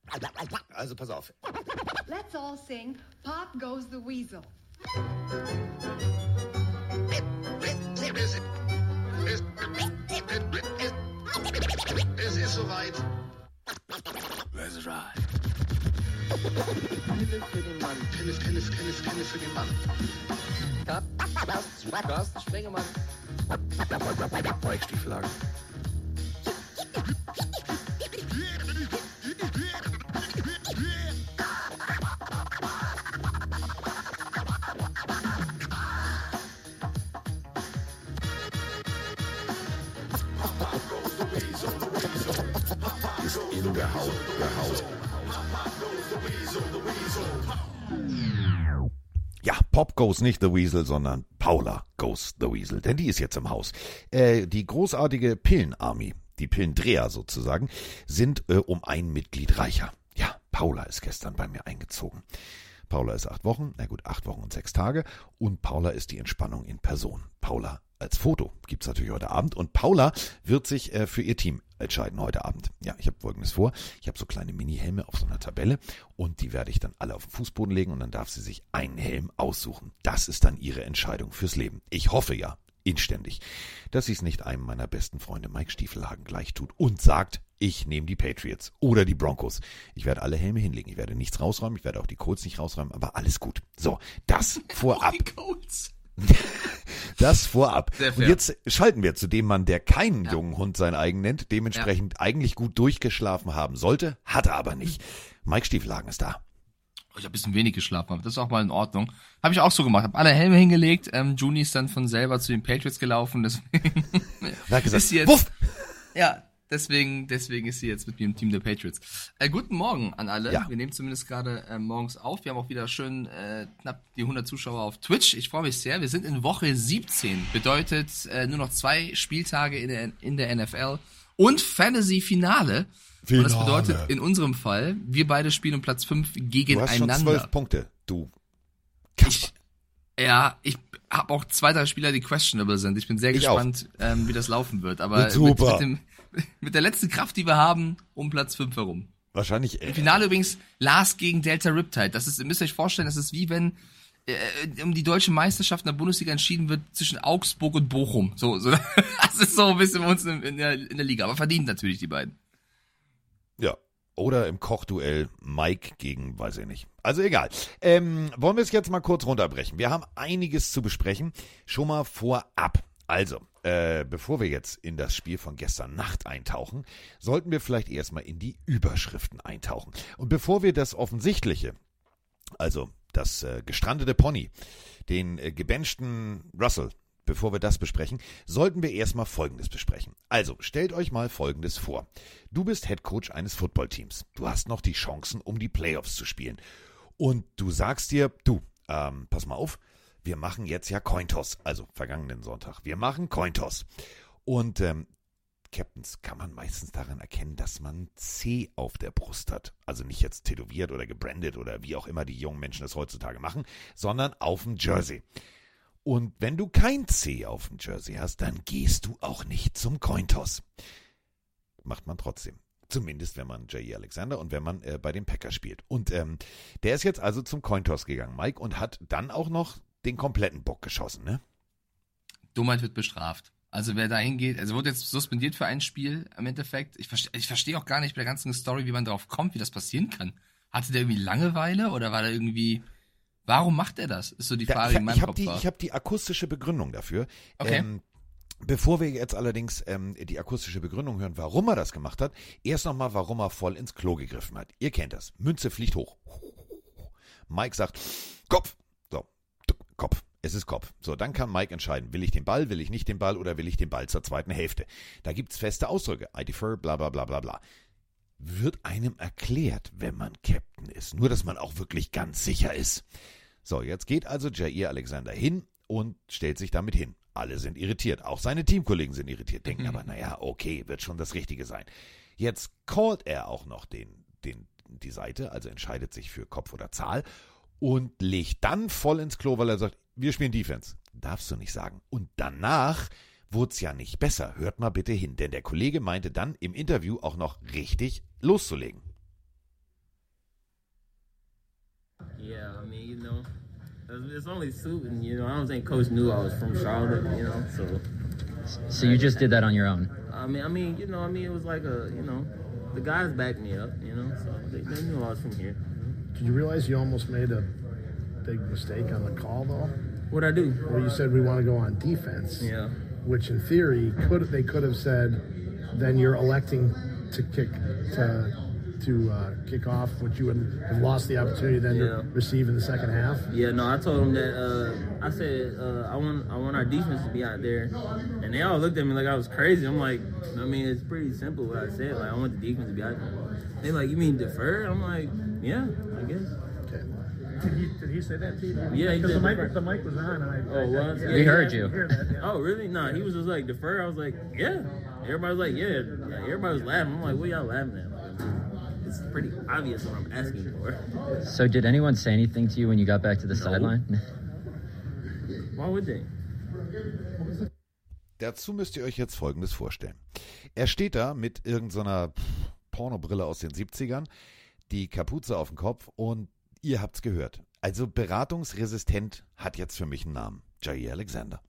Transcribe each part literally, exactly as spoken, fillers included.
Also pass auf. Let's all sing Pop Goes the Weasel. Es ist soweit. Let's ride. Pille für den Mann. Pille, Pille, Pille, Pille für den Mann. Carsten, Carsten Spengemann. Weichstieflagen. In der Haut, der Haut. Ja, Pop goes nicht the Weasel, sondern Paula goes the Weasel, denn die ist jetzt im Haus. Äh, die großartige Pillen-Army, die Pillendreher sozusagen, sind äh, um ein Mitglied reicher. Ja, Paula ist gestern bei mir eingezogen. Paula ist acht Wochen, na gut, acht Wochen und sechs Tage und Paula ist die Entspannung in Person. Paula als Foto gibt's natürlich heute Abend und Paula wird sich äh, für ihr Team entscheiden heute Abend. Ja, ich habe Folgendes vor. Ich habe so kleine Mini-Helme auf so einer Tabelle und die werde ich dann alle auf den Fußboden legen und dann darf sie sich einen Helm aussuchen. Das ist dann ihre Entscheidung fürs Leben. Ich hoffe ja, inständig, dass sie es nicht einem meiner besten Freunde Mike Stiefelhagen gleich tut und sagt, ich nehme die Patriots oder die Broncos. Ich werde alle Helme hinlegen. Ich werde nichts rausräumen. Ich werde auch die Colts nicht rausräumen, aber alles gut. So, das vorab. Die Colts. Das vorab. Sehr fair. Und jetzt schalten wir zu dem Mann, der keinen Ja. jungen Hund sein eigen nennt, dementsprechend ja. eigentlich gut durchgeschlafen haben sollte, hat er aber nicht. Mike Stiefelhagen ist da. Ich habe ein bisschen wenig geschlafen, aber das ist auch mal in Ordnung. Habe ich auch so gemacht. Habe alle Helme hingelegt. Ähm, Juni ist dann von selber zu den Patriots gelaufen. Deswegen Er hat gesagt, ist sie jetzt, Wuff! Ja, deswegen, deswegen ist sie jetzt mit mir im Team der Patriots. Äh, guten Morgen an alle. Ja. Wir nehmen zumindest gerade äh, morgens auf. Wir haben auch wieder schön äh, knapp die hundert Zuschauer auf Twitch. Ich freue mich sehr. Wir sind in Woche siebzehn. Bedeutet äh, nur noch zwei Spieltage in der, in der N F L und Fantasy-Finale. Und das bedeutet in unserem Fall, wir beide spielen um Platz fünf gegeneinander. Du hast schon zwölf Punkte, du. Ich, ja, ich habe auch zwei, drei Spieler, die questionable sind. Ich bin sehr Ich gespannt, ähm, wie das laufen wird. Aber mit, Super. mit, dem, mit der letzten Kraft, die wir haben, um Platz fünf herum. Wahrscheinlich. Im Finale übrigens Lars gegen Delta Riptide. Das ist, ihr müsst euch vorstellen, das ist wie wenn äh, um die deutsche Meisterschaft in der Bundesliga entschieden wird zwischen Augsburg und Bochum. So, so, das ist so ein bisschen bei uns in, in, der, in der Liga. Aber verdient natürlich die beiden. Ja. Oder im Kochduell Mike gegen, weiß ich nicht. Also egal. Ähm, wollen wir es jetzt mal kurz runterbrechen. Wir haben einiges zu besprechen. Schon mal vorab. Also, äh, bevor wir jetzt in das Spiel von gestern Nacht eintauchen, sollten wir vielleicht erstmal in die Überschriften eintauchen. Und bevor wir das Offensichtliche, also das äh, gestrandete Pony, den äh, gebenchten Russell, bevor wir das besprechen, sollten wir erstmal Folgendes besprechen. Also, stellt euch mal Folgendes vor. Du bist Headcoach eines Footballteams. Du hast noch die Chancen, um die Playoffs zu spielen. Und du sagst dir, du, ähm, pass mal auf, wir machen jetzt ja Cointoss, also vergangenen Sonntag. Wir machen Cointoss. Und ähm, Captains kann man meistens daran erkennen, dass man C auf der Brust hat. Also nicht jetzt tätowiert oder gebrandet oder wie auch immer die jungen Menschen das heutzutage machen, sondern auf dem Jersey. Und wenn du kein C auf dem Jersey hast, dann gehst du auch nicht zum Cointoss. Macht man trotzdem. Zumindest, wenn man J E. Alexander und wenn man äh, bei den Packers spielt. Und ähm, der ist jetzt also zum Cointoss gegangen, Mike, und hat dann auch noch den kompletten Bock geschossen, ne? Dummheit wird bestraft. Also wer da hingeht, also wurde jetzt suspendiert für ein Spiel im Endeffekt. Ich verstehe ich versteh auch gar nicht bei der ganzen Story, wie man darauf kommt, wie das passieren kann. Hatte der irgendwie Langeweile oder war der irgendwie... Warum macht er das? Ist so die Frage, Da, in meinem ich habe Kopf die, war. ich hab die akustische Begründung dafür. Okay. Ähm, bevor wir jetzt allerdings ähm, die akustische Begründung hören, warum er das gemacht hat, erst nochmal, warum er voll ins Klo gegriffen hat. Ihr kennt das. Münze fliegt hoch. Mike sagt, Kopf. So, Kopf. Es ist Kopf. So, dann kann Mike entscheiden, will ich den Ball, will ich nicht den Ball oder will ich den Ball zur zweiten Hälfte. Da gibt's feste Ausdrücke. I defer, bla bla bla bla bla. Wird einem erklärt, wenn man Captain ist. Nur, dass man auch wirklich ganz sicher ist. So, jetzt geht also J E. Alexander hin und stellt sich damit hin. Alle sind irritiert, auch seine Teamkollegen sind irritiert, denken aber, naja, okay, wird schon das Richtige sein. Jetzt callt er auch noch den, den, die Seite, also entscheidet sich für Kopf oder Zahl und legt dann voll ins Klo, weil er sagt, wir spielen Defense. Darfst du nicht sagen. Und danach wurde es ja nicht besser. Hört mal bitte hin, denn der Kollege meinte dann im Interview auch noch richtig loszulegen. Yeah, I mean, you know, it's only suiting, you know. I don't think Coach knew I was from Charlotte, you know, so. So you just did that on your own? I mean, I mean, you know, I mean, it was like a, you know, the guys backed me up, you know, so they, they knew I was from here. Did you realize you almost made a big mistake on the call, though? What'd I do? Well, you said we want to go on defense. Yeah. Which, in theory, could they could have said, then you're electing to kick to to uh, kick off, which you would have lost the opportunity then Yeah. to receive in the second half. Yeah, no, I told them that. Uh, I said uh, I want I want our defense to be out there, and they all looked at me like I was crazy. I'm like, I mean, it's pretty simple what I said. Like, I want the defense to be out there. They like, you mean defer? I'm like, yeah, I guess. Okay. Did he, did he say that to you? Yeah, he Because did. the mic, the mic was on. And I, Oh, I, was? I, Yeah, We yeah. heard you. hear that, yeah. Oh, really? Nah, he was just like, defer? I was like, yeah. Everybody was like, yeah. yeah. Everybody was laughing. I'm like, what y'all laughing at? Like, it's pretty obvious what I'm asking for. So did anyone say anything to you when you got back to the No. sideline? Why would they? Dazu müsst ihr euch jetzt Folgendes vorstellen. Er steht da mit irgendeiner so Pornobrille aus den siebzigern, die Kapuze auf dem Kopf und ihr habt's gehört. Also beratungsresistent hat jetzt für mich einen Namen. Jair Alexander.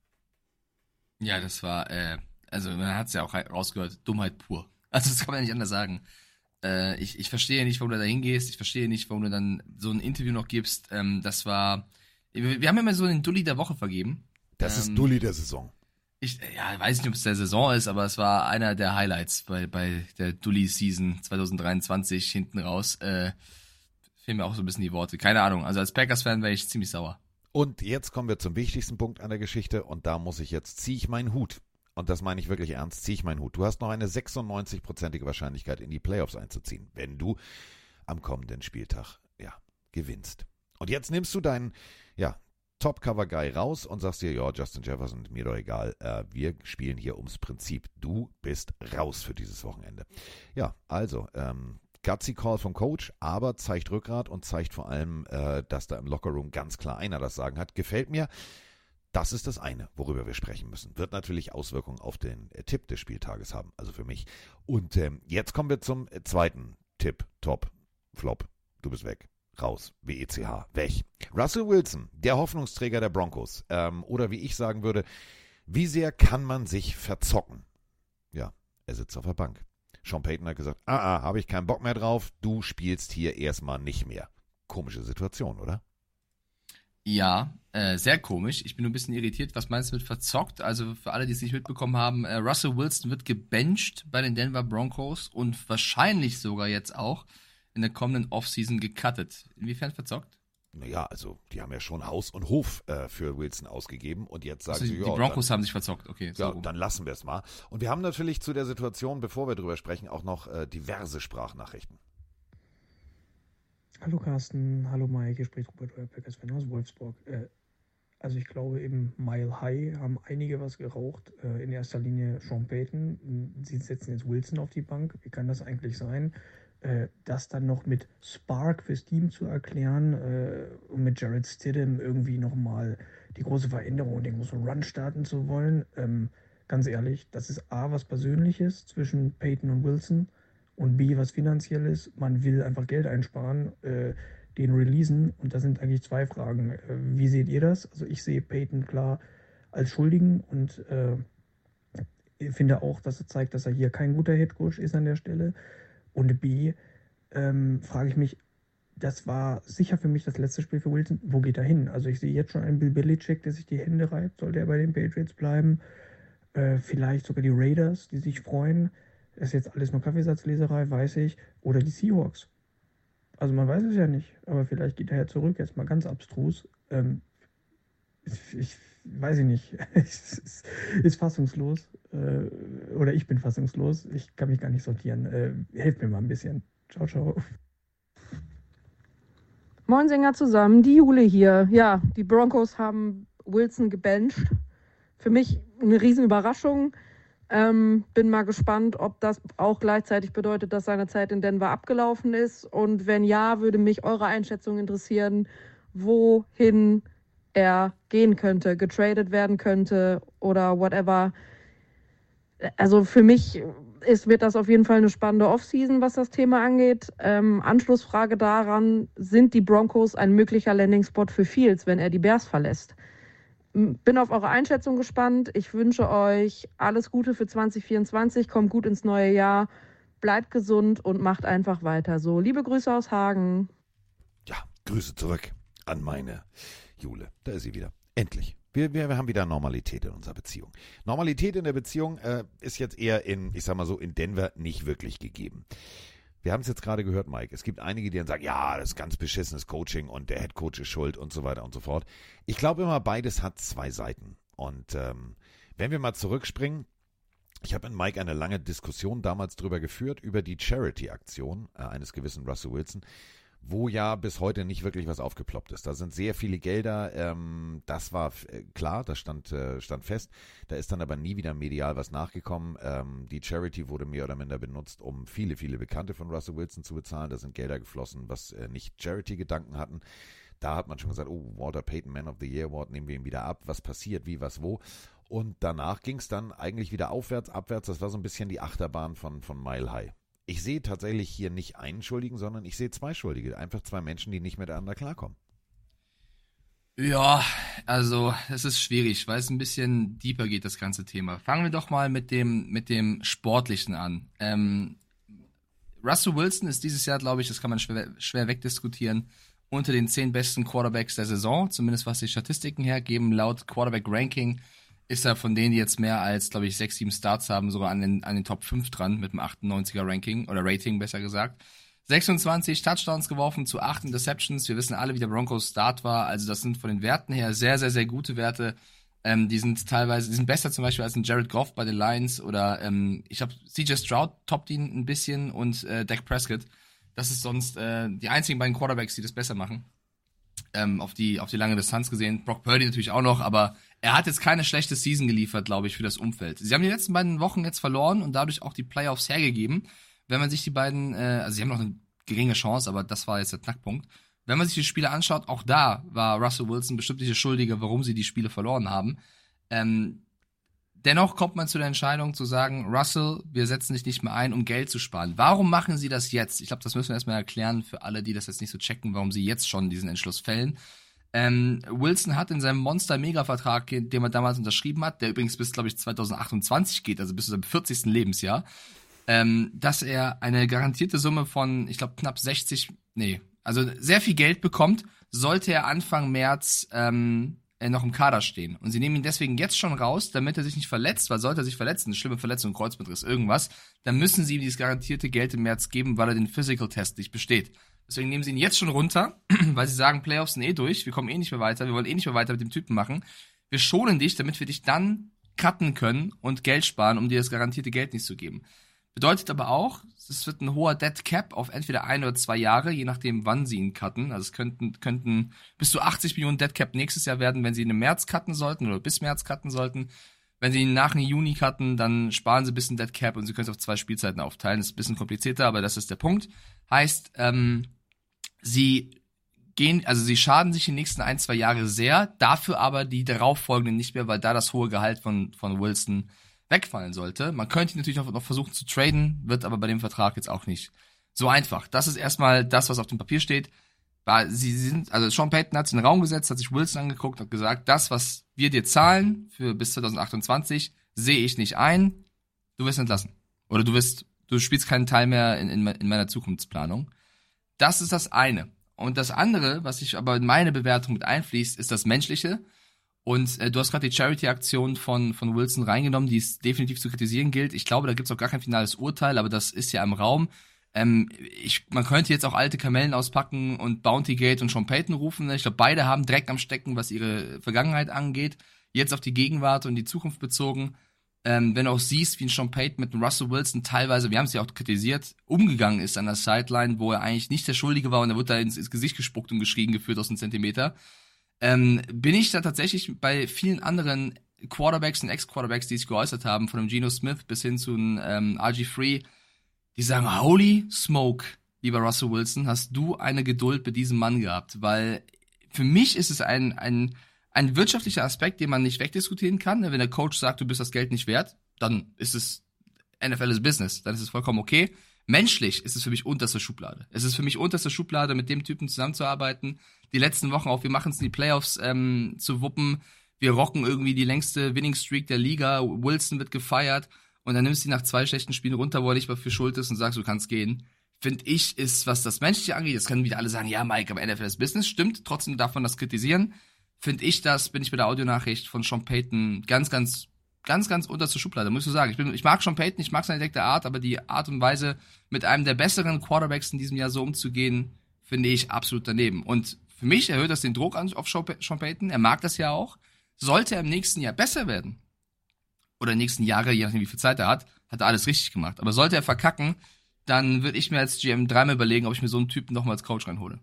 Ja, das war, äh, also man hat es ja auch rausgehört, Dummheit pur. Also das kann man nicht anders sagen. Äh, ich, ich verstehe nicht, warum du da hingehst. Ich verstehe nicht, warum du dann so ein Interview noch gibst. Ähm, das war, wir haben ja mal so den Dulli der Woche vergeben. Das Ähm, ist Dulli der Saison. Ich ja, weiß nicht, ob es der Saison ist, aber es war einer der Highlights bei, bei der Dulli-Season zwanzig dreiundzwanzig hinten raus. Äh, fehlen mir auch so ein bisschen die Worte. Keine Ahnung. Also als Packers-Fan wäre ich ziemlich sauer. Und jetzt kommen wir zum wichtigsten Punkt an der Geschichte und da muss ich jetzt, ziehe ich meinen Hut. Und das meine ich wirklich ernst, ziehe ich meinen Hut. Du hast noch eine sechsundneunzig-prozentige Wahrscheinlichkeit in die Playoffs einzuziehen, wenn du am kommenden Spieltag, ja, gewinnst. Und jetzt nimmst du deinen, ja, Top-Cover-Guy raus und sagst dir, ja, Justin Jefferson, mir doch egal, äh, wir spielen hier ums Prinzip. Du bist raus für dieses Wochenende. Ja, also, ähm, gutsy Call vom Coach, aber zeigt Rückgrat und zeigt vor allem, äh, dass da im Lockerroom ganz klar einer das Sagen hat. Gefällt mir. Das ist das eine, worüber wir sprechen müssen. Wird natürlich Auswirkungen auf den äh, Tipp des Spieltages haben, also für mich. Und ähm, jetzt kommen wir zum äh, zweiten Tipp. Top, Flop, du bist weg. Raus, W E C H, weg. Russell Wilson, der Hoffnungsträger der Broncos. Ähm, oder wie ich sagen würde, wie sehr kann man sich verzocken? Ja, er sitzt auf der Bank. Sean Payton hat gesagt, ah, ah, habe ich keinen Bock mehr drauf, du spielst hier erstmal nicht mehr. Komische Situation, oder? Ja, äh, sehr komisch. Ich bin nur ein bisschen irritiert. Was meinst du mit verzockt? Also für alle, die es nicht mitbekommen haben, äh, Russell Wilson wird gebencht bei den Denver Broncos und wahrscheinlich sogar jetzt auch in der kommenden Offseason gecuttet. Inwiefern verzockt? Naja, also die haben ja schon Haus und Hof äh, für Wilson ausgegeben und jetzt sagen Also sie, die, ja, die Broncos dann, haben sich verzockt. Okay, so ja, rum. dann lassen wir es mal. Und wir haben natürlich zu der Situation, bevor wir drüber sprechen, auch noch äh, diverse Sprachnachrichten. Hallo Carsten, hallo Mike, hier spricht Robert, euer Packers-Fan aus Wolfsburg. Äh, also ich glaube, im Mile High haben einige was geraucht. Äh, in erster Linie Sean Payton. Sie setzen jetzt Wilson auf die Bank. Wie kann das eigentlich sein? Äh, das dann noch mit Spark fürs Team zu erklären äh, und mit Jared Stidham irgendwie nochmal die große Veränderung und den großen Run starten zu wollen. Ähm, ganz ehrlich, das ist A, was Persönliches zwischen Payton und Wilson. Und B, was Finanzielles, man will einfach Geld einsparen, äh, den releasen. Und das sind eigentlich zwei Fragen. Äh, wie seht ihr das? Also ich sehe Payton klar als Schuldigen und äh, finde auch, dass er zeigt, dass er hier kein guter Headcoach ist an der Stelle. Und B, ähm, frage ich mich, das war sicher für mich das letzte Spiel für Wilson. Wo geht er hin? Also ich sehe jetzt schon einen Bill Belichick, der sich die Hände reibt. Soll der bei den Patriots bleiben? Äh, vielleicht sogar die Raiders, die sich freuen. Das ist jetzt alles nur Kaffeesatzleserei, weiß ich. Oder die Seahawks. Also man weiß es ja nicht. Aber vielleicht geht er ja zurück, jetzt mal ganz abstrus. Ähm, ich, ich weiß ich nicht. Es ist, ist fassungslos. Äh, oder ich bin fassungslos. Ich kann mich gar nicht sortieren. Äh, helft mir mal ein bisschen. Ciao, ciao. Moin Sänger zusammen, die Jule hier. Ja, die Broncos haben Wilson gebencht. Für mich eine Riesenüberraschung. Ähm, bin mal gespannt, ob das auch gleichzeitig bedeutet, dass seine Zeit in Denver abgelaufen ist. Und wenn ja, würde mich eure Einschätzung interessieren, wohin er gehen könnte, getradet werden könnte oder whatever. Also für mich es wird das auf jeden Fall eine spannende Offseason, was das Thema angeht. Ähm, Anschlussfrage daran, sind die Broncos ein möglicher Landing-Spot für Fields, wenn er die Bears verlässt? Bin auf eure Einschätzung gespannt. Ich wünsche euch alles Gute für zwanzig vierundzwanzig. Kommt gut ins neue Jahr. Bleibt gesund und macht einfach weiter so. Liebe Grüße aus Hagen. Ja, Grüße zurück an meine Jule. Da ist sie wieder. Endlich. Wir, wir, wir haben wieder Normalität in unserer Beziehung. Normalität in der Beziehung äh, ist jetzt eher in, ich sag mal so, in Denver nicht wirklich gegeben. Wir haben es jetzt gerade gehört, Mike. Es gibt einige, die dann sagen, ja, das ist ganz beschissenes Coaching und der Headcoach ist schuld und so weiter und so fort. Ich glaube immer, beides hat zwei Seiten. Und ähm, wenn wir mal zurückspringen, ich habe mit Mike eine lange Diskussion damals drüber geführt, über die Charity-Aktion äh, eines gewissen Russell Wilson, wo ja bis heute nicht wirklich was aufgeploppt ist. Da sind sehr viele Gelder, ähm, das war äh, klar, das stand, äh, stand fest. Da ist dann aber nie wieder medial was nachgekommen. Ähm, die Charity wurde mehr oder minder benutzt, um viele, viele Bekannte von Russell Wilson zu bezahlen. Da sind Gelder geflossen, was äh, nicht Charity-Gedanken hatten. Da hat man schon gesagt, oh, Walter Payton Man of the Year Award, nehmen wir ihn wieder ab. Was passiert, wie, was, wo? Und danach ging es dann eigentlich wieder aufwärts, abwärts. Das war so ein bisschen die Achterbahn von, von Mile High. Ich sehe tatsächlich hier nicht einen Schuldigen, sondern ich sehe zwei Schuldige. Einfach zwei Menschen, die nicht miteinander klarkommen. Ja, also es ist schwierig, weil es ein bisschen deeper geht, das ganze Thema. Fangen wir doch mal mit dem, mit dem Sportlichen an. Ähm, Russell Wilson ist dieses Jahr, glaube ich, das kann man schwer, schwer wegdiskutieren, unter den zehn besten Quarterbacks der Saison, zumindest was die Statistiken hergeben. Laut Quarterback-Ranking ist er von denen, die jetzt mehr als, glaube ich, sechs, sieben Starts haben, sogar an den, an den Top fünf dran, mit dem achtundneunziger Ranking, oder Rating, besser gesagt. sechsundzwanzig Touchdowns geworfen zu acht Interceptions. Wir wissen alle, wie der Broncos Start war. Also das sind von den Werten her sehr, sehr, sehr gute Werte. Ähm, die sind teilweise, die sind besser zum Beispiel als ein Jared Goff bei den Lions oder ähm, ich habe C J Stroud toppt ihn ein bisschen und äh, Dak Prescott. Das ist sonst äh, die einzigen beiden Quarterbacks, die das besser machen. Ähm, auf die auf die lange Distanz gesehen. Brock Purdy natürlich auch noch, aber er hat jetzt keine schlechte Season geliefert, glaube ich, für das Umfeld. Sie haben die letzten beiden Wochen jetzt verloren und dadurch auch die Playoffs hergegeben. Wenn man sich die beiden, äh, also sie haben noch eine geringe Chance, aber das war jetzt der Knackpunkt. Wenn man sich die Spiele anschaut, auch da war Russell Wilson bestimmt nicht der Schuldige, warum sie die Spiele verloren haben. Ähm, dennoch kommt man zu der Entscheidung zu sagen, Russell, wir setzen dich nicht mehr ein, um Geld zu sparen. Warum machen sie das jetzt? Ich glaube, das müssen wir erstmal erklären für alle, die das jetzt nicht so checken, warum sie jetzt schon diesen Entschluss fällen. Ähm, Wilson hat in seinem Monster-Mega-Vertrag, den er damals unterschrieben hat, der übrigens bis, glaube ich, zwanzig achtundzwanzig geht, also bis zu seinem vierzigsten Lebensjahr, ähm, dass er eine garantierte Summe von, ich glaube, knapp sechzig, nee, also sehr viel Geld bekommt, sollte er Anfang März ähm, noch im Kader stehen. Und sie nehmen ihn deswegen jetzt schon raus, damit er sich nicht verletzt, weil sollte er sich verletzen, eine schlimme Verletzung, Kreuzbandriss, irgendwas, dann müssen sie ihm dieses garantierte Geld im März geben, weil er den Physical-Test nicht besteht. Deswegen nehmen sie ihn jetzt schon runter, weil sie sagen, Playoffs sind eh durch, wir kommen eh nicht mehr weiter, wir wollen eh nicht mehr weiter mit dem Typen machen. Wir schonen dich, damit wir dich dann cutten können und Geld sparen, um dir das garantierte Geld nicht zu geben. Bedeutet aber auch, es wird ein hoher Dead Cap auf entweder ein oder zwei Jahre, je nachdem, wann sie ihn cutten. Also es könnten, könnten bis zu achtzig Millionen Dead Cap nächstes Jahr werden, wenn sie ihn im März cutten sollten oder bis März cutten sollten. Wenn sie ihn nach dem Juni cutten, dann sparen sie ein bisschen Dead Cap und sie können es auf zwei Spielzeiten aufteilen. Das ist ein bisschen komplizierter, aber das ist der Punkt. Heißt, ähm, sie gehen, also sie schaden sich die nächsten ein, zwei Jahre sehr, dafür aber die darauffolgenden nicht mehr, weil da das hohe Gehalt von, von Wilson wegfallen sollte. Man könnte ihn natürlich noch, noch versuchen zu traden, wird aber bei dem Vertrag jetzt auch nicht so einfach. Das ist erstmal das, was auf dem Papier steht. Sie sind, also Sean Payton hat sich in den Raum gesetzt, hat sich Wilson angeguckt, hat gesagt, das, was wir dir zahlen für bis zwanzig achtundzwanzig, sehe ich nicht ein. Du wirst entlassen. Oder du wirst, du spielst keinen Teil mehr in, in, in meiner Zukunftsplanung. Das ist das eine. Und das andere, was ich aber in meine Bewertung mit einfließt, ist das Menschliche. Und äh, du hast gerade die Charity-Aktion von von Wilson reingenommen, die es definitiv zu kritisieren gilt. Ich glaube, da gibt es auch gar kein finales Urteil, aber das ist ja im Raum. Ähm, ich, man könnte jetzt auch alte Kamellen auspacken und Bountygate und Sean Payton rufen. Ich glaube, beide haben Dreck am Stecken, was ihre Vergangenheit angeht. Jetzt auf die Gegenwart und die Zukunft bezogen. Ähm, wenn du auch siehst, wie ein Sean Payton mit einem Russell Wilson teilweise, wir haben es ja auch kritisiert, umgegangen ist an der Sideline, wo er eigentlich nicht der Schuldige war und er wird da ins, ins Gesicht gespuckt und geschrien geführt aus einem Zentimeter. Ähm, bin ich da tatsächlich bei vielen anderen Quarterbacks und Ex-Quarterbacks, die sich geäußert haben, von dem Geno Smith bis hin zu einem ähm, R G drei, die sagen, holy smoke, lieber Russell Wilson, hast du eine Geduld mit diesem Mann gehabt, weil für mich ist es ein ein ein wirtschaftlicher Aspekt, den man nicht wegdiskutieren kann. Wenn der Coach sagt, du bist das Geld nicht wert, dann ist es N F L ist Business, dann ist es vollkommen okay. Menschlich ist es für mich unterste Schublade. Es ist für mich unterste Schublade, mit dem Typen zusammenzuarbeiten. Die letzten Wochen auch, wir machen es in die Playoffs ähm, zu wuppen. Wir rocken irgendwie die längste Winning Streak der Liga. Wilson wird gefeiert. Und dann nimmst du ihn nach zwei schlechten Spielen runter, wo er nicht mal für schuld ist und sagst, du kannst gehen. Finde ich, ist, was das Menschliche angeht, das können wieder alle sagen, ja, Mike, aber N F L ist Business. Stimmt, trotzdem darf man das kritisieren. Finde ich das, bin ich bei der Audionachricht von Sean Payton ganz, ganz, ganz, ganz unterste Schublade, muss ich so sagen. Ich, bin, ich mag Sean Payton, ich mag seine entdeckte Art, aber die Art und Weise, mit einem der besseren Quarterbacks in diesem Jahr so umzugehen, finde ich absolut daneben. Und für mich erhöht das den Druck an, auf Sean Payton. Er mag das ja auch. Sollte er im nächsten Jahr besser werden, oder in den nächsten Jahren, je nachdem wie viel Zeit er hat, hat er alles richtig gemacht. Aber sollte er verkacken, dann würde ich mir als G M dreimal überlegen, ob ich mir so einen Typen nochmal als Coach reinhole.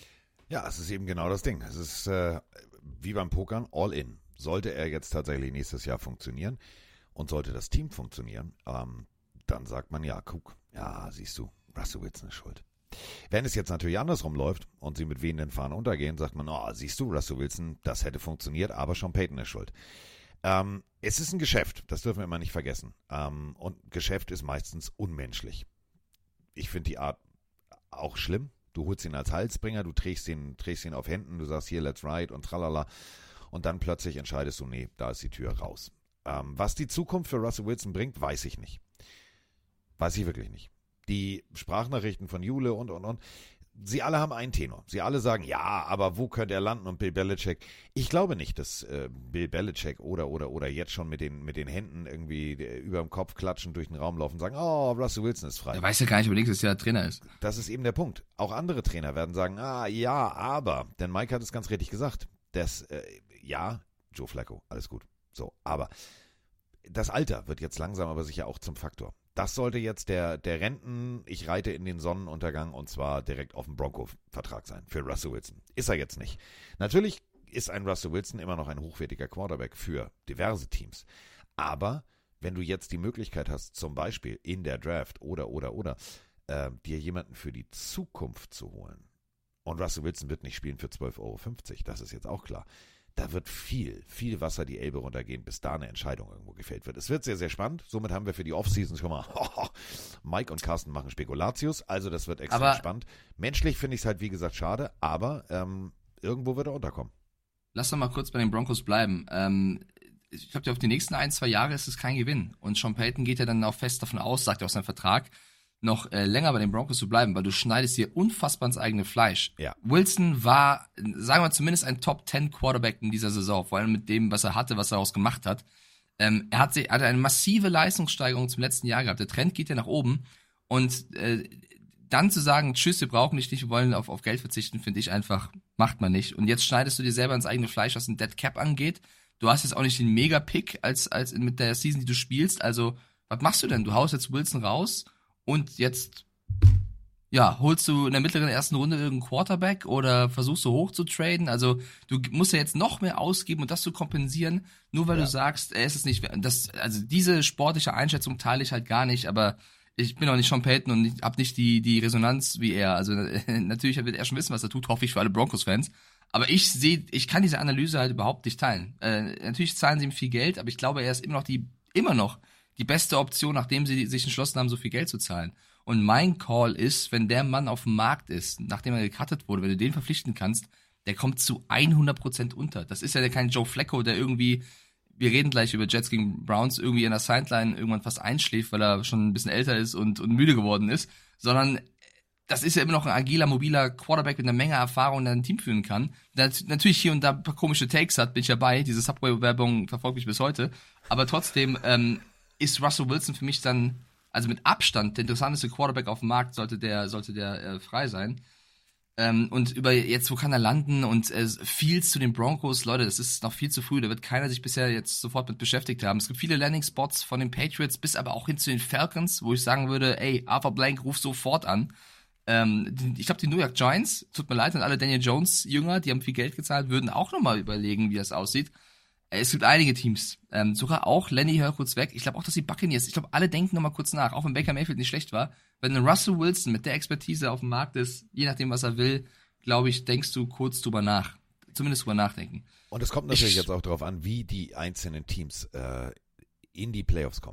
Ja, es ist eben genau das Ding. Es ist äh, wie beim Pokern, all in. Sollte er jetzt tatsächlich nächstes Jahr funktionieren und sollte das Team funktionieren, ähm, dann sagt man, ja, guck, ja, siehst du, Russell Wilson ist schuld. Wenn es jetzt natürlich andersrum läuft und sie mit wehenden Fahnen untergehen, sagt man, oh, siehst du, Russell Wilson, das hätte funktioniert, aber Sean Payton ist schuld. Ähm, es ist ein Geschäft, das dürfen wir immer nicht vergessen. Ähm, und Geschäft ist meistens unmenschlich. Ich finde die Art auch schlimm. Du holst ihn als Halsbringer, du trägst ihn, trägst ihn auf Händen, du sagst hier, let's ride und tralala. Und dann plötzlich entscheidest du, nee, da ist die Tür raus. Ähm, was die Zukunft für Russell Wilson bringt, weiß ich nicht. Weiß ich wirklich nicht. Die Sprachnachrichten von Jule und, und, und, sie alle haben einen Tenor. Sie alle sagen, ja, aber wo könnte er landen und Bill Belichick? Ich glaube nicht, dass äh, Bill Belichick oder, oder, oder jetzt schon mit den, mit den Händen irgendwie über dem Kopf klatschen, durch den Raum laufen und sagen, oh, Russell Wilson ist frei. Er weiß ja gar nicht, ob er nächstes Jahr Trainer ist. Das ist eben der Punkt. Auch andere Trainer werden sagen, ah, ja, aber, denn Mike hat es ganz richtig gesagt, das, äh, ja, Joe Flacco, alles gut. So, aber das Alter wird jetzt langsam aber sicher auch zum Faktor. Das sollte jetzt der, der Renten, ich reite in den Sonnenuntergang und zwar direkt auf dem Bronco-Vertrag sein für Russell Wilson. Ist er jetzt nicht. Natürlich ist ein Russell Wilson immer noch ein hochwertiger Quarterback für diverse Teams. Aber wenn du jetzt die Möglichkeit hast, zum Beispiel in der Draft oder, oder, oder, äh, dir jemanden für die Zukunft zu holen, und Russell Wilson wird nicht spielen für zwölf Euro fünfzig, das ist jetzt auch klar. Da wird viel, viel Wasser die Elbe runtergehen, bis da eine Entscheidung irgendwo gefällt wird. Es wird sehr, sehr spannend. Somit haben wir für die Offseason schon mal Mike und Carsten machen Spekulatius. Also das wird extrem aber spannend. Menschlich finde ich es halt, wie gesagt, schade. Aber ähm, irgendwo wird er unterkommen. Lass doch mal kurz bei den Broncos bleiben. Ähm, ich glaube, auf die nächsten ein, zwei Jahre ist es kein Gewinn. Und Sean Payton geht ja dann auch fest davon aus, sagt er aus seinem Vertrag, noch äh, länger bei den Broncos zu bleiben, weil du schneidest dir unfassbar ins eigene Fleisch. Ja. Wilson war, sagen wir zumindest ein Top zehn Quarterback in dieser Saison, vor allem mit dem, was er hatte, was er daraus gemacht hat. Ähm, er hat sich, hatte eine massive Leistungssteigerung zum letzten Jahr gehabt. Der Trend geht ja nach oben. Und äh, dann zu sagen, tschüss, wir brauchen dich nicht, wir wollen auf, auf Geld verzichten, finde ich einfach, macht man nicht. Und jetzt schneidest du dir selber ins eigene Fleisch, was ein Dead Cap angeht. Du hast jetzt auch nicht den Mega-Pick als, als mit der Season, die du spielst. Also, was machst du denn? Du haust jetzt Wilson raus und jetzt, ja, holst du in der mittleren ersten Runde irgendeinen Quarterback oder versuchst du hoch zu traden? Also, du musst ja jetzt noch mehr ausgeben und das zu kompensieren, nur weil Ja. du sagst, er ist es nicht, das, also diese sportliche Einschätzung teile ich halt gar nicht, aber ich bin auch nicht Sean Payton und ich hab nicht die, die Resonanz wie er. Also, natürlich wird er schon wissen, was er tut, hoffe ich für alle Broncos-Fans. Aber ich sehe, ich kann diese Analyse halt überhaupt nicht teilen. Äh, natürlich zahlen sie ihm viel Geld, aber ich glaube, er ist immer noch die, immer noch die beste Option, nachdem sie sich entschlossen haben, so viel Geld zu zahlen. Und mein Call ist, wenn der Mann auf dem Markt ist, nachdem er gecuttet wurde, wenn du den verpflichten kannst, der kommt zu hundert Prozent unter. Das ist ja kein Joe Flacco, der irgendwie, wir reden gleich über Jets gegen Browns, irgendwie in der Sideline irgendwann fast einschläft, weil er schon ein bisschen älter ist und, und müde geworden ist, sondern das ist ja immer noch ein agiler, mobiler Quarterback mit einer Menge Erfahrung, der ein Team führen kann. Der natürlich hier und da ein paar komische Takes hat, bin ich dabei. Diese Subway-Werbung verfolgt mich bis heute. Aber trotzdem ähm, ist Russell Wilson für mich dann, also mit Abstand, der interessanteste Quarterback auf dem Markt, sollte der sollte der äh, frei sein. Ähm, und über jetzt, wo kann er landen und äh, Fields zu den Broncos, Leute, das ist noch viel zu früh, da wird keiner sich bisher jetzt sofort mit beschäftigt haben. Es gibt viele Landing-Spots von den Patriots, bis aber auch hin zu den Falcons, wo ich sagen würde, ey, Arthur Blank, ruf sofort an. Ähm, die, ich glaube, die New York Giants, tut mir leid, und alle Daniel Jones-Jünger, die haben viel Geld gezahlt, würden auch nochmal überlegen, wie das aussieht. Äh, es gibt einige Teams, ähm, sogar auch, Lenny, hör kurz weg, ich glaube auch, dass die Buccaneers, ich glaube, alle denken nochmal kurz nach, auch wenn Baker Mayfield nicht schlecht war, wenn ein Russell Wilson mit der Expertise auf dem Markt ist, je nachdem, was er will, glaube ich, denkst du kurz drüber nach. Zumindest drüber nachdenken. Und es kommt natürlich Ich- jetzt auch darauf an, wie die einzelnen Teams äh, in die Playoffs kommen.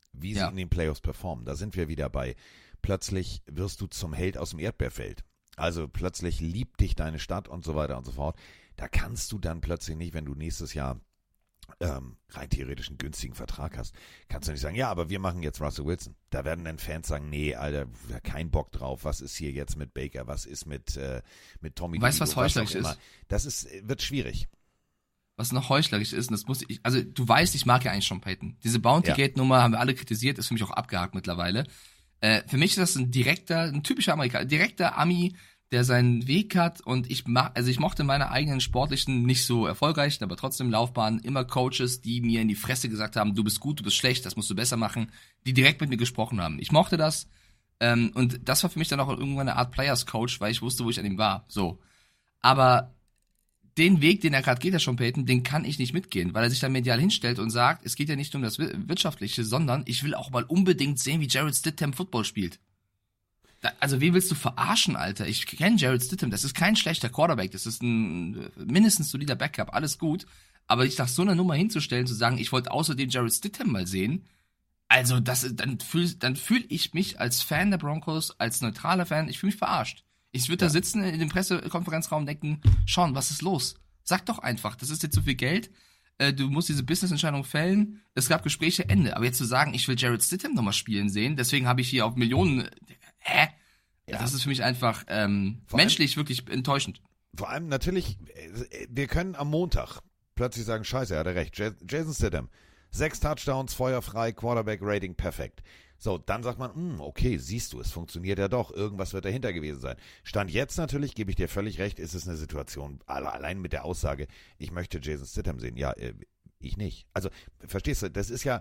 wie Ja. sie in den Playoffs performen. Da sind wir wieder bei. Plötzlich wirst du zum Held aus dem Erdbeerfeld. Also plötzlich liebt dich deine Stadt und so weiter und so fort. Da kannst du dann plötzlich nicht, wenn du nächstes Jahr ähm, rein theoretisch einen günstigen Vertrag hast, kannst du nicht sagen, ja, aber wir machen jetzt Russell Wilson. Da werden dann Fans sagen, nee, Alter, kein Bock drauf. Was ist hier jetzt mit Baker? Was ist mit, äh, mit Tommy? Weißt du, was DeVito? heuchlerisch auch immer. ist? Das ist, wird schwierig. Was noch heuchlerisch ist, und das muss ich, also du weißt, ich mag ja eigentlich Sean Payton. Diese Bounty-Gate-Nummer haben wir alle kritisiert, ist für mich auch abgehakt mittlerweile. Äh, für mich ist das ein direkter, ein typischer Amerikaner, direkter Ami, der seinen Weg hat, und ich mag, also ich mochte meine eigenen sportlichen, nicht so erfolgreichen, aber trotzdem Laufbahnen, immer Coaches, die mir in die Fresse gesagt haben, du bist gut, du bist schlecht, das musst du besser machen, die direkt mit mir gesprochen haben. Ich mochte das, ähm, und das war für mich dann auch irgendwann eine Art Players-Coach, weil ich wusste, wo ich an ihm war, so. Aber den Weg, den er gerade geht, der Sean Payton, den kann ich nicht mitgehen, weil er sich dann medial hinstellt und sagt, es geht ja nicht nur um das Wirtschaftliche, sondern ich will auch mal unbedingt sehen, wie Jarrett Stidham Football spielt. Da, also wen willst du verarschen, Alter? Ich kenne Jarrett Stidham, das ist kein schlechter Quarterback, das ist ein mindestens solider Backup, alles gut. Aber dich nach so einer Nummer hinzustellen, zu sagen, ich wollte außerdem Jarrett Stidham mal sehen, also das, dann fühle dann fühl ich mich als Fan der Broncos, als neutraler Fan, ich fühle mich verarscht. Ich würde da sitzen in dem Pressekonferenzraum und denken, Sean, was ist los? Sag doch einfach, das ist jetzt zu viel Geld, äh, du musst diese Business-Entscheidung fällen, es gab Gespräche, Ende. Aber jetzt zu sagen, ich will Jarrett Stidham nochmal spielen sehen, deswegen habe ich hier auf Millionen, hä? Ja. Das ist für mich einfach ähm, menschlich allem, wirklich enttäuschend. Vor allem natürlich, wir können am Montag plötzlich sagen, scheiße, er hat recht, Jason Stidham, sechs Touchdowns, feuerfrei, Quarterback-Rating, perfekt. So, dann sagt man, mh, okay, siehst du, es funktioniert ja doch, irgendwas wird dahinter gewesen sein. Stand jetzt natürlich, gebe ich dir völlig recht, ist es eine Situation, allein mit der Aussage, ich möchte Jason Stidham sehen, ja, äh, ich nicht. Also, verstehst du, das ist ja,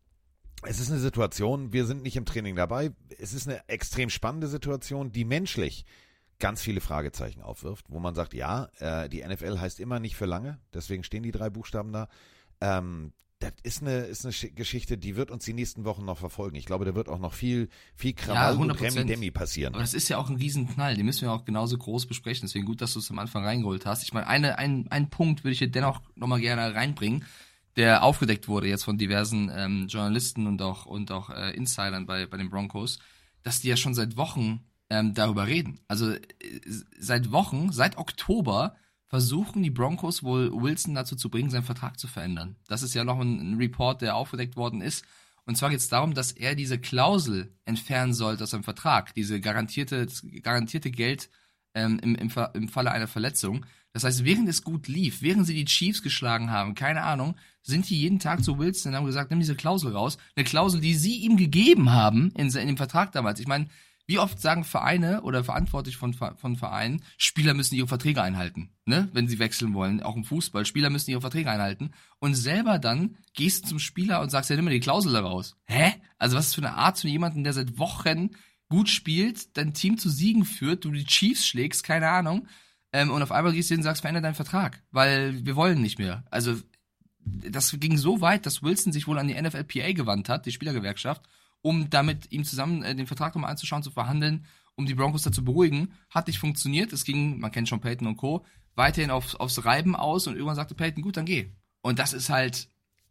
es ist eine Situation, wir sind nicht im Training dabei, es ist eine extrem spannende Situation, die menschlich ganz viele Fragezeichen aufwirft, wo man sagt, ja, äh, die N F L heißt immer nicht für lange, deswegen stehen die drei Buchstaben da, ähm, das ist eine, ist eine Geschichte, die wird uns die nächsten Wochen noch verfolgen. Ich glaube, da wird auch noch viel, viel Krawall ja, und Remi-Demi passieren. Aber das ist ja auch ein Riesenknall, den müssen wir auch genauso groß besprechen. Deswegen gut, dass du es am Anfang reingeholt hast. Ich meine, eine, ein, ein Punkt würde ich hier dennoch nochmal gerne reinbringen, der aufgedeckt wurde jetzt von diversen ähm, Journalisten und auch, und auch äh, Insidern bei, bei den Broncos, dass die ja schon seit Wochen ähm, darüber reden. Also äh, seit Wochen, seit Oktober versuchen die Broncos wohl Wilson dazu zu bringen, seinen Vertrag zu verändern. Das ist ja noch ein, ein Report, der aufgedeckt worden ist. Und zwar geht es darum, dass er diese Klausel entfernen sollte aus seinem Vertrag, diese garantierte, das garantierte Geld ähm, im, im, im Falle einer Verletzung. Das heißt, während es gut lief, während sie die Chiefs geschlagen haben, keine Ahnung, sind die jeden Tag zu Wilson und haben gesagt, nimm diese Klausel raus. Eine Klausel, die sie ihm gegeben haben in, in dem Vertrag damals. Ich meine, wie oft sagen Vereine oder Verantwortliche von, von Vereinen, Spieler müssen ihre Verträge einhalten, ne? Wenn sie wechseln wollen, auch im Fußball, Spieler müssen ihre Verträge einhalten, und selber dann gehst du zum Spieler und sagst, ja, nimm mal die Klausel da raus. Hä? Also was ist für eine Art von jemandem, der seit Wochen gut spielt, dein Team zu Siegen führt, du die Chiefs schlägst, keine Ahnung, ähm, und auf einmal gehst du hin und sagst, verändere deinen Vertrag, weil wir wollen nicht mehr. Also das ging so weit, dass Wilson sich wohl an die N F L P A gewandt hat, die Spielergewerkschaft, um damit ihm zusammen äh, den Vertrag nochmal anzuschauen, zu verhandeln, um die Broncos dazu beruhigen. Hat nicht funktioniert. Es ging, man kennt schon Peyton und Co., weiterhin aufs, aufs Reiben aus, und irgendwann sagte Peyton, gut, dann geh. Und das ist halt,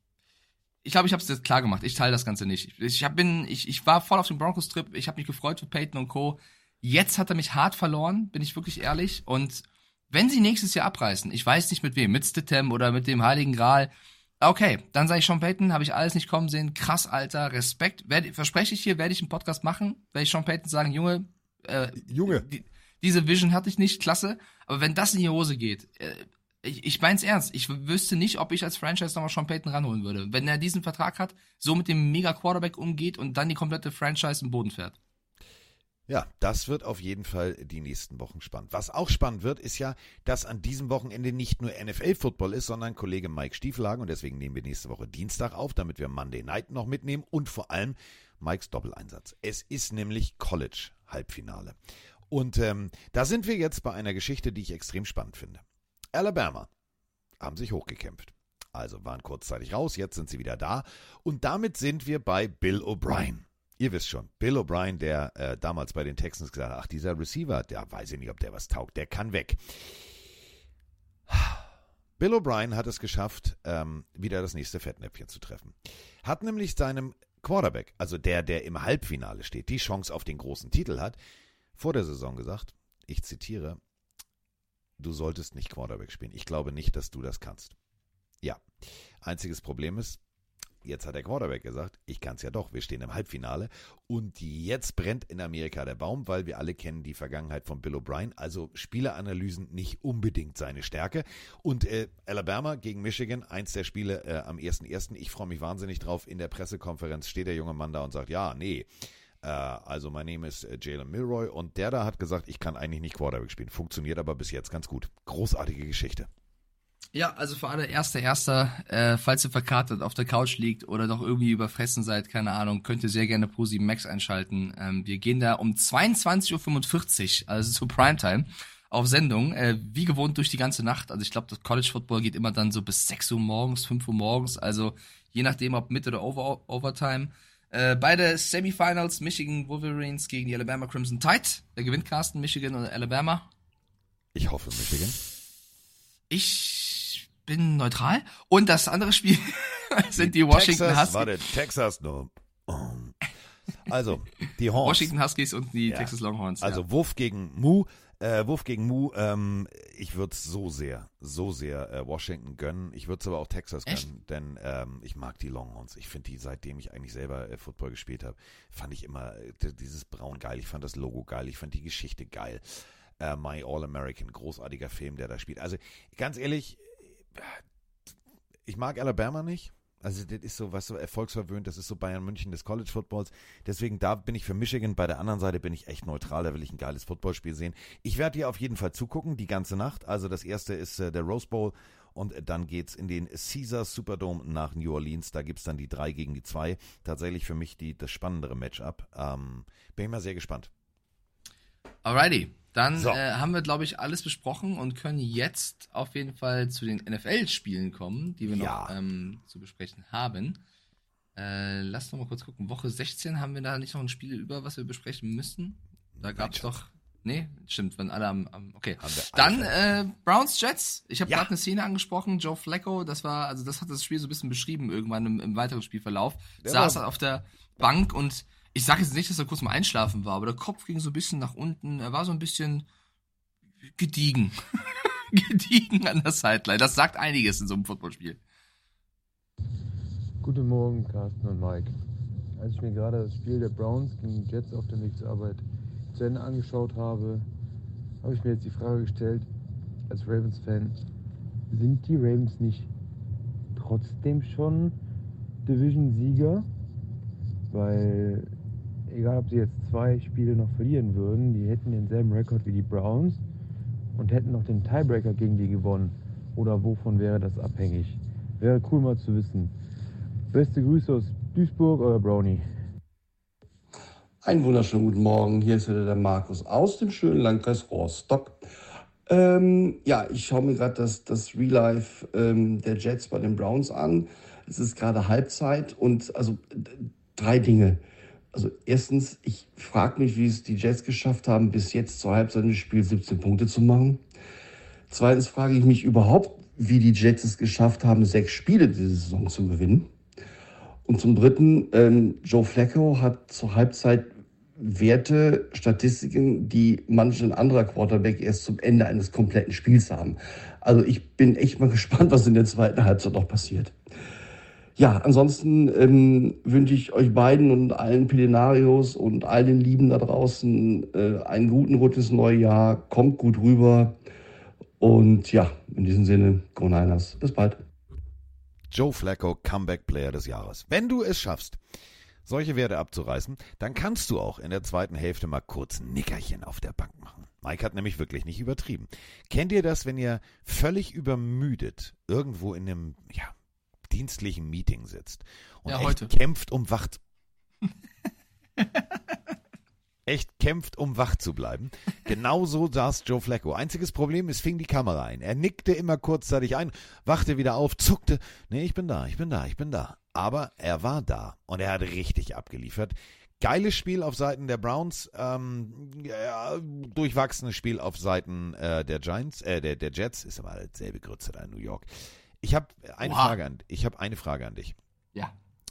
ich glaube, ich habe es jetzt klar gemacht. Ich teile das Ganze nicht. Ich, hab, bin, ich, ich war voll auf dem Broncos-Trip. Ich habe mich gefreut für Peyton und Co. Jetzt hat er mich hart verloren, bin ich wirklich ehrlich. Und wenn sie nächstes Jahr abreißen, ich weiß nicht mit wem, mit Stidham oder mit dem Heiligen Gral, okay, dann sage ich Sean Payton, habe ich alles nicht kommen sehen, krass, Alter, Respekt. Werd, verspreche ich hier, werde ich einen Podcast machen, werde ich Sean Payton sagen, Junge, äh, Junge, die, diese Vision hatte ich nicht, klasse, aber wenn das in die Hose geht, äh, ich, ich mein's ernst, ich wüsste nicht, ob ich als Franchise nochmal Sean Payton ranholen würde. Wenn er diesen Vertrag hat, so mit dem Mega-Quarterback umgeht und dann die komplette Franchise im Boden fährt. Ja, das wird auf jeden Fall die nächsten Wochen spannend. Was auch spannend wird, ist ja, dass an diesem Wochenende nicht nur N F L-Football ist, sondern Kollege Mike Stieflagen, und deswegen nehmen wir nächste Woche Dienstag auf, damit wir Monday Night noch mitnehmen, und vor allem Mikes Doppeleinsatz. Es ist nämlich College-Halbfinale. Und ähm, da sind wir jetzt bei einer Geschichte, die ich extrem spannend finde. Alabama haben sich hochgekämpft. Also waren kurzzeitig raus, jetzt sind sie wieder da. Und damit sind wir bei Bill O'Brien. Ihr wisst schon, Bill O'Brien, der äh, damals bei den Texans gesagt hat, ach, dieser Receiver, der weiß ich nicht, ob der was taugt, der kann weg. Bill O'Brien hat es geschafft, ähm, wieder das nächste Fettnäpfchen zu treffen. Hat nämlich seinem Quarterback, also der, der im Halbfinale steht, die Chance auf den großen Titel hat, vor der Saison gesagt, ich zitiere, du solltest nicht Quarterback spielen. Ich glaube nicht, dass du das kannst. Ja, einziges Problem ist, jetzt hat der Quarterback gesagt, ich kann es ja doch, wir stehen im Halbfinale und jetzt brennt in Amerika der Baum, weil wir alle kennen die Vergangenheit von Bill O'Brien, also Spieleranalysen nicht unbedingt seine Stärke. Und äh, Alabama gegen Michigan, eins der Spiele äh, am ersten ersten Ich freue mich wahnsinnig drauf. In der Pressekonferenz steht der junge Mann da und sagt, ja, nee, äh, also mein Name ist äh, Jalen Milroy und der da hat gesagt, ich kann eigentlich nicht Quarterback spielen, funktioniert aber bis jetzt ganz gut. Großartige Geschichte. Ja, also für alle erster Erster, äh, falls ihr verkartet auf der Couch liegt oder doch irgendwie überfressen seid, keine Ahnung, könnt ihr sehr gerne Pro sieben Max einschalten. Ähm, wir gehen da um zweiundzwanzig Uhr fünfundvierzig, also zu Primetime, auf Sendung, äh, wie gewohnt durch die ganze Nacht. Also ich glaube, das College Football geht immer dann so bis sechs Uhr morgens, fünf Uhr morgens, also je nachdem, ob Mid- oder Over- Overtime. Äh, beide Semifinals, Michigan Wolverines gegen die Alabama Crimson Tide. Wer gewinnt, Carsten, Michigan oder Alabama? Ich hoffe Michigan. Ich bin neutral. Und das andere Spiel sind die Washington Texas, Huskies. Warte, Texas, no. Also, die Horns. Washington Huskies und die Ja. Texas Longhorns. Also ja. Wurf gegen Mu. Äh, Wurf gegen Mu. Ähm, ich würde es so sehr, so sehr äh, Washington gönnen. Ich würde es aber auch Texas Echt? gönnen, denn ähm, ich mag die Longhorns. Ich finde die, seitdem ich eigentlich selber äh, Football gespielt habe, fand ich immer äh, dieses Braun geil. Ich fand das Logo geil. Ich fand die Geschichte geil. Äh, My All-American, großartiger Film, der da spielt. Also ganz ehrlich, ich mag Alabama nicht. Also das ist so, was so erfolgsverwöhnt, das ist so Bayern München des College Footballs. Deswegen da bin ich für Michigan, bei der anderen Seite bin ich echt neutral, da will ich ein geiles Footballspiel sehen. Ich werde dir auf jeden Fall zugucken, die ganze Nacht. Also das erste ist äh, der Rose Bowl und äh, dann geht's in den Caesars Superdome nach New Orleans. Da gibt's dann die drei gegen die zwei. Tatsächlich für mich die, das spannendere Matchup. Ähm, bin ich mal sehr gespannt. Alrighty. Dann So. äh, haben wir, glaube ich, alles besprochen und können jetzt auf jeden Fall zu den N F L-Spielen kommen, die wir Ja. noch ähm, zu besprechen haben. Äh, lass doch mal kurz gucken. Woche sechzehn haben wir da nicht noch ein Spiel über, was wir besprechen müssen? Da Nein, gab es Schatz. doch... Nee, stimmt, wenn alle am... am okay. Haben wir Dann alle äh, Browns Jets. Ich habe Ja. gerade eine Szene angesprochen. Joe Flacco, das war, also das hat das Spiel so ein bisschen beschrieben irgendwann im, im weiteren Spielverlauf. Der Saß war- auf der Bank und ich sage jetzt nicht, dass er kurz mal einschlafen war, aber der Kopf ging so ein bisschen nach unten. Er war so ein bisschen gediegen. gediegen an der Sideline. Das sagt einiges in so einem Footballspiel. Guten Morgen, Carsten und Mike. Als ich mir gerade das Spiel der Browns gegen die Jets auf dem Weg zur Arbeit zu Ende angeschaut habe, habe ich mir jetzt die Frage gestellt, als Ravens-Fan, sind die Ravens nicht trotzdem schon Division-Sieger? Weil, egal ob sie jetzt zwei Spiele noch verlieren würden, die hätten denselben Rekord wie die Browns und hätten noch den Tiebreaker gegen die gewonnen. Oder wovon wäre das abhängig? Wäre cool mal zu wissen. Beste Grüße aus Duisburg, euer Brownie. Einen wunderschönen guten Morgen. Hier ist wieder der Markus aus dem schönen Landkreis Rostock. Ähm, ja, ich schaue mir gerade das, das Real Life ähm, der Jets bei den Browns an. Es ist gerade Halbzeit und also d- drei Dinge. Also erstens, ich frage mich, wie es die Jets geschafft haben, bis jetzt zur Halbzeit des Spiels siebzehn Punkte zu machen. Zweitens frage ich mich überhaupt, wie die Jets es geschafft haben, sechs Spiele diese Saison zu gewinnen. Und zum Dritten, ähm, Joe Flacco hat zur Halbzeit Werte, Statistiken, die manch ein anderer Quarterback erst zum Ende eines kompletten Spiels haben. Also ich bin echt mal gespannt, was in der zweiten Halbzeit noch passiert. Ja, ansonsten ähm, wünsche ich euch beiden und allen Pelenarios und all den Lieben da draußen äh, einen guten Rutsch ins neue Jahr. Kommt gut rüber. Und ja, in diesem Sinne, Go Niners. Bis bald. Joe Flacco, Comeback Player des Jahres. Wenn du es schaffst, solche Werte abzureißen, dann kannst du auch in der zweiten Hälfte mal kurz ein Nickerchen auf der Bank machen. Mike hat nämlich wirklich nicht übertrieben. Kennt ihr das, wenn ihr völlig übermüdet irgendwo in einem ja, dienstlichen Meeting sitzt und Ja, echt heute. kämpft, um wach echt kämpft, um wach zu bleiben. Genau so saß Joe Flacco. Einziges Problem, es fing die Kamera ein. Er nickte immer kurzzeitig ein, wachte wieder auf, zuckte. Nee, ich bin da, ich bin da, ich bin da. Aber er war da und er hat richtig abgeliefert. Geiles Spiel auf Seiten der Browns, ähm, ja, durchwachsenes Spiel auf Seiten äh, der Giants, äh, der, der Jets, ist aber dasselbe Grütze da in New York. Ich habe eine Oha. Frage an, ich habe eine Frage an dich. Ja.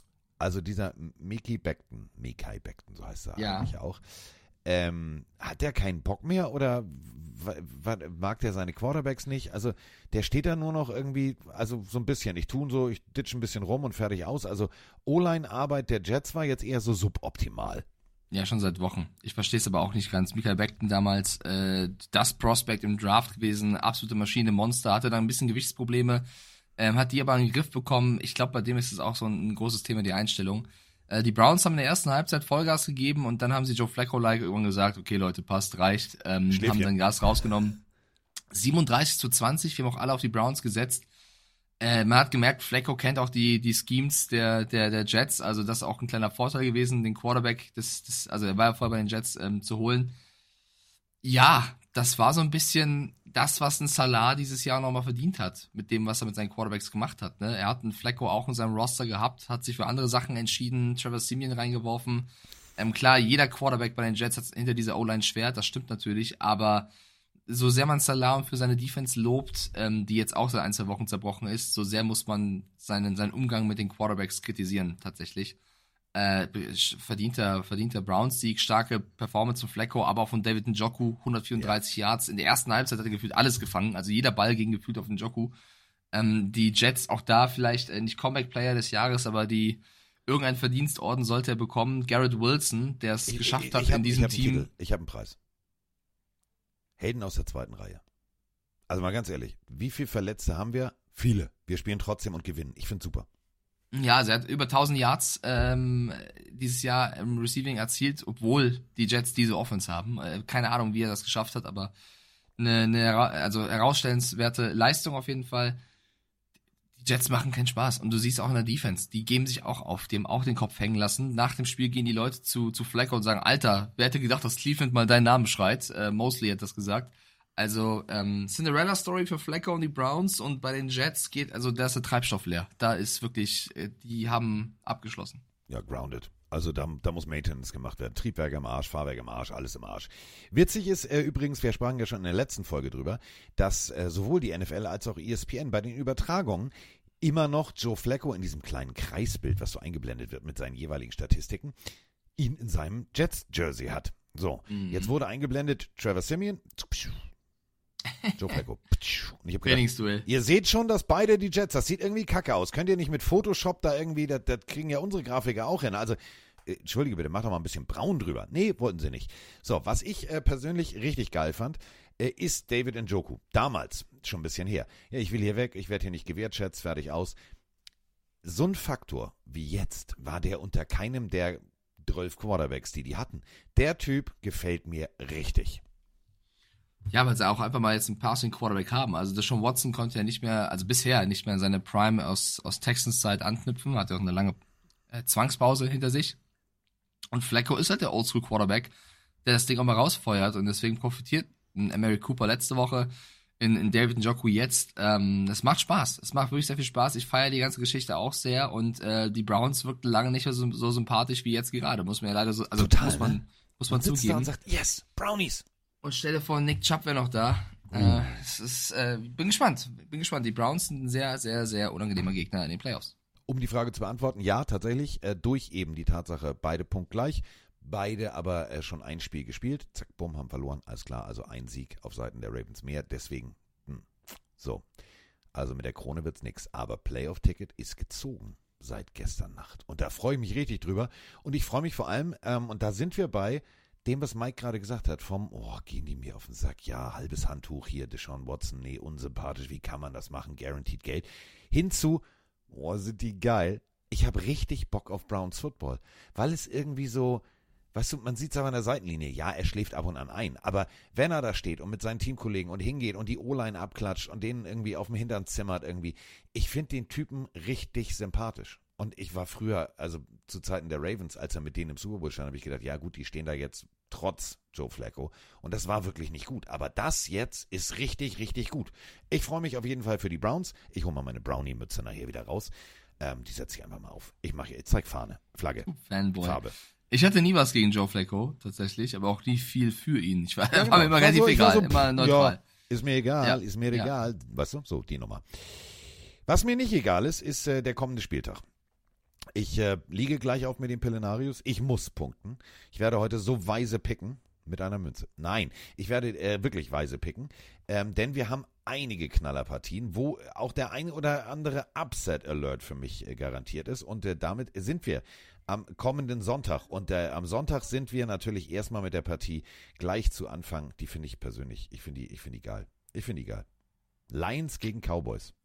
also dieser Mickey Beckton, Mekhi Beckton, so heißt er Ja. eigentlich auch, ähm, hat der keinen Bock mehr oder w- w- mag der seine Quarterbacks nicht? Also der steht da nur noch irgendwie, also so ein bisschen, ich tue so, ich ditch ein bisschen rum und fertig aus. Also O-Line-Arbeit der Jets war jetzt eher so suboptimal. Ja, schon seit Wochen. Ich verstehe es aber auch nicht ganz. Mekhi Beckton damals, äh, das Prospect im Draft gewesen, absolute Maschine, Monster, hatte da ein bisschen Gewichtsprobleme, ähm, hat die aber in den Griff bekommen. Ich glaube, bei dem ist es auch so ein, ein großes Thema, die Einstellung. Äh, die Browns haben in der ersten Halbzeit Vollgas gegeben und dann haben sie Joe Flacco-like irgendwann gesagt, okay Leute, passt, reicht, ähm, haben dann Gas rausgenommen. siebenunddreißig zu zwanzig, wir haben auch alle auf die Browns gesetzt. Äh, man hat gemerkt, Flacco kennt auch die, die Schemes der, der, der Jets, also das ist auch ein kleiner Vorteil gewesen, den Quarterback, das, das, also er war ja vorher bei den Jets, ähm, zu holen. Ja, das war so ein bisschen das, was ein Salah dieses Jahr nochmal verdient hat, mit dem, was er mit seinen Quarterbacks gemacht hat. Ne? Er hat einen Flacco auch in seinem Roster gehabt, hat sich für andere Sachen entschieden, Trevor Siemian reingeworfen. Ähm, klar, jeder Quarterback bei den Jets hat hinter dieser O-Line schwer, das stimmt natürlich, aber so sehr man Salah für seine Defense lobt, ähm, die jetzt auch seit ein, zwei Wochen zerbrochen ist, so sehr muss man seinen, seinen Umgang mit den Quarterbacks kritisieren, tatsächlich. Äh, verdienter, verdienter Browns-Sieg, starke Performance von Flacco, aber auch von David Njoku, hundertvierunddreißig ja. Yards. In der ersten Halbzeit hat er gefühlt alles gefangen, also jeder Ball ging gefühlt auf Njoku. Ähm, die Jets, auch da vielleicht äh, nicht Comeback-Player des Jahres, aber die irgendeinen Verdienstorden sollte er bekommen. Garrett Wilson, der es geschafft ich, hat ich hab, in diesem ich hab Team. Titel. Ich habe einen Preis. Hayden aus der zweiten Reihe. Also mal ganz ehrlich, wie viele Verletzte haben wir? Viele. Wir spielen trotzdem und gewinnen. Ich finde super. Ja, also er hat über tausend Yards ähm, dieses Jahr im Receiving erzielt, obwohl die Jets diese Offense haben. Äh, keine Ahnung, wie er das geschafft hat, aber eine, eine also herausstellenswerte Leistung auf jeden Fall. Die Jets machen keinen Spaß. Und du siehst auch in der Defense, die geben sich auch auf, die haben auch den Kopf hängen lassen. Nach dem Spiel gehen die Leute zu, zu Flacco und sagen, Alter, wer hätte gedacht, dass Cleveland mal deinen Namen schreit? Äh, Mosley hat das gesagt. Also ähm, Cinderella-Story für Flacco und die Browns, und bei den Jets geht, also da ist der Treibstoff leer. Da ist wirklich, äh, die haben abgeschlossen. Ja, grounded. Also da, da muss Maintenance gemacht werden. Triebwerk im Arsch, Fahrwerk im Arsch, alles im Arsch. Witzig ist äh, übrigens, wir sprachen ja schon in der letzten Folge drüber, dass äh, sowohl die N F L als auch E S P N bei den Übertragungen immer noch Joe Flacco in diesem kleinen Kreisbild, was so eingeblendet wird mit seinen jeweiligen Statistiken, ihn in seinem Jets-Jersey hat. So, mhm. Jetzt wurde eingeblendet Trevor Siemian, Joe Flacco. Und ich hab gedacht, ihr seht schon, dass beide die Jets, das sieht irgendwie kacke aus. Könnt ihr nicht mit Photoshop da irgendwie, das, das kriegen ja unsere Grafiker auch hin. Also, äh, entschuldige bitte, mach doch mal ein bisschen braun drüber. Nee, wollten sie nicht. So, was ich äh, persönlich richtig geil fand, äh, ist David Njoku. Damals, schon ein bisschen her. Ja, ich will hier weg, ich werde hier nicht gewertschätzt, fertig aus. So ein Faktor wie jetzt war der unter keinem der zwölf Quarterbacks, die die hatten. Der Typ gefällt mir richtig. Ja, weil sie auch einfach mal jetzt einen Passing Quarterback haben. Also Deshaun Watson konnte ja nicht mehr, also bisher nicht mehr an seine Prime aus, aus Texans Zeit anknüpfen, hat ja auch eine lange äh, Zwangspause hinter sich. Und Flacco ist halt der Oldschool Quarterback, der das Ding auch mal rausfeuert, und deswegen profitiert ein Amari Cooper letzte Woche, in, in David Njoku jetzt. Ähm, das macht Spaß. Es macht wirklich sehr viel Spaß. Ich feiere die ganze Geschichte auch sehr, und äh, die Browns wirkten lange nicht so, so sympathisch wie jetzt gerade. Muss man ja leider so, also Total, muss man, ne? muss man man sitzt zugeben. da und sagt, yes, Brownies. Und stell dir vor, Nick Chubb wäre noch da. Mhm. Äh, es ist, äh, bin gespannt. Bin gespannt. Die Browns sind ein sehr, sehr, sehr unangenehmer Gegner in den Playoffs. Um die Frage zu beantworten, ja, tatsächlich, äh, durch eben die Tatsache, beide punktgleich, beide aber äh, schon ein Spiel gespielt. Zack, bumm, haben verloren. Alles klar, also ein Sieg auf Seiten der Ravens mehr. Deswegen, hm, so. Also mit der Krone wird's nix. Aber Playoff-Ticket ist gezogen seit gestern Nacht. Und da freue ich mich richtig drüber. Und ich freue mich vor allem, ähm, und da sind wir bei dem, was Mike gerade gesagt hat, vom, oh, gehen die mir auf den Sack, ja, halbes Handtuch hier, Deshaun Watson, nee, unsympathisch, wie kann man das machen, guaranteed Geld, hinzu, oh, sind die geil, ich habe richtig Bock auf Browns Football, weil es irgendwie so, weißt du, man sieht es aber an der Seitenlinie, ja, er schläft ab und an ein, aber wenn er da steht und mit seinen Teamkollegen und hingeht und die O-Line abklatscht und denen irgendwie auf dem Hintern zimmert irgendwie, ich finde den Typen richtig sympathisch. Und ich war früher, also zu Zeiten der Ravens, als er mit denen im Super Bowl stand, habe ich gedacht, ja gut, die stehen da jetzt trotz Joe Flacco. Und das war wirklich nicht gut. Aber das jetzt ist richtig, richtig gut. Ich freue mich auf jeden Fall für die Browns. Ich hole mal meine Brownie-Mütze nachher wieder raus. Ähm, die setze ich einfach mal auf. Ich mache hier, zeig Fahne, Flagge, Fanboy. Farbe. Ich hatte nie was gegen Joe Flacco, tatsächlich, aber auch nie viel für ihn. Ich war, Ja, genau. war mir immer relativ so, egal, so, immer neutral. Ja, ist mir egal, Ja. ist mir Ja. egal. Weißt du, so, die Nummer. Was mir nicht egal ist, ist äh, der kommende Spieltag. Ich äh, liege gleich auf mit den Pillenarius. Ich muss punkten. Ich werde heute so weise picken mit einer Münze. Nein, ich werde äh, wirklich weise picken, ähm, denn wir haben einige Knallerpartien, wo auch der eine oder andere Upset-Alert für mich äh, garantiert ist. Und äh, damit sind wir am kommenden Sonntag. Und äh, am Sonntag sind wir natürlich erstmal mit der Partie gleich zu Anfang. Die finde ich persönlich, ich finde die, ich finde die geil. Ich finde die geil. Lions gegen Cowboys.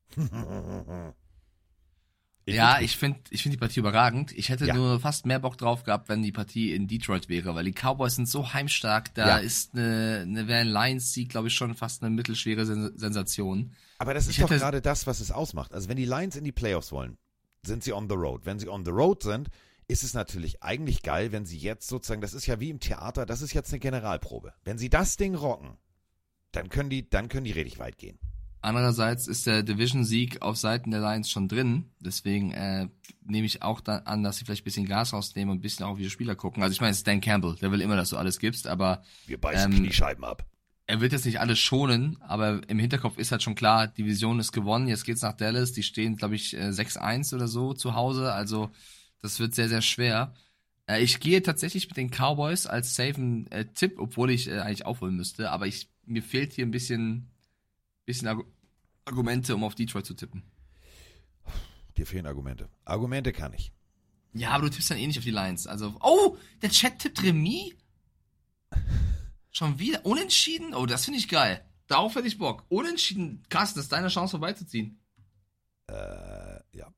Ich ja, ich finde ich find die Partie überragend. Ich hätte ja. nur fast mehr Bock drauf gehabt, wenn die Partie in Detroit wäre, weil die Cowboys sind so heimstark. Da ja. ist eine, eine wäre ein Lions-Sieg, glaube ich, schon fast eine mittelschwere Sen- Sensation. Aber das ist ich doch hätte, gerade das, was es ausmacht. Also wenn die Lions in die Playoffs wollen, sind sie on the road. Wenn sie on the road sind, ist es natürlich eigentlich geil, wenn sie jetzt sozusagen, das ist ja wie im Theater, das ist jetzt eine Generalprobe. Wenn sie das Ding rocken, dann können die, dann können die richtig weit gehen. Andererseits ist der Division-Sieg auf Seiten der Lions schon drin. Deswegen äh, nehme ich auch da an, dass sie vielleicht ein bisschen Gas rausnehmen und ein bisschen auch auf ihre Spieler gucken. Also ich meine, es ist Dan Campbell, der will immer, dass du alles gibst, aber wir beißen ähm, Kniescheiben ab. Er wird jetzt nicht alles schonen, aber im Hinterkopf ist halt schon klar, die Division ist gewonnen. Jetzt geht's nach Dallas, die stehen, glaube ich, sechs eins oder so zu Hause. Also das wird sehr, sehr schwer. Äh, ich gehe tatsächlich mit den Cowboys als safen äh, Tipp, obwohl ich äh, eigentlich aufholen müsste. Aber ich mir fehlt hier ein bisschen... bisschen Argu- Argumente, um auf Detroit zu tippen. Dir fehlen Argumente. Argumente kann ich. Ja, aber du tippst dann eh nicht auf die Lions. Also, oh, der Chat tippt Remis? Schon wieder? Unentschieden? Oh, das finde ich geil. Darauf hätte ich Bock. Unentschieden, Carsten, das ist deine Chance vorbeizuziehen. Äh, ja.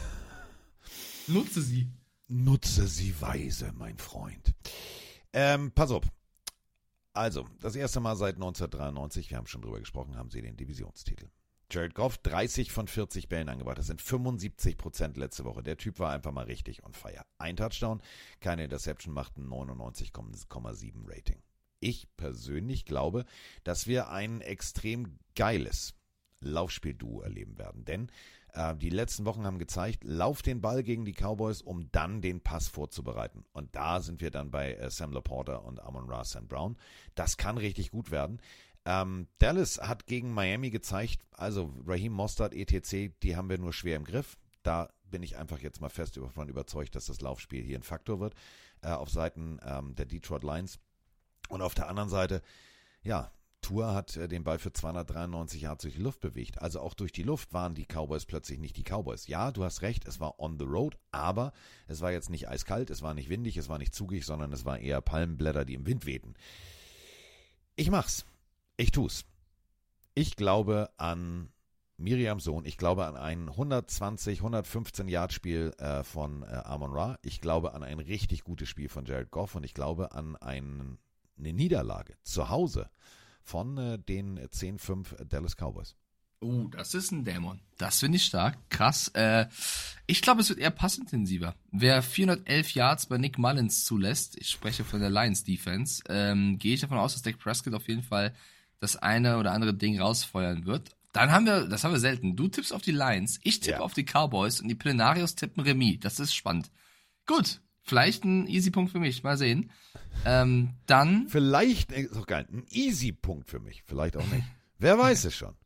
Nutze sie. Nutze sie weise, mein Freund. Ähm, pass auf. Also, das erste Mal seit neunzehnhundertdreiundneunzig, wir haben schon drüber gesprochen, haben sie den Divisionstitel. Jared Goff, dreißig von vierzig Bällen angebracht. Das sind fünfundsiebzig Prozent letzte Woche. Der Typ war einfach mal richtig on fire. Ein Touchdown, keine Interception, macht ein neunundneunzig Komma sieben Rating. Ich persönlich glaube, dass wir ein extrem geiles Laufspielduo erleben werden. Denn äh, die letzten Wochen haben gezeigt, lauf den Ball gegen die Cowboys, um dann den Pass vorzubereiten. Und da sind wir dann bei äh, Sam Laporta und Amon-Ra Saint Brown. Das kann richtig gut werden. Ähm, Dallas hat gegen Miami gezeigt, also Raheem Mostert, et cetera, die haben wir nur schwer im Griff. Da bin ich einfach jetzt mal fest davon überzeugt, dass das Laufspiel hier ein Faktor wird, äh, auf Seiten ähm, der Detroit Lions. Und auf der anderen Seite, ja, Tua hat äh, den Ball für zweihundertdreiundneunzig Yards durch die Luft bewegt. Also auch durch die Luft waren die Cowboys plötzlich nicht die Cowboys. Ja, du hast recht, es war on the road, aber es war jetzt nicht eiskalt, es war nicht windig, es war nicht zugig, sondern es war eher Palmenblätter, die im Wind wehten. Ich mach's. Ich tu's. Ich glaube an Miriams Sohn. Ich glaube an ein hundertzwanzig, hundertfünfzehn Yard Spiel äh, von äh, Amon-Ra. Ich glaube an ein richtig gutes Spiel von Jared Goff und ich glaube an ein, eine Niederlage zu Hause von äh, den zehn fünf Dallas Cowboys. Oh, das ist ein Dämon. Das finde ich stark. Krass. Äh, ich glaube, es wird eher passintensiver. Wer vierhundertelf Yards bei Nick Mullins zulässt, ich spreche von der Lions Defense, ähm, gehe ich davon aus, dass Dak Prescott auf jeden Fall das eine oder andere Ding rausfeuern wird. Dann haben wir, das haben wir selten, du tippst auf die Lions, ich tippe ja. auf die Cowboys und die Plenarios tippen Remis. Das ist spannend. Gut, vielleicht ein Easy-Punkt für mich, mal sehen. Ähm, dann... Vielleicht, ist doch geil, ein Easy-Punkt für mich, vielleicht auch nicht. Wer weiß es schon.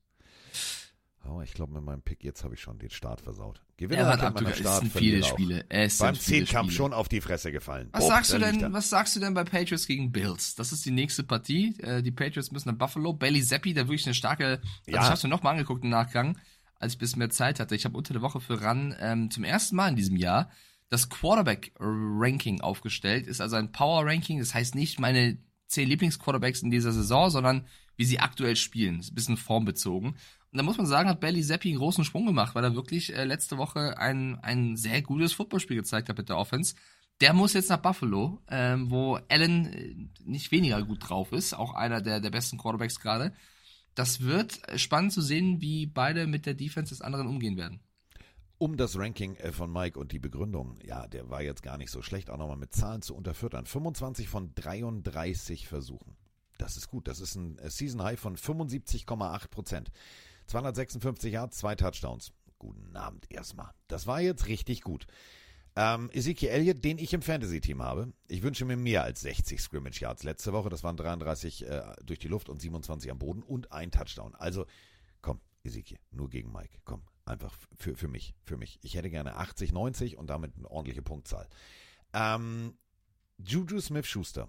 Oh, ich glaube, mit meinem Pick jetzt habe ich schon den Start versaut. Gewinner ja, hat meiner Start, es sind viele Spiele. Es Beim sind viele Zehnkampf Spiele. schon auf die Fresse gefallen. Was Boah, sagst du da liegt denn, er. was sagst du denn bei Patriots gegen Bills? Das ist die nächste Partie. Äh, die Patriots müssen nach Buffalo. Bailey Zappi, der wirklich eine starke, Ja. also ich habe es mir nochmal angeguckt im Nachgang, als ich ein bisschen mehr Zeit hatte. Ich habe unter der Woche für RAN ähm, zum ersten Mal in diesem Jahr das Quarterback-Ranking aufgestellt. Ist also ein Power-Ranking. Das heißt nicht meine zehn Lieblingsquarterbacks in dieser Saison, sondern wie sie aktuell spielen. Ist ein bisschen formbezogen. Und da muss man sagen, hat Bailey Zappi einen großen Sprung gemacht, weil er wirklich äh, letzte Woche ein, ein sehr gutes Footballspiel gezeigt hat mit der Offense. Der muss jetzt nach Buffalo, ähm, wo Allen äh, nicht weniger gut drauf ist, auch einer der, der besten Quarterbacks gerade. Das wird spannend zu sehen, wie beide mit der Defense des anderen umgehen werden. Um das Ranking von Mike und die Begründung, ja, der war jetzt gar nicht so schlecht, auch nochmal mit Zahlen zu unterfüttern. fünfundzwanzig von dreiunddreißig Versuchen. Das ist gut, das ist ein Season High von fünfundsiebzig Komma acht Prozent. zweihundertsechsundfünfzig Yards, zwei Touchdowns. Guten Abend erstmal. Das war jetzt richtig gut. Ähm, Ezekiel Elliott, den ich im Fantasy-Team habe. Ich wünsche mir mehr als sechzig Scrimmage Yards. Letzte Woche, das waren dreiunddreißig äh, durch die Luft und siebenundzwanzig am Boden und ein Touchdown. Also, komm, Ezekiel, nur gegen Mike. Komm, Einfach für, für mich, für mich. Ich hätte gerne achtzig, neunzig und damit eine ordentliche Punktzahl. Ähm, Juju Smith-Schuster.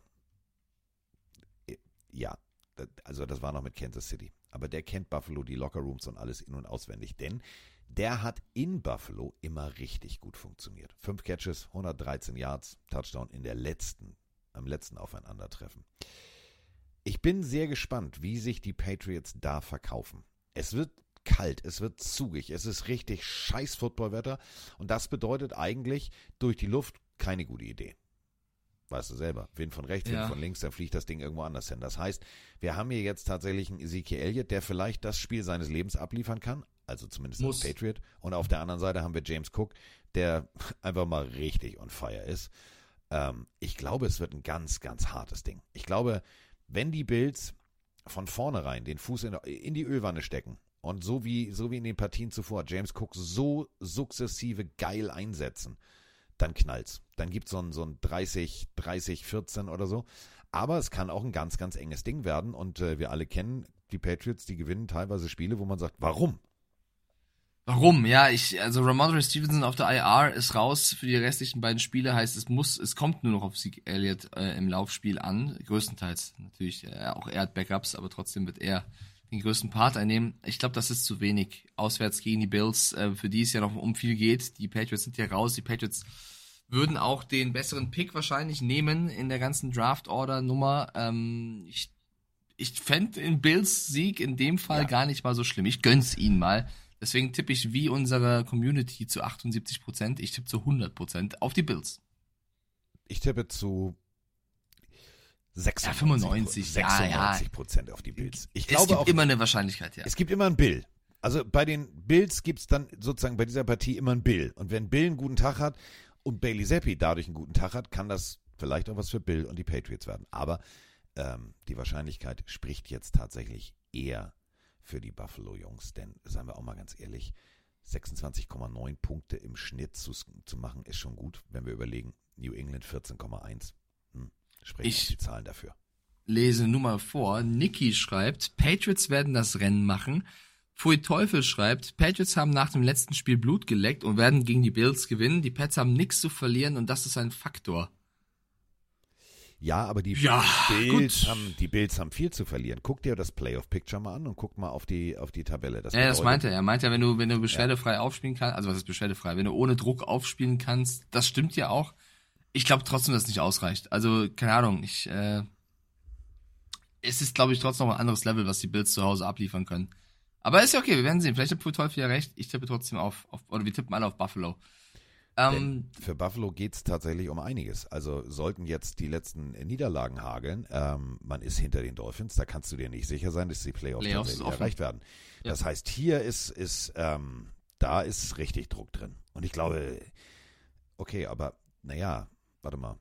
Ja, also das war noch mit Kansas City. Aber der kennt Buffalo, die Lockerrooms und alles in- und auswendig. Denn der hat in Buffalo immer richtig gut funktioniert. Fünf Catches, hundertdreizehn Yards, Touchdown in der letzten, am letzten Aufeinandertreffen. Ich bin sehr gespannt, wie sich die Patriots da verkaufen. Es wird kalt, es wird zugig, es ist richtig scheiß Footballwetter und das bedeutet eigentlich durch die Luft keine gute Idee. Weißt du selber, Wind von rechts, Ja. Wind von links, dann fliegt das Ding irgendwo anders hin. Das heißt, wir haben hier jetzt tatsächlich einen Ezekiel Elliott, der vielleicht das Spiel seines Lebens abliefern kann, also zumindest Muss. als Patriot. Und auf der anderen Seite haben wir James Cook, der einfach mal richtig on fire ist. Ähm, ich glaube, es wird ein ganz, ganz hartes Ding. Ich glaube, wenn die Bills von vornherein den Fuß in, in die Ölwanne stecken und so wie, so wie in den Partien zuvor James Cook so sukzessive geil einsetzen, dann knallt's. Dann gibt's so ein, so ein dreißig, dreißig, vierzehn oder so. Aber es kann auch ein ganz, ganz enges Ding werden und äh, wir alle kennen die Patriots, die gewinnen teilweise Spiele, wo man sagt, warum? Warum? Ja, ich, also Ramondre Stevenson auf der I R ist raus für die restlichen beiden Spiele, heißt es muss, es kommt nur noch auf Zeke Elliott äh, im Laufspiel an, größtenteils natürlich, äh, auch er hat Backups, aber trotzdem wird er den größten Part einnehmen. Ich glaube, das ist zu wenig. Auswärts gegen die Bills, äh, für die es ja noch um viel geht. Die Patriots sind ja raus, die Patriots würden auch den besseren Pick wahrscheinlich nehmen in der ganzen Draft-Order-Nummer. Ähm, ich ich fände den Bills-Sieg in dem Fall Ja. gar nicht mal so schlimm. Ich gönn's ihnen mal. Deswegen tippe ich wie unsere Community zu achtundsiebzig Prozent. Ich tippe zu hundert Prozent auf die Bills. Ich tippe zu sechsundneunzig, Ja, fünfundneunzig, ja, sechsundneunzig ja. Prozent auf die Bills. Ich Es glaube gibt auch, immer eine Wahrscheinlichkeit, ja. es gibt immer einen Bill. Also bei den Bills gibt es dann sozusagen bei dieser Partie immer einen Bill. Und wenn Bill einen guten Tag hat und Bailey Zappi dadurch einen guten Tag hat, kann das vielleicht auch was für Bill und die Patriots werden. Aber ähm, die Wahrscheinlichkeit spricht jetzt tatsächlich eher für die Buffalo-Jungs. Denn, sagen wir auch mal ganz ehrlich, sechsundzwanzig Komma neun Punkte im Schnitt zu, zu machen, ist schon gut, wenn wir überlegen, New England vierzehn Komma eins. Hm, sprechen Ich- auch die Zahlen dafür. Lese nur mal vor. Niki schreibt, Patriots werden das Rennen machen. Pfui Teufel schreibt, Patriots haben nach dem letzten Spiel Blut geleckt und werden gegen die Bills gewinnen. Die Pats haben nichts zu verlieren und das ist ein Faktor. Ja, aber die Ja, Bills gut. haben, die Bills haben viel zu verlieren. Guck dir das Playoff-Picture mal an und guck mal auf die, auf die Tabelle. Das Ja, das bedeutet- meint er. Er meint ja, wenn du, wenn du beschwerdefrei aufspielen kannst, also was ist beschwerdefrei, wenn du ohne Druck aufspielen kannst, das stimmt ja auch. Ich glaube trotzdem, dass es nicht ausreicht. Also, keine Ahnung, ich, äh, es ist, glaube ich, trotzdem noch ein anderes Level, was die Bills zu Hause abliefern können. Aber ist ja okay, wir werden sehen. Vielleicht hat Pfui Teufel ja recht. Ich tippe trotzdem auf, auf oder wir tippen alle auf Buffalo. Ähm, Denn für Buffalo geht es tatsächlich um einiges. Also sollten jetzt die letzten Niederlagen hageln, ähm, man ist hinter den Dolphins, da kannst du dir nicht sicher sein, dass die Playoffs, Playoffs tatsächlich offen. erreicht werden. Ja. Das heißt, hier ist, ist ähm, da ist richtig Druck drin. Und ich glaube, okay, aber naja, warte mal.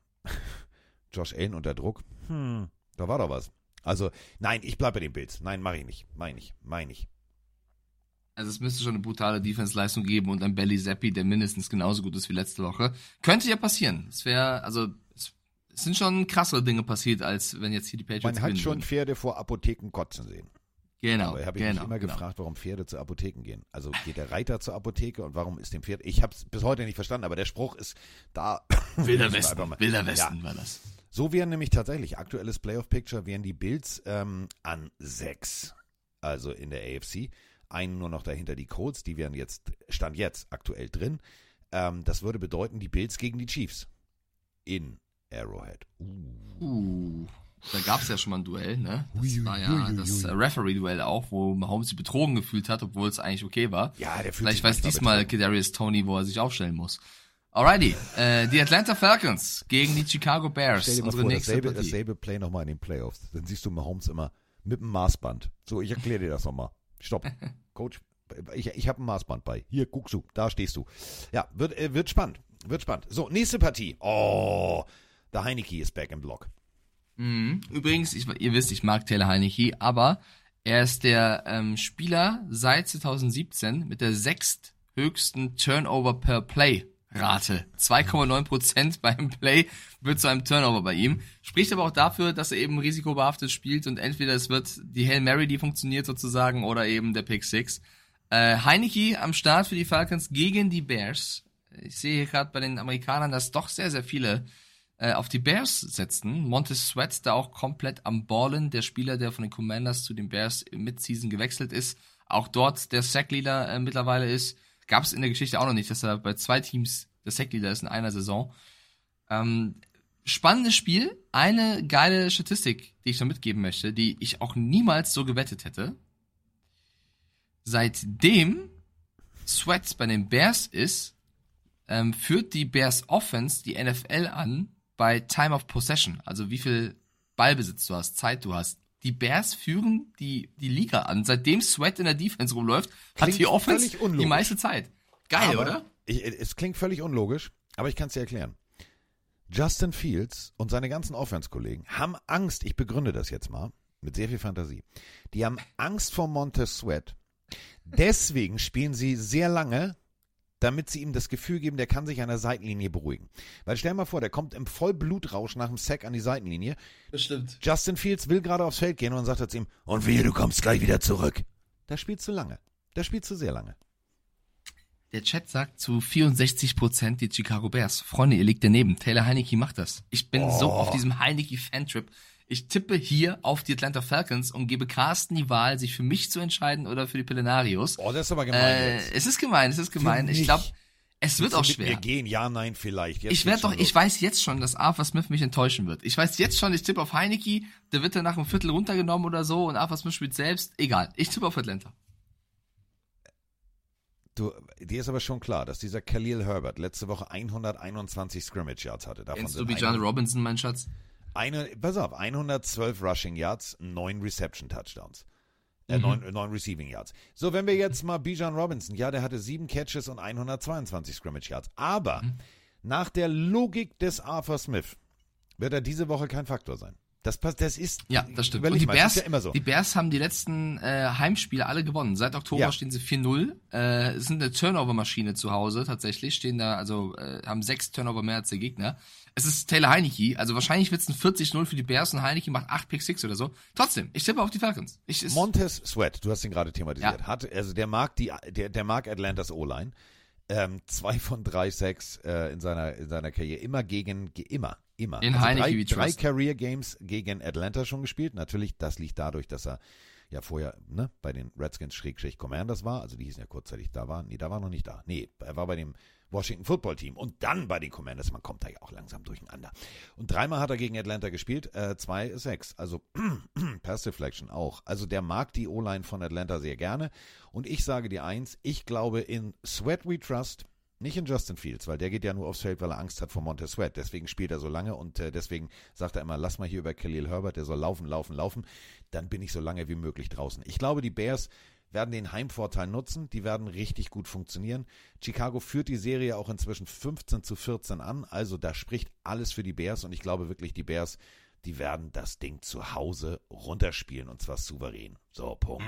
Josh Allen unter Druck, hm, da war doch was. Also, nein, ich bleibe bei den Bills. Nein, mache ich nicht. Meine ich, meine ich. Also es müsste schon eine brutale Defense-Leistung geben und ein Bailey Zappi, der mindestens genauso gut ist wie letzte Woche. Könnte ja passieren. Es wäre, also es, es sind schon krassere Dinge passiert, als wenn jetzt hier die Patriots Man hat gewinnen schon würden. Pferde vor Apotheken kotzen sehen. Genau, Aber ich habe mich genau, immer genau. gefragt, warum Pferde zu Apotheken gehen. Also geht der Reiter zur Apotheke und warum ist dem Pferd? Ich habe es bis heute nicht verstanden, aber der Spruch ist da. Wilder Einfach Westen, mal- Wilder Westen Ja. war das. So wären nämlich tatsächlich aktuelles Playoff-Picture, wären die Bills ähm, an sechs, also in der A F C. Einen nur noch dahinter die Colts, die wären jetzt, Stand jetzt, aktuell drin. Ähm, das würde bedeuten, die Bills gegen die Chiefs in Arrowhead. Uh. Uh, da gab es ja schon mal ein Duell, ne? Das Ui, war ui, ja ui, das ui. äh, Referee-Duell auch, wo Mahomes sich betrogen gefühlt hat, obwohl es eigentlich okay war. Ja, der fühlt Vielleicht sich weiß manchmal diesmal betrogen. Kadarius Toney, wo er sich aufstellen muss. Alrighty, äh, die Atlanta Falcons gegen die Chicago Bears. Stell dir mal Unsere vor, nächste dasselbe, Partie. dasselbe Play nochmal in den Playoffs. Dann siehst du Mahomes immer mit dem Maßband. So, ich erkläre dir das nochmal. Stopp. Coach, ich, ich habe ein Maßband bei. Hier, guckst du, da stehst du. Ja, wird, äh, wird spannend. Wird spannend. So, nächste Partie. Oh, der Heineke ist back im Block. Mhm. Übrigens, ich, ihr wisst, ich mag Taylor Heineke, aber er ist der ähm, Spieler seit zwanzig siebzehn mit der sechsthöchsten Turnover per Play Rate. zwei Komma neun Prozent beim Play wird zu einem Turnover bei ihm. Spricht aber auch dafür, dass er eben risikobehaftet spielt und entweder es wird die Hail Mary, die funktioniert sozusagen, oder eben der Pick Six. Äh, Heineke am Start für die Falcons gegen die Bears. Ich sehe hier gerade bei den Amerikanern, dass doch sehr, sehr viele äh, auf die Bears setzen. Montez Sweat da auch komplett am Ballen. Der Spieler, der von den Commanders zu den Bears im Midseason gewechselt ist. Auch dort der Sackleader äh, mittlerweile ist. Gab es in der Geschichte auch noch nicht, dass er bei zwei Teams der Sackleader ist in einer Saison. Ähm, spannendes Spiel. Eine geile Statistik, die ich noch mitgeben möchte, die ich auch niemals so gewettet hätte. Seitdem Sweat bei den Bears ist, ähm, führt die Bears Offense die N F L an bei Time of Possession, also wie viel Ballbesitz du hast, Zeit du hast. Die Bears führen die, die Liga an. Seitdem Sweat in der Defense rumläuft, hat Klingt die Offense völlig unlogisch. die meiste Zeit. Geil, aber oder? Ich, es klingt völlig unlogisch, aber ich kann es dir erklären. Justin Fields und seine ganzen Offense-Kollegen haben Angst, ich begründe das jetzt mal, mit sehr viel Fantasie. Die haben Angst vor Montez Sweat. Deswegen spielen sie sehr lange, damit sie ihm das Gefühl geben, der kann sich an der Seitenlinie beruhigen. Weil stell dir mal vor, der kommt im Vollblutrausch nach dem Sack an die Seitenlinie. Das stimmt. Justin Fields will gerade aufs Feld gehen und sagt er zu ihm, und wehe, du kommst gleich wieder zurück. Da spielst du lange. Da spielst du sehr lange. Der Chat sagt zu vierundsechzig Prozent die Chicago Bears. Freunde, ihr liegt daneben. Taylor Heineke macht das. Ich bin Oh. so auf diesem Heineke-Fantrip. Ich tippe hier auf die Atlanta Falcons und gebe Carsten die Wahl, sich für mich zu entscheiden oder für die Pillenarios. Oh, das ist aber gemein Äh, jetzt. es ist gemein, es ist gemein. Für Ich mich. glaube, es wird Willst du auch mit schwer. mir gehen? Ja, nein, vielleicht. Jetzt Ich werde geht's doch, schon ich los. weiß jetzt schon, dass Arthur Smith mich enttäuschen wird. Ich weiß jetzt schon, ich tippe auf Heineke, der wird dann nach einem Viertel runtergenommen oder so und Arthur Smith spielt selbst. Egal, ich tippe auf Atlanta. Du, dir ist aber schon klar, dass dieser Khalil Herbert letzte Woche hunderteinundzwanzig Scrimmage Yards hatte. Davon Kennst du sind wie John eine- Robinson, mein Schatz? Eine, pass auf, hundertzwölf Rushing Yards, neun Reception Touchdowns. Äh, Mhm. neun, neun Receiving Yards. So, wenn wir jetzt mal Bijan Robinson, ja, der hatte sieben Catches und hundertzweiundzwanzig Scrimmage Yards. Aber Mhm. nach der Logik des Arthur Smith wird er diese Woche kein Faktor sein. Das passt, das ist. Ja, das stimmt. Überleg Und die mal, das Bears, ist ja immer so. die Bears haben die letzten äh, Heimspiele alle gewonnen. Seit Oktober Ja. stehen sie vier null. Äh, sind eine Turnover-Maschine zu Hause tatsächlich. Stehen da, also äh, haben sechs Turnover mehr als der Gegner. Es ist Taylor Heineke. Also wahrscheinlich wird es ein vierzig null für die Bears und Heineke macht acht Pick six oder so. Trotzdem, ich tippe auf die Falcons. Ich, ist, Montez Sweat, du hast ihn gerade thematisiert, Ja. hat, also der mag die, der, der mag Atlantas O-Line. Ähm, zwei von drei Sacks äh, in seiner in seiner Karriere immer gegen ge, immer immer In also Heineke drei, we drei trust. Career Games gegen Atlanta schon gespielt. Natürlich, das liegt dadurch, dass er ja vorher ne, bei den Redskins Schrägstrich Commanders war. Also die hießen ja kurzzeitig da waren. Nee, da war noch nicht da. Nee, er war bei dem Washington Football Team und dann bei den Commanders. Man kommt da ja auch langsam durcheinander. Und dreimal hat er gegen Atlanta gespielt, äh, zwei Sacks. Also Pass Deflection auch. Also der mag die O-Line von Atlanta sehr gerne. Und ich sage dir eins, ich glaube in Sweat we trust. Nicht in Justin Fields, weil der geht ja nur aufs Feld, weil er Angst hat vor Montez Sweat. Deswegen spielt er so lange und äh, deswegen sagt er immer, lass mal hier über Khalil Herbert, der soll laufen, laufen, laufen. Dann bin ich so lange wie möglich draußen. Ich glaube, die Bears werden den Heimvorteil nutzen. Die werden richtig gut funktionieren. Chicago führt die Serie auch inzwischen fünfzehn zu vierzehn an. Also da spricht alles für die Bears und ich glaube wirklich, die Bears, die werden das Ding zu Hause runterspielen und zwar souverän. So, Punkt.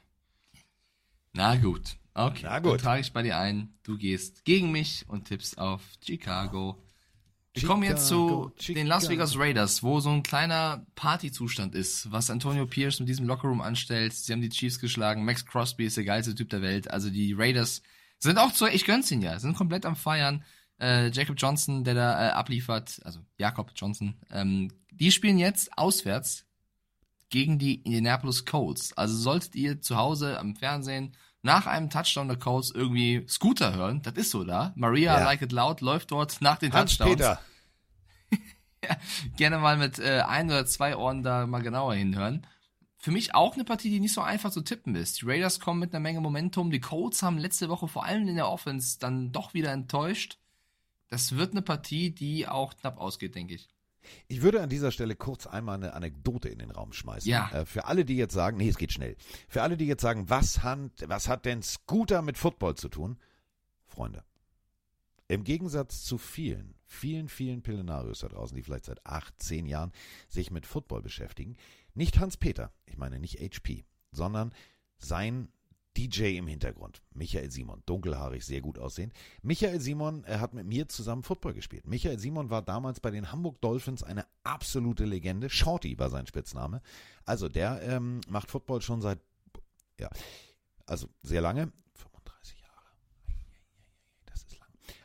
Na gut. Okay, Na gut. dann trage ich bei dir ein. Du gehst gegen mich und tippst auf Chicago. Wir kommen jetzt zu Chicago, den Las Chicago. Vegas Raiders, wo so ein kleiner Partyzustand ist, was Antonio Pierce mit diesem Lockerroom anstellt. Sie haben die Chiefs geschlagen. Max Crosby ist der geilste Typ der Welt. Also die Raiders sind auch zu, ich gönn's ihnen ja, sind komplett am Feiern. Äh, Jacob Johnson, der da äh, abliefert, also Jakob Johnson, ähm, die spielen jetzt auswärts gegen die Indianapolis Colts. Also solltet ihr zu Hause am Fernsehen nach einem Touchdown der Colts irgendwie Scooter hören, das ist so da. Maria Ja. Like It Loud läuft dort nach den Hans Touchdowns. Peter. Ja, gerne mal mit äh, ein oder zwei Ohren da mal genauer hinhören. Für mich auch eine Partie, die nicht so einfach zu tippen ist. Die Raiders kommen mit einer Menge Momentum. Die Colts haben letzte Woche vor allem in der Offense dann doch wieder enttäuscht. Das wird eine Partie, die auch knapp ausgeht, denke ich. Ich würde an dieser Stelle kurz einmal eine Anekdote in den Raum schmeißen. Ja. Äh, für alle, die jetzt sagen, nee, es geht schnell. Für alle, die jetzt sagen, was hat, was hat denn Scooter mit Football zu tun? Freunde, im Gegensatz zu vielen, vielen, vielen Pillenarios da draußen, die vielleicht seit acht, zehn Jahren sich mit Football beschäftigen, nicht Hans-Peter, ich meine nicht H P, sondern sein D J im Hintergrund, Michael Simon, dunkelhaarig, sehr gut aussehend. Michael Simon er hat mit mir zusammen Football gespielt. Michael Simon war damals bei den Hamburg Dolphins eine absolute Legende. Shorty war sein Spitzname. Also der ähm, macht Football schon seit, ja, also sehr lange.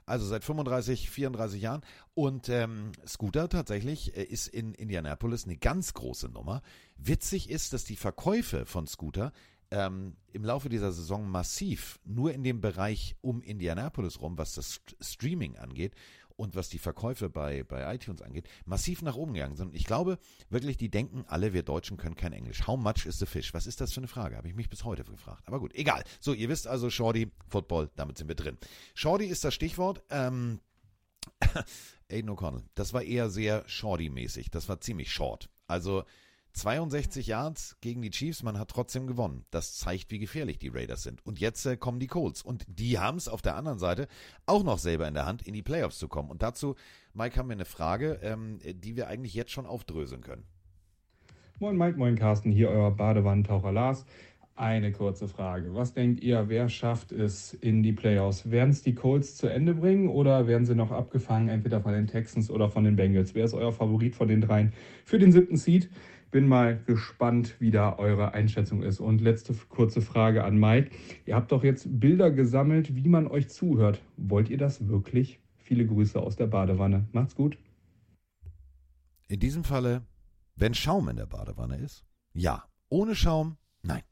Also seit fünfunddreißig, vierunddreißig Jahren. Und ähm, Scooter tatsächlich äh, ist in Indianapolis eine ganz große Nummer. Witzig ist, dass die Verkäufe von Scooter ähm, im Laufe dieser Saison massiv nur in dem Bereich um Indianapolis rum, was das St- Streaming angeht und was die Verkäufe bei, bei iTunes angeht, massiv nach oben gegangen sind. Und ich glaube wirklich, die denken alle, wir Deutschen können kein Englisch. How much is the fish? Was ist das für eine Frage? Habe ich mich bis heute gefragt. Aber gut, egal. So, ihr wisst also, Shorty, Football, damit sind wir drin. Shorty ist das Stichwort. Ähm, Aiden O'Connell, das war eher sehr Shorty-mäßig. Das war ziemlich short. Also zweiundsechzig Yards gegen die Chiefs, man hat trotzdem gewonnen. Das zeigt, wie gefährlich die Raiders sind. Und jetzt äh, kommen die Colts. Und die haben es auf der anderen Seite auch noch selber in der Hand, in die Playoffs zu kommen. Und dazu, Mike, haben wir eine Frage, ähm, die wir eigentlich jetzt schon aufdröseln können. Moin Mike, moin Carsten, hier euer Badewannentaucher Lars. Eine kurze Frage. Was denkt ihr, wer schafft es in die Playoffs? Werden es die Colts zu Ende bringen oder werden sie noch abgefangen, entweder von den Texans oder von den Bengals? Wer ist euer Favorit von den dreien für den siebten Seed? Bin mal gespannt, wie da eure Einschätzung ist. Und letzte kurze Frage an Mike. Ihr habt doch jetzt Bilder gesammelt, wie man euch zuhört. Wollt ihr das wirklich? Viele Grüße aus der Badewanne. Macht's gut. In diesem Falle, wenn Schaum in der Badewanne ist, ja. Ohne Schaum, nein.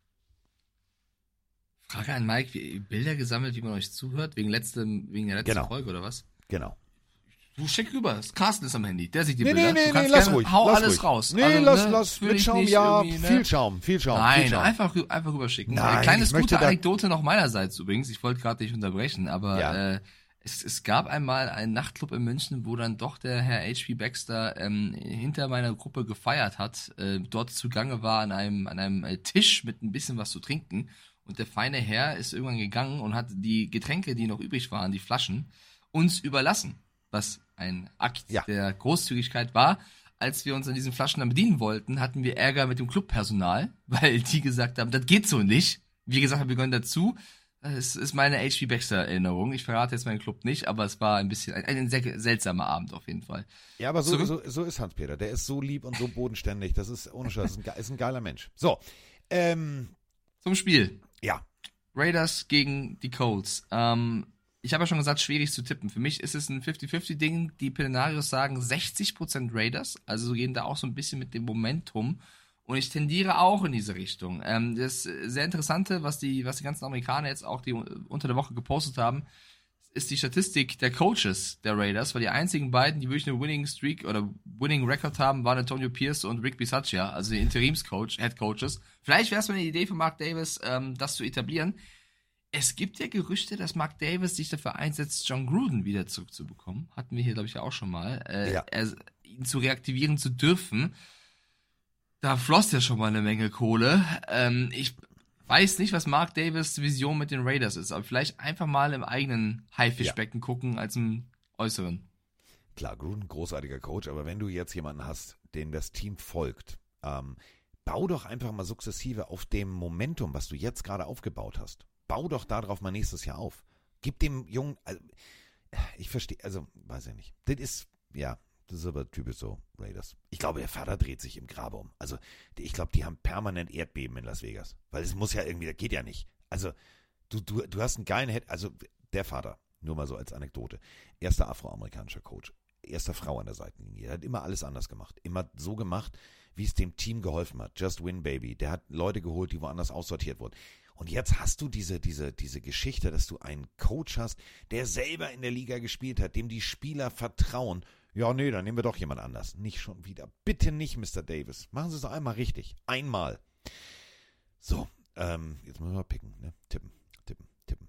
Frage an Mike, wie, Bilder gesammelt, wie man euch zuhört? Wegen, letztem, wegen der letzten Genau. Folge, oder was? Genau. Du schick rüber. Carsten ist am Handy. Der sieht die Nee, Bilder. nee, nee, du kannst nee, lass gerne, ruhig. Hau lass alles ruhig. raus. Nee, also, lass, ne, lass, will mit ich Schaum, nicht ja, irgendwie, ne? viel Schaum, viel Schaum. Nein, viel Schaum. einfach, rü- einfach rüberschicken. Nein, Äh, Kleines ich möchte gute da- Anekdote noch meinerseits übrigens. Ich wollte gerade nicht unterbrechen, aber Ja. äh, es, es gab einmal einen Nachtclub in München, wo dann doch der Herr H P Baxter ähm, hinter meiner Gruppe gefeiert hat, äh, dort zugange war an einem, an einem äh, Tisch mit ein bisschen was zu trinken. Und der feine Herr ist irgendwann gegangen und hat die Getränke, die noch übrig waren, die Flaschen, uns überlassen. Was ein Akt Ja. der Großzügigkeit war. Als wir uns an diesen Flaschen dann bedienen wollten, hatten wir Ärger mit dem Clubpersonal, weil die gesagt haben, das geht so nicht. Wir gesagt haben, wir gehören dazu. Es ist meine H P Baxter-Erinnerung. Ich verrate jetzt meinen Club nicht, aber es war ein bisschen ein, ein sehr seltsamer Abend auf jeden Fall. Ja, aber so, Zurück- so, so ist Hans-Peter. Der ist so lieb und so bodenständig. Das ist ohne Scheiß, ist ein, ge- ist ein geiler Mensch. So, ähm, Zum Spiel. ja. Raiders gegen die Colts. Ähm, ich habe ja schon gesagt, schwierig zu tippen. Für mich ist es ein fünfzig fünfzig Ding. Die Plenarios sagen sechzig Prozent Raiders, also gehen da auch so ein bisschen mit dem Momentum. Und ich tendiere auch in diese Richtung. Ähm, das sehr Interessante, was die, was die ganzen Amerikaner jetzt auch die unter der Woche gepostet haben, ist die Statistik der Coaches der Raiders, weil die einzigen beiden, die wirklich eine Winning Streak oder Winning Record haben, waren Antonio Pierce und Rick Bisaccia, also die Interimscoach, Head Coaches. Vielleicht wäre es mal eine Idee von Mark Davis, ähm, das zu etablieren. Es gibt ja Gerüchte, dass Mark Davis sich dafür einsetzt, John Gruden wieder zurückzubekommen. Hatten wir hier, glaube ich, ja auch schon mal. Äh, Ja. er, ihn zu reaktivieren zu dürfen. Da floss ja schon mal eine Menge Kohle. Ähm, ich weiß nicht, was Mark Davis' Vision mit den Raiders ist, aber vielleicht einfach mal im eigenen Haifischbecken gucken als im äußeren. Klar, Gruden, großartiger Coach, aber wenn du jetzt jemanden hast, dem das Team folgt, ähm, bau doch einfach mal sukzessive auf dem Momentum, was du jetzt gerade aufgebaut hast. Bau doch darauf mal nächstes Jahr auf. Gib dem Jungen, also, ich verstehe, also, weiß ich nicht. Das ist, ja, das ist aber typisch so, Raiders. Ich glaube, der Vater dreht sich im Grabe um. Also, ich glaube, die haben permanent Erdbeben in Las Vegas. Weil es muss ja irgendwie, das geht ja nicht. Also, du, du, du hast einen geilen Head, also, der Vater, nur mal so als Anekdote, erster afroamerikanischer Coach, erster Frau an der Seitenlinie, der hat immer alles anders gemacht. Immer so gemacht, wie es dem Team geholfen hat. Just win, baby. Der hat Leute geholt, die woanders aussortiert wurden. Und jetzt hast du diese, diese, diese Geschichte, dass du einen Coach hast, der selber in der Liga gespielt hat, dem die Spieler vertrauen. Ja, nee, dann nehmen wir doch jemand anders. Nicht schon wieder. Bitte nicht, Mister Davis. Machen Sie es doch einmal richtig. Einmal. So, ähm, jetzt müssen wir mal picken, ne? Tippen, tippen, tippen.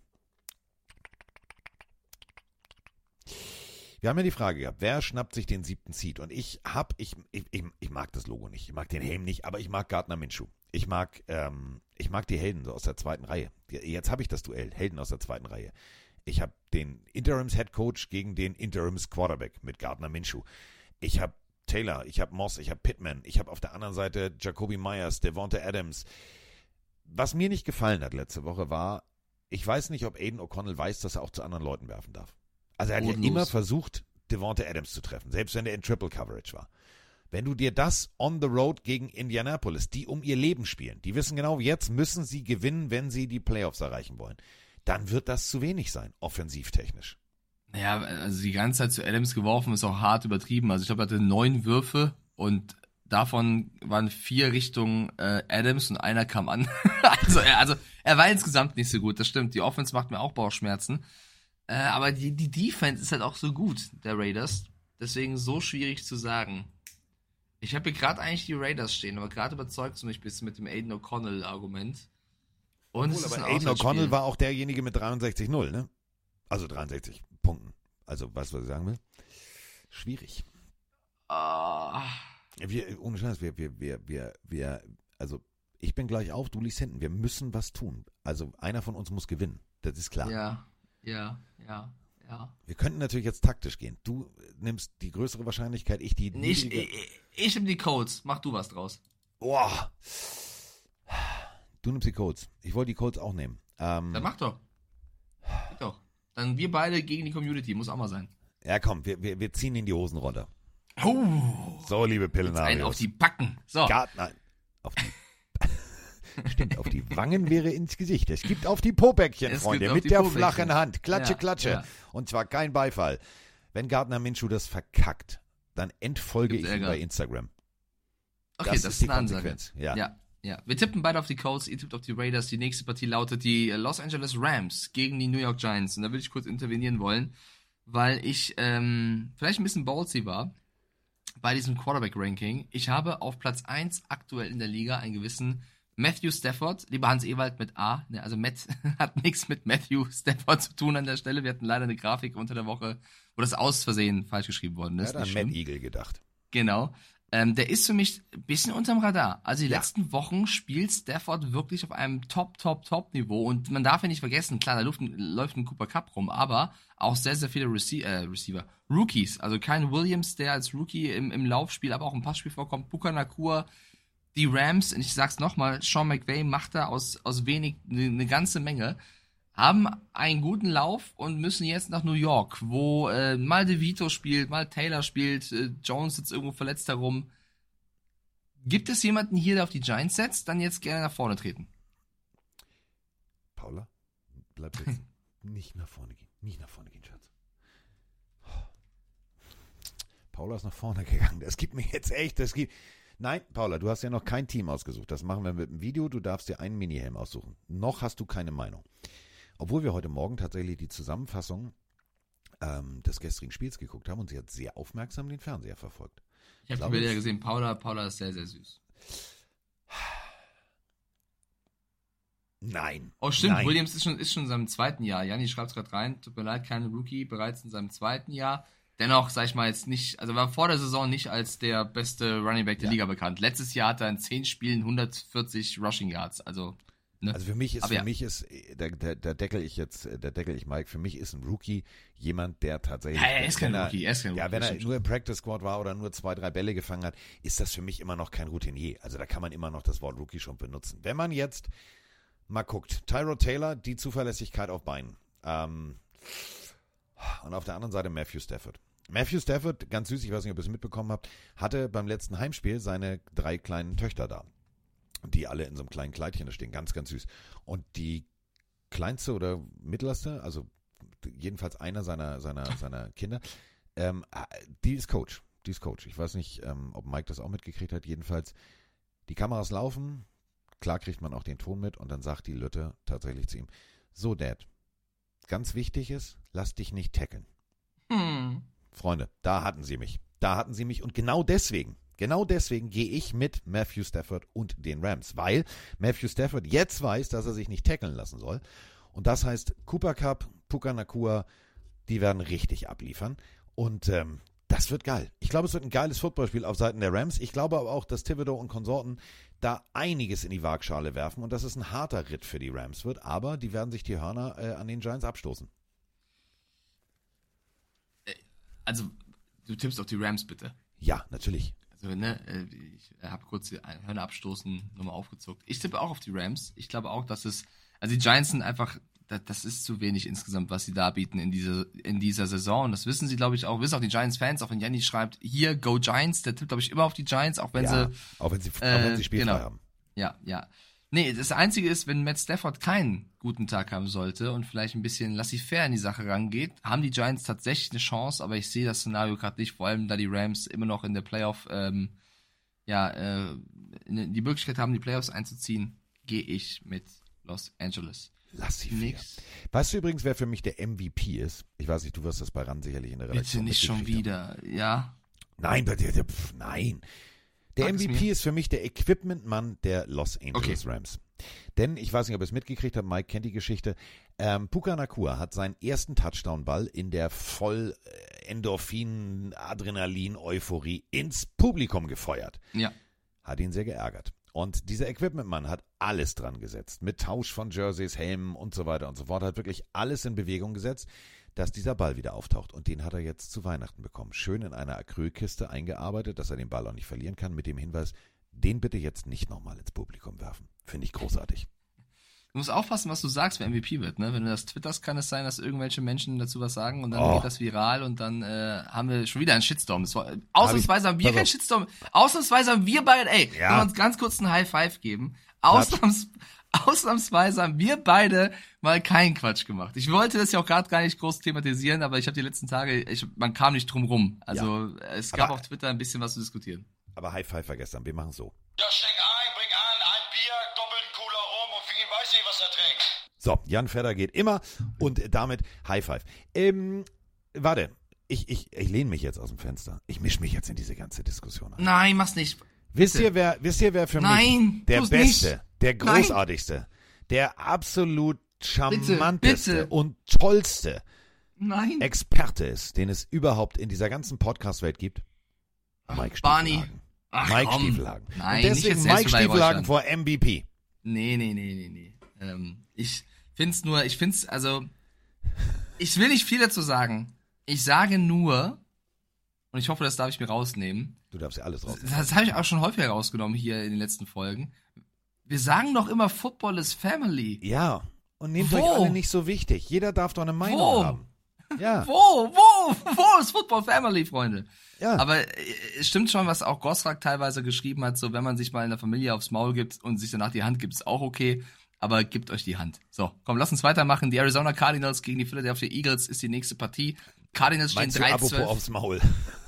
Wir haben ja die Frage gehabt, wer schnappt sich den siebten Seed? Und ich hab, ich, ich, ich, ich mag das Logo nicht, ich mag den Helm nicht, aber ich mag Gardner Minshew. Ich mag, ähm, ich mag die Helden so aus der zweiten Reihe. Jetzt habe ich das Duell, Helden aus der zweiten Reihe. Ich habe den Interims-Head-Coach gegen den Interims-Quarterback mit Gardner Minshew. Ich habe Taylor, ich habe Moss, ich habe Pittman, ich habe auf der anderen Seite Jacoby Myers, Devonta Adams. Was mir nicht gefallen hat letzte Woche war, ich weiß nicht, ob Aiden O'Connell weiß, dass er auch zu anderen Leuten werfen darf. Also er hat Bodenlos. ja immer versucht, Devonta Adams zu treffen, selbst wenn er in Triple Coverage war. Wenn du dir das on the road gegen Indianapolis, die um ihr Leben spielen, die wissen genau, jetzt müssen sie gewinnen, wenn sie die Playoffs erreichen wollen, dann wird das zu wenig sein, offensivtechnisch. Ja, also die ganze Zeit zu Adams geworfen ist auch hart übertrieben. Also ich glaube, er hatte neun Würfe und davon waren vier Richtung äh, Adams und einer kam an. also, er, also er war insgesamt nicht so gut, das stimmt. Die Offense macht mir auch Bauchschmerzen. Äh, aber die, die Defense ist halt auch so gut, der Raiders. Deswegen so schwierig zu sagen. Ich habe hier gerade eigentlich die Raiders stehen, aber gerade überzeugt du mich ein bisschen mit dem Aiden O'Connell-Argument. Und Obwohl, es ist aber ein Aiden Auswärtsspiel. O'Connell war auch derjenige mit dreiundsechzig null, ne? Also dreiundsechzig Punkten. Also, weißt du, was ich sagen will? Schwierig. Ah. Wir, ohne Scheiß, wir, wir, wir, wir, wir, also ich bin gleich auf, du liegst hinten. Wir müssen was tun. Also einer von uns muss gewinnen. Das ist klar. Ja, ja, ja, ja. Wir könnten natürlich jetzt taktisch gehen. Du nimmst die größere Wahrscheinlichkeit, ich die Nee, ich, niedrige. ich, ich nehme die Colts. Mach du was draus. Boah. Du nimmst die Colts. Ich wollte die Colts auch nehmen. Ähm, Dann mach doch. Geht doch. Dann wir beide gegen die Community. Muss auch mal sein. ja, komm, wir, wir, wir ziehen in die Hosen runter. Oh. So, liebe Pillenarios. Einen auf die Backen. So. Gar, nein, auf die. Stimmt, auf die Wangen wäre ins Gesicht. Es gibt auf die Popöckchen, Es Freunde, gibt auf mit die der Popöckchen. flachen Hand. Klatsche, Ja, klatsche. ja. Und zwar kein Beifall. Wenn Gardner Minshew das verkackt, dann entfolge Gibt's ich ihm Ärger. bei Instagram. Okay, das das, ist ist die eine Ansage. Konsequenz. Ja. ja, ja. Wir tippen beide auf die Colts, ihr tippt auf die Raiders. Die nächste Partie lautet die Los Angeles Rams gegen die New York Giants. Und da würde ich kurz intervenieren wollen, weil ich ähm, vielleicht ein bisschen ballsy war bei diesem Quarterback-Ranking. Ich habe auf Platz eins aktuell in der Liga einen gewissen Matthew Stafford, lieber Hans Ewald mit A, ne, also Matt hat nichts mit Matthew Stafford zu tun an der Stelle. Wir hatten leider eine Grafik unter der Woche, wo das aus Versehen falsch geschrieben worden Er ist. hat an Nicht Matt schlimm. Eagle gedacht. Genau. Ähm, der ist für mich ein bisschen unterm Radar. Also die Ja. letzten Wochen spielt Stafford wirklich auf einem Top, Top, Top-Niveau. Und man darf ja nicht vergessen, klar, da läuft ein, läuft ein Cooper Cup rum, aber auch sehr, sehr viele Rece äh, Receiver. Rookies. Also kein Williams, der als Rookie im, im Laufspiel, aber auch im Passspiel vorkommt. Puka Nacua, die Rams, und ich sag's nochmal, Sean McVay macht da aus, aus wenig eine ne ganze Menge, haben einen guten Lauf und müssen jetzt nach New York, wo äh, mal DeVito spielt, mal Taylor spielt, äh, Jones sitzt irgendwo verletzt herum. Gibt es jemanden hier, der auf die Giants setzt, dann jetzt gerne nach vorne treten? Paula, bleib jetzt nicht nach vorne gehen. Nicht nach vorne gehen, Schatz. Paula ist nach vorne gegangen. Das gibt mir jetzt echt, das gibt... Nein, Paula, du hast ja noch kein Team ausgesucht. Das machen wir mit dem Video. Du darfst dir einen Mini-Helm aussuchen. Noch hast du keine Meinung. Obwohl wir heute Morgen tatsächlich die Zusammenfassung ähm, des gestrigen Spiels geguckt haben und sie hat sehr aufmerksam den Fernseher verfolgt. Ich habe die Glaube Bilder ich- gesehen. Paula, Paula ist sehr, sehr süß. Nein. Oh, stimmt. Nein. Williams ist schon, ist schon in seinem zweiten Jahr. Janni schreibt es gerade rein. Tut mir leid, kein Rookie, bereits in seinem zweiten Jahr. Dennoch, sag ich mal, jetzt nicht, also war vor der Saison nicht als der beste Running Back der Ja. Liga bekannt. Letztes Jahr hat er in zehn Spielen hundertvierzig Rushing Yards. Also, ne? Also für mich ist, Aber für ja. mich ist, da, da, da deckel ich jetzt, da deckel ich Mike, für mich ist ein Rookie jemand, der tatsächlich, Ja, er ist kein wenn Rookie, er ist kein ja, Rookie, wenn das er stimmt nur im Practice Squad war oder nur zwei, drei Bälle gefangen hat, ist das für mich immer noch kein Routinier. Also da kann man immer noch das Wort Rookie schon benutzen. Wenn man jetzt mal guckt, Tyrod Taylor, die Zuverlässigkeit auf Beinen. Ähm, und auf der anderen Seite Matthew Stafford. Matthew Stafford, ganz süß, ich weiß nicht, ob ihr es mitbekommen habt, hatte beim letzten Heimspiel seine drei kleinen Töchter da. Die alle in so einem kleinen Kleidchen da stehen, ganz, ganz süß. Und die kleinste oder mittlerste, also jedenfalls einer seiner, seiner, seiner Kinder, ähm, die ist Coach. Die ist Coach. Ich weiß nicht, ähm, ob Mike das auch mitgekriegt hat. Jedenfalls, die Kameras laufen, klar kriegt man auch den Ton mit und dann sagt die Lütte tatsächlich zu ihm, so Dad, ganz wichtig ist, lass dich nicht tackeln. Hm. Freunde, da hatten sie mich. Da hatten sie mich und genau deswegen, genau deswegen gehe ich mit Matthew Stafford und den Rams, weil Matthew Stafford jetzt weiß, dass er sich nicht tackeln lassen soll. Und das heißt, Cooper Cup, Puka Nacua, die werden richtig abliefern. Und ähm, das wird geil. Ich glaube, es wird ein geiles Footballspiel auf Seiten der Rams. Ich glaube aber auch, dass Thibodeau und Konsorten da einiges in die Waagschale werfen und dass es ein harter Ritt für die Rams wird. Aber die werden sich die Hörner äh, an den Giants abstoßen. Also, du tippst auf die Rams, bitte. Ja, natürlich. Also, ne, äh, ich habe kurz die Hörner abstoßen nochmal aufgezuckt. Ich tippe auch auf die Rams. Ich glaube auch, dass es, also die Giants sind einfach, das, das ist zu wenig insgesamt, was sie da bieten in dieser, in dieser Saison. Und das wissen sie, glaube ich, auch, wissen auch die Giants-Fans, auch wenn Janni schreibt, hier, go Giants, der tippt, glaube ich, immer auf die Giants, auch wenn ja, sie, auch wenn sie, äh, auch wenn sie spielfrei genau. haben. Ja, ja. Nee, das Einzige ist, wenn Matt Stafford keinen guten Tag haben sollte und vielleicht ein bisschen laissez-faire in die Sache rangeht, haben die Giants tatsächlich eine Chance, aber ich sehe das Szenario gerade nicht, vor allem da die Rams immer noch in der Playoff, ähm, ja, äh, die Möglichkeit haben, die Playoffs einzuziehen, gehe ich mit Los Angeles. Laissez-faire. Weißt du übrigens, wer für mich der M V P ist? Ich weiß nicht, du wirst das bei RAN sicherlich in der Redaktion Bitte nicht schon wieder, ja? Nein, der, der, pf, nein. Der Sag es M V P mir. ist für mich der Equipment-Mann der Los Angeles Okay. Rams. Denn, ich weiß nicht, ob ihr es mitgekriegt habt, Mike kennt die Geschichte, ähm, Puka Nacua hat seinen ersten Touchdown-Ball in der voll äh, Endorphin, Adrenalin, Euphorie ins Publikum gefeuert. Ja. Hat ihn sehr geärgert. Und dieser Equipment-Mann hat alles dran gesetzt. Mit Tausch von Jerseys, Helmen und so weiter und so fort. Hat wirklich alles in Bewegung gesetzt, dass dieser Ball wieder auftaucht. Und den hat er jetzt zu Weihnachten bekommen. Schön in einer Acrylkiste eingearbeitet, dass er den Ball auch nicht verlieren kann. Mit dem Hinweis, den bitte jetzt nicht nochmal ins Publikum werfen. Finde ich großartig. Du musst aufpassen, was du sagst, wer M V P wird, ne? Wenn du das twitterst, kann es sein, dass irgendwelche Menschen dazu was sagen und dann Oh. geht das viral und dann äh, haben wir schon wieder einen Shitstorm. Das war, ausnahmsweise haben wir pass keinen auf. Shitstorm. Ausnahmsweise haben wir beide, ey, Ja. können wir uns ganz kurz einen High Five geben. Ausnahms, ausnahmsweise haben wir beide mal keinen Quatsch gemacht. Ich wollte das ja auch gerade gar nicht groß thematisieren, aber ich habe die letzten Tage, ich, man kam nicht drum rum. Also es gab Aber- auf Twitter ein bisschen was zu diskutieren. Aber High Five vergessen, wir machen so. Ja, steck ein, bring an, ein Bier, doppelten Cola rum und für ihn weiß ich, was er trinkt. So, Jan Fedder geht immer und damit High Five. Ähm, warte, ich, ich, ich lehne mich jetzt aus dem Fenster. Ich mische mich jetzt in diese ganze Diskussion ein. Nein, mach's nicht. Wisst Bitte. ihr, wer, wisst ihr, wer für Nein, mich der tu's Beste, nicht. der Nein. Großartigste, der absolut charmanteste bitte. und tollste Nein. Experte ist, den es überhaupt in dieser ganzen Podcast-Welt gibt? Mike Barney. Stiefelhagen. Ach, Mike komm. Stiefelhagen. Nein, und nicht deswegen jetzt Mike Selbstbeweihräuchern. Stiefelhagen vor M V P. Nee, nee, nee, nee, nee. Ähm, ich find's nur, ich find's, also, ich will nicht viel dazu sagen. Ich sage nur, und ich hoffe, das darf ich mir rausnehmen. Du darfst ja alles raus. Das habe ich auch schon häufiger rausgenommen hier in den letzten Folgen. Wir sagen doch immer, Football is Family. Ja, und nehmt Wo? euch alle nicht so wichtig. Jeder darf doch eine Meinung Wo? haben. Ja. Wo, wo, wo ist Football Family, Freunde? Ja. Aber äh, es stimmt schon, was auch Gosrak teilweise geschrieben hat, so wenn man sich mal in der Familie aufs Maul gibt und sich danach die Hand gibt, ist auch okay, aber gebt euch die Hand. So, komm, lass uns weitermachen. Die Arizona Cardinals gegen die Philadelphia Eagles ist die nächste Partie. Cardinals stehen Meinst du, drei apropos zwölf. aufs Maul?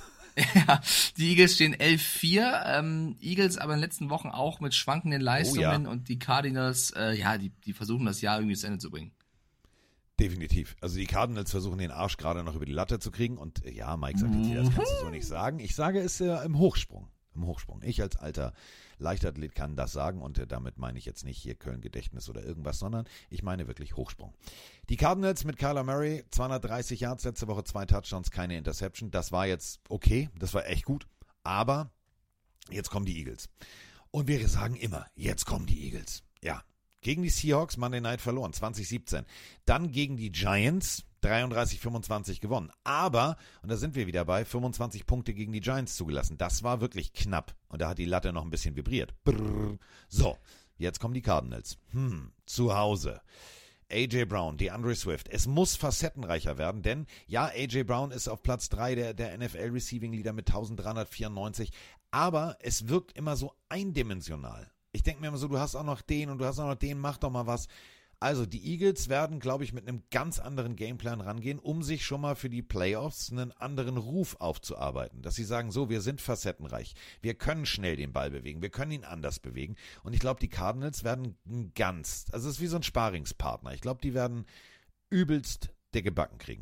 Ja, die Eagles stehen elf vier. Ähm, Eagles aber in den letzten Wochen auch mit schwankenden Leistungen Oh ja. und die Cardinals, äh, ja, die, die versuchen das Jahr irgendwie zu Ende zu bringen. Definitiv. Also die Cardinals versuchen den Arsch gerade noch über die Latte zu kriegen und äh, ja, Mike sagt jetzt hier, das kannst du so nicht sagen. Ich sage es äh, im Hochsprung. Im Hochsprung. Ich als alter Leichtathlet kann das sagen und äh, damit meine ich jetzt nicht hier Köln-Gedächtnis oder irgendwas, sondern ich meine wirklich Hochsprung. Die Cardinals mit Kyler Murray, zweihundertdreißig Yards, letzte Woche zwei Touchdowns, keine Interception. Das war jetzt okay, das war echt gut, aber jetzt kommen die Eagles. Und wir sagen immer, jetzt kommen die Eagles. Ja, gegen die Seahawks Monday Night verloren, zwanzig siebzehn. Dann gegen die Giants, dreiunddreißig fünfundzwanzig gewonnen. Aber, und da sind wir wieder bei, fünfundzwanzig Punkte gegen die Giants zugelassen. Das war wirklich knapp. Und da hat die Latte noch ein bisschen vibriert. Brrr. So, jetzt kommen die Cardinals. Hm, zu Hause. A J Brown, DeAndre Swift. Es muss facettenreicher werden, denn ja, A J Brown ist auf Platz drei der, der N F L Receiving Leader mit dreizehnhundertvierundneunzig. Aber es wirkt immer so eindimensional. Ich denke mir immer so, du hast auch noch den und du hast auch noch den, mach doch mal was. Also die Eagles werden, glaube ich, mit einem ganz anderen Gameplan rangehen, um sich schon mal für die Playoffs einen anderen Ruf aufzuarbeiten. Dass sie sagen, so, wir sind facettenreich, wir können schnell den Ball bewegen, wir können ihn anders bewegen. Und ich glaube, die Cardinals werden ganz, also es ist wie so ein Sparingspartner. Ich glaube, die werden übelst dicke Backen kriegen.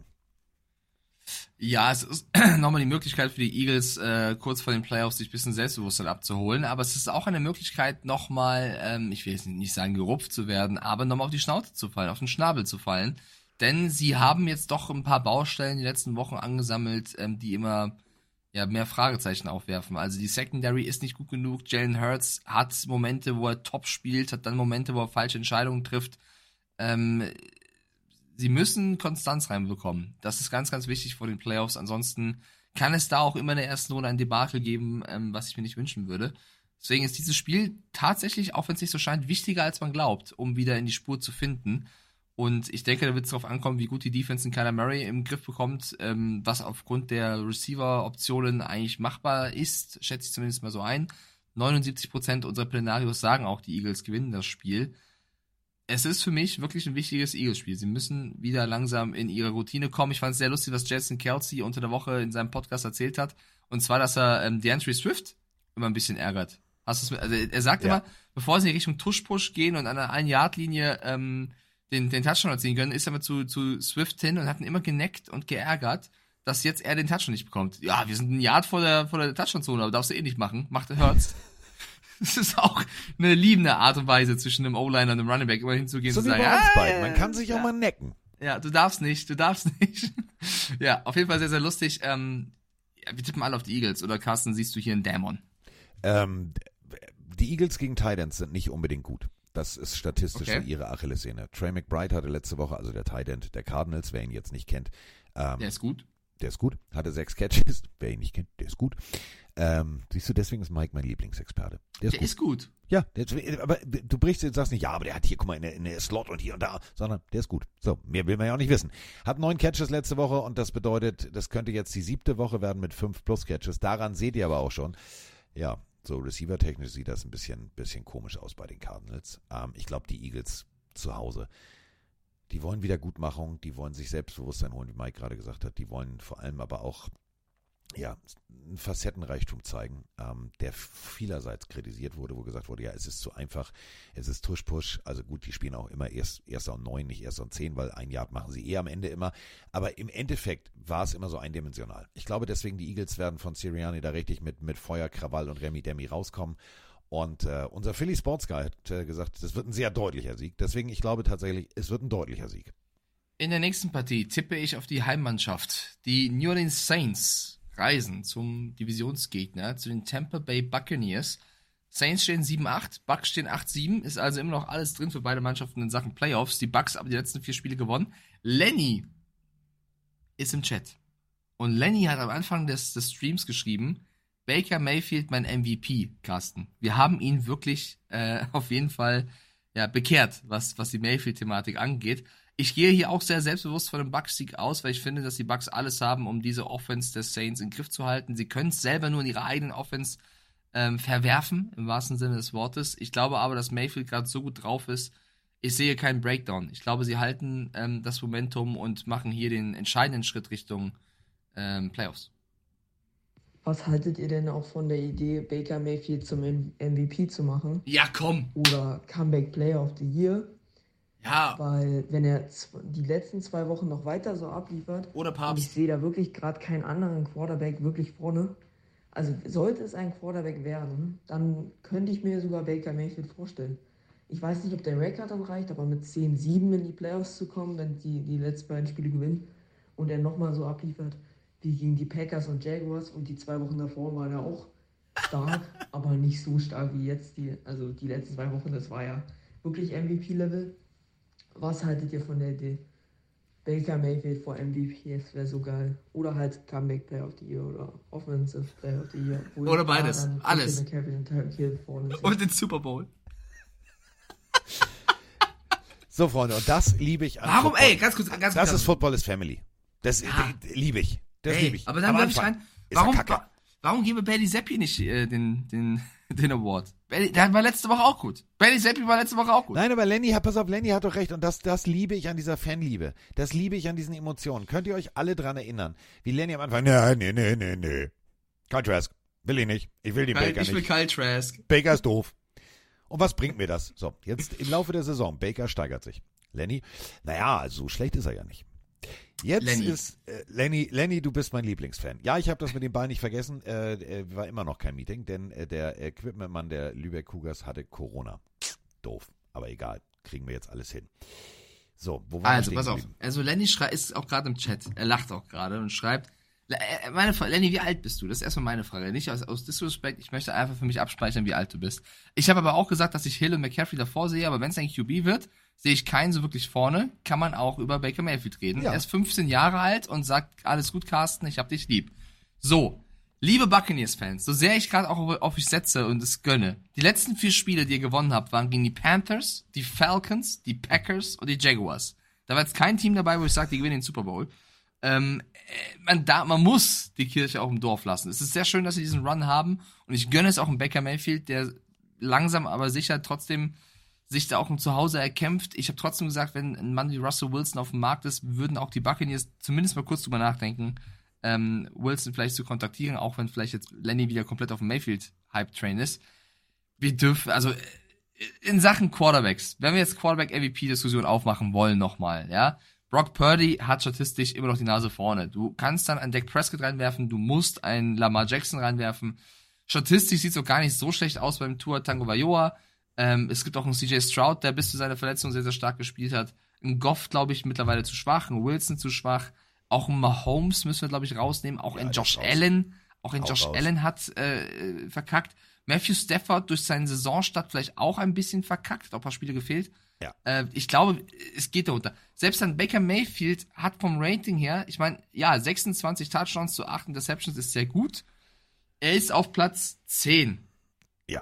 Ja, es ist nochmal die Möglichkeit für die Eagles, äh, kurz vor den Playoffs sich ein bisschen Selbstbewusstsein abzuholen, aber es ist auch eine Möglichkeit, nochmal, ähm, ich will jetzt nicht sagen gerupft zu werden, aber nochmal auf die Schnauze zu fallen, auf den Schnabel zu fallen, denn sie haben jetzt doch ein paar Baustellen die letzten Wochen angesammelt, ähm, die immer ja mehr Fragezeichen aufwerfen. Also die Secondary ist nicht gut genug, Jalen Hurts hat Momente, wo er top spielt, hat dann Momente, wo er falsche Entscheidungen trifft, ähm, sie müssen Konstanz reinbekommen. Das ist ganz, ganz wichtig vor den Playoffs. Ansonsten kann es da auch immer in der ersten Runde ein Debakel geben, ähm, was ich mir nicht wünschen würde. Deswegen ist dieses Spiel tatsächlich, auch wenn es nicht so scheint, wichtiger als man glaubt, um wieder in die Spur zu finden. Und ich denke, da wird es darauf ankommen, wie gut die Defense in Kyler Murray im Griff bekommt, ähm, was aufgrund der Receiver-Optionen eigentlich machbar ist, schätze ich zumindest mal so ein. neunundsiebzig Prozent unserer Plenarios sagen auch, die Eagles gewinnen das Spiel. Es ist für mich wirklich ein wichtiges Eagles-Spiel. Sie müssen wieder langsam in ihre Routine kommen. Ich fand es sehr lustig, was Jason Kelce unter der Woche in seinem Podcast erzählt hat. Und zwar, dass er ähm, DeAndre Swift immer ein bisschen ärgert. Hast du's mit, also er sagt ja. immer, bevor sie in Richtung Tush-Push gehen und an der ein-Yard-Linie ähm, den, den Touchdown erzielen können, ist er mal zu, zu Swift hin und hat ihn immer geneckt und geärgert, dass jetzt er den Touchdown nicht bekommt. Ja, wir sind ein Yard vor der, vor der Touchdown-Zone, aber darfst du eh nicht machen. Macht er Hurts. Das ist auch eine liebende Art und Weise, zwischen einem O-Liner und einem Running Back immer hinzugehen so und zu sagen, bei uns ah, beiden. Man kann sich ja. auch mal necken. Ja, du darfst nicht, du darfst nicht. Ja, auf jeden Fall sehr, sehr lustig. Ähm, ja, wir tippen alle auf die Eagles. Oder Carsten, siehst du hier einen Dämon? Ähm, die Eagles gegen Titans sind nicht unbedingt gut. Das ist statistisch Okay. so ihre Achillessehne. Trey McBride hatte letzte Woche, also der Tight End der Cardinals, wer ihn jetzt nicht kennt. Ähm, Der ist gut. Der ist gut, hatte sechs Catches. Wer ihn nicht kennt, der ist gut. Ähm, siehst du, deswegen ist Mike mein Lieblingsexperte. Der ist Der gut. ist gut. Ja, der, aber du brichst jetzt, sagst nicht, ja, aber der hat hier, guck mal, in der, in der Slot und hier und da, sondern der ist gut. So, mehr will man ja auch nicht wissen. Hat neun Catches letzte Woche und das bedeutet, das könnte jetzt die siebte Woche werden mit fünf plus Catches. Daran seht ihr aber auch schon, ja, so receiver-technisch sieht das ein bisschen, bisschen komisch aus bei den Cardinals. Ähm, ich glaube, die Eagles zu Hause, die wollen Wiedergutmachung, die wollen sich Selbstbewusstsein holen, wie Mike gerade gesagt hat. Die wollen vor allem aber auch ja, einen Facettenreichtum zeigen, ähm, der vielerseits kritisiert wurde, wo gesagt wurde, ja, es ist zu einfach, es ist Tush-Push, also gut, die spielen auch immer erst Erster und Neun, nicht Erster und Zehn, weil ein Yard machen sie eh am Ende immer, aber im Endeffekt war es immer so eindimensional. Ich glaube deswegen, die Eagles werden von Sirianni da richtig mit, mit Feuer, Krawall und Remi Demi rauskommen. Und äh, unser Philly Sports Guy hat äh, gesagt, das wird ein sehr deutlicher Sieg. Deswegen, ich glaube tatsächlich, es wird ein deutlicher Sieg. In der nächsten Partie tippe ich auf die Heimmannschaft. Die New Orleans Saints reisen zum Divisionsgegner, zu den Tampa Bay Buccaneers. Saints stehen sieben acht, Bucks stehen acht sieben, ist also immer noch alles drin für beide Mannschaften in Sachen Playoffs. Die Bucks haben die letzten vier Spiele gewonnen. Lenny ist im Chat. Und Lenny hat am Anfang des, des Streams geschrieben, Baker Mayfield mein M V P, Carsten. Wir haben ihn wirklich äh, auf jeden Fall ja, bekehrt, was, was die Mayfield-Thematik angeht. Ich gehe hier auch sehr selbstbewusst von dem Bucks-Sieg aus, weil ich finde, dass die Bucks alles haben, um diese Offense des Saints in den Griff zu halten. Sie können es selber nur in ihrer eigenen Offense ähm, verwerfen, im wahrsten Sinne des Wortes. Ich glaube aber, dass Mayfield gerade so gut drauf ist, ich sehe keinen Breakdown. Ich glaube, sie halten ähm, das Momentum und machen hier den entscheidenden Schritt Richtung ähm, Playoffs. Was haltet ihr denn auch von der Idee, Baker Mayfield zum M V P zu machen? Ja, komm! Oder Comeback Player of the Year? Ja. Weil, wenn er die letzten zwei Wochen noch weiter so abliefert, oder Papst. Und ich sehe da wirklich gerade keinen anderen Quarterback wirklich vorne. Also, sollte es ein Quarterback werden, dann könnte ich mir sogar Baker Mayfield vorstellen. Ich weiß nicht, ob der Rekord dann reicht, aber mit zehn sieben in die Playoffs zu kommen, wenn die die letzten beiden Spiele gewinnen und er nochmal so abliefert wie gegen die Packers und Jaguars und die zwei Wochen davor war er auch stark, aber nicht so stark wie jetzt. Die, also die letzten zwei Wochen, das war ja wirklich M V P-Level. Was haltet ihr von der Idee? Baker Mayfield vor M V P, das wäre so geil. Oder halt Comeback Player of the Year oder Offensive Player of the Year. Oder beides, alles. Und, und den Super Bowl. So, Freunde, und das liebe ich an Warum, Football. ey, ganz kurz, ganz kurz. Das ist Football is Family. Das Ja. liebe ich. Das Ey, liebe ich. aber dann Am bleib ich Anfang rein. ist er Warum, kacke. wa- warum geben wir Bailey Zappi nicht äh, den, den, den Award? Bailey, der war letzte Woche auch gut. Bailey Zappi war letzte Woche auch gut. Nein, aber Lenny hat, pass auf, Lenny hat doch recht. Und das, das liebe ich an dieser Fanliebe. Das liebe ich an diesen Emotionen. Könnt ihr euch alle dran erinnern? Wie Lenny am Anfang, nee, nee, nee, nee, nee. Kyle Trask, will ich nicht. Ich will den Kyle, Baker ich will nicht. Kyle Trask. Baker ist doof. Und was bringt mir das? So, jetzt im Laufe der Saison, Baker steigert sich. Lenny, naja, also so schlecht ist er ja nicht. Jetzt Lenny. ist äh, Lenny, Lenny, du bist mein Lieblingsfan. Ja, ich habe das mit den Ball nicht vergessen. Äh, äh, war immer noch kein Meeting, denn äh, der Equipmentmann der Lübeck Cougars hatte Corona. Doof, aber egal. Kriegen wir jetzt alles hin. So, wo waren Also, wir pass stehen auf. geblieben? Also, Lenny schrei- ist auch gerade im Chat. Er lacht auch gerade und schreibt, Le- äh, meine Frage, Lenny, wie alt bist du? Das ist erstmal meine Frage. Nicht aus, aus Disrespect, ich möchte einfach für mich abspeichern, wie alt du bist. Ich habe aber auch gesagt, dass ich Hill und McCaffrey davor sehe, aber wenn es ein Q B wird, sehe ich keinen so wirklich vorne, kann man auch über Baker Mayfield reden. Ja. Er ist fünfzehn Jahre alt und sagt, alles gut, Carsten, ich hab dich lieb. So, liebe Buccaneers-Fans, so sehr ich gerade auch auf, auf euch setze und es gönne, die letzten vier Spiele, die ihr gewonnen habt, waren gegen die Panthers, die Falcons, die Packers und die Jaguars. Da war jetzt kein Team dabei, wo ich sage, die gewinnen den Super Bowl. Ähm, man, da, man muss die Kirche auch im Dorf lassen. Es ist sehr schön, dass sie diesen Run haben und ich gönne es auch einem Baker Mayfield, der langsam aber sicher trotzdem sich da auch ein Zuhause erkämpft. Ich habe trotzdem gesagt, wenn ein Mann wie Russell Wilson auf dem Markt ist, würden auch die Buccaneers zumindest mal kurz drüber nachdenken, ähm, Wilson vielleicht zu kontaktieren, auch wenn vielleicht jetzt Lenny wieder komplett auf dem Mayfield-Hype-Train ist. Wir dürfen, also in Sachen Quarterbacks, wenn wir jetzt Quarterback-M V P-Diskussion aufmachen wollen nochmal, ja, Brock Purdy hat statistisch immer noch die Nase vorne. Du kannst dann einen Dak Prescott reinwerfen, du musst einen Lamar Jackson reinwerfen. Statistisch sieht es auch gar nicht so schlecht aus beim Tua Tagovailoa. Ähm, es gibt auch einen C J Stroud, der bis zu seiner Verletzung sehr, sehr stark gespielt hat. Ein Goff, glaube ich, mittlerweile zu schwach, ein Wilson zu schwach. Auch ein Mahomes müssen wir, glaube ich, rausnehmen. Auch ja, ein Josh Allen, auch ein Josh raus. Allen hat äh, verkackt. Matthew Stafford durch seinen Saisonstart vielleicht auch ein bisschen verkackt, hat auch ein paar Spiele gefehlt. Ja. Äh, ich glaube, es geht darunter. Selbst dann Baker Mayfield hat vom Rating her, ich meine, ja, sechsundzwanzig Touchdowns zu acht Interceptions ist sehr gut. Er ist auf Platz zehn. Ja.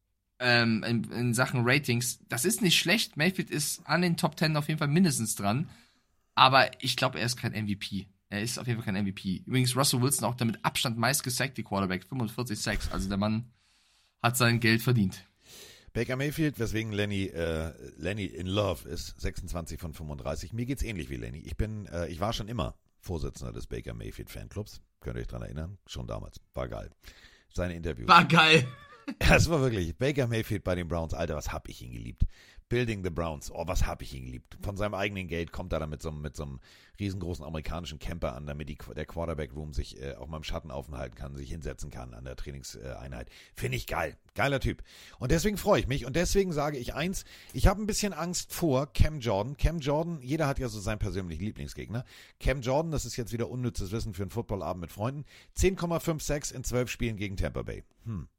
Ähm, in, in Sachen Ratings. Das ist nicht schlecht. Mayfield ist an den Top zehn auf jeden Fall mindestens dran. Aber ich glaube, er ist kein M V P. Er ist auf jeden Fall kein M V P. Übrigens, Russell Wilson auch damit Abstand meist gesackte Quarterback. fünfundvierzig Sacks. Also der Mann hat sein Geld verdient. Baker Mayfield, weswegen Lenny, äh, Lenny in love ist, sechsundzwanzig von fünfunddreißig. Mir geht's ähnlich wie Lenny. Ich bin, äh, ich war schon immer Vorsitzender des Baker Mayfield Fanclubs. Könnt ihr euch dran erinnern? Schon damals. War geil. Seine Interviews. War geil. Ja, es war wirklich. Baker Mayfield bei den Browns. Alter, was hab ich ihn geliebt. Building the Browns. Oh, was hab ich ihn geliebt. Von seinem eigenen Geld kommt er dann mit so, mit so einem riesengroßen amerikanischen Camper an, damit die, der Quarterback-Room sich äh, auch mal im Schatten aufhalten kann, sich hinsetzen kann an der Trainingseinheit. Finde ich geil. Geiler Typ. Und deswegen freue ich mich. Und deswegen sage ich eins, ich habe ein bisschen Angst vor Cam Jordan. Cam Jordan, jeder hat ja so seinen persönlichen Lieblingsgegner. Cam Jordan, das ist jetzt wieder unnützes Wissen für einen Footballabend mit Freunden. zehn Komma fünfundsechzig in zwölf Spielen gegen Tampa Bay. Hm.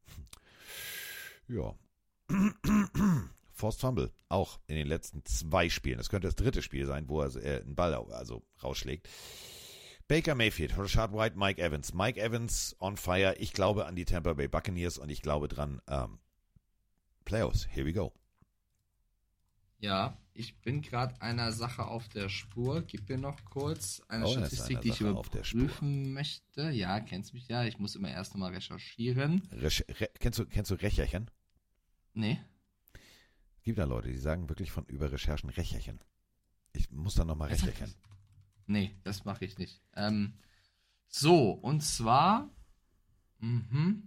Ja. Forced Fumble, auch in den letzten zwei Spielen. Das könnte das dritte Spiel sein, wo er äh, einen Ball also rausschlägt. Baker Mayfield, Rashad White, Mike Evans. Mike Evans on fire. Ich glaube an die Tampa Bay Buccaneers und ich glaube dran, ähm, Playoffs, here we go. Ja, ich bin gerade einer Sache auf der Spur. Gib mir noch kurz eine oh, Statistik, eine die ich überprüfen möchte. Ja, kennst mich ja. Ich muss immer erst nochmal recherchieren. Reche- Re- kennst du, kennst du Recherchen? Nee. Gibt da Leute, die sagen wirklich von über Recherchen Recherchen. Ich muss da nochmal recherchen. Nee, das mache ich nicht. Ähm, so, und zwar. Mhm.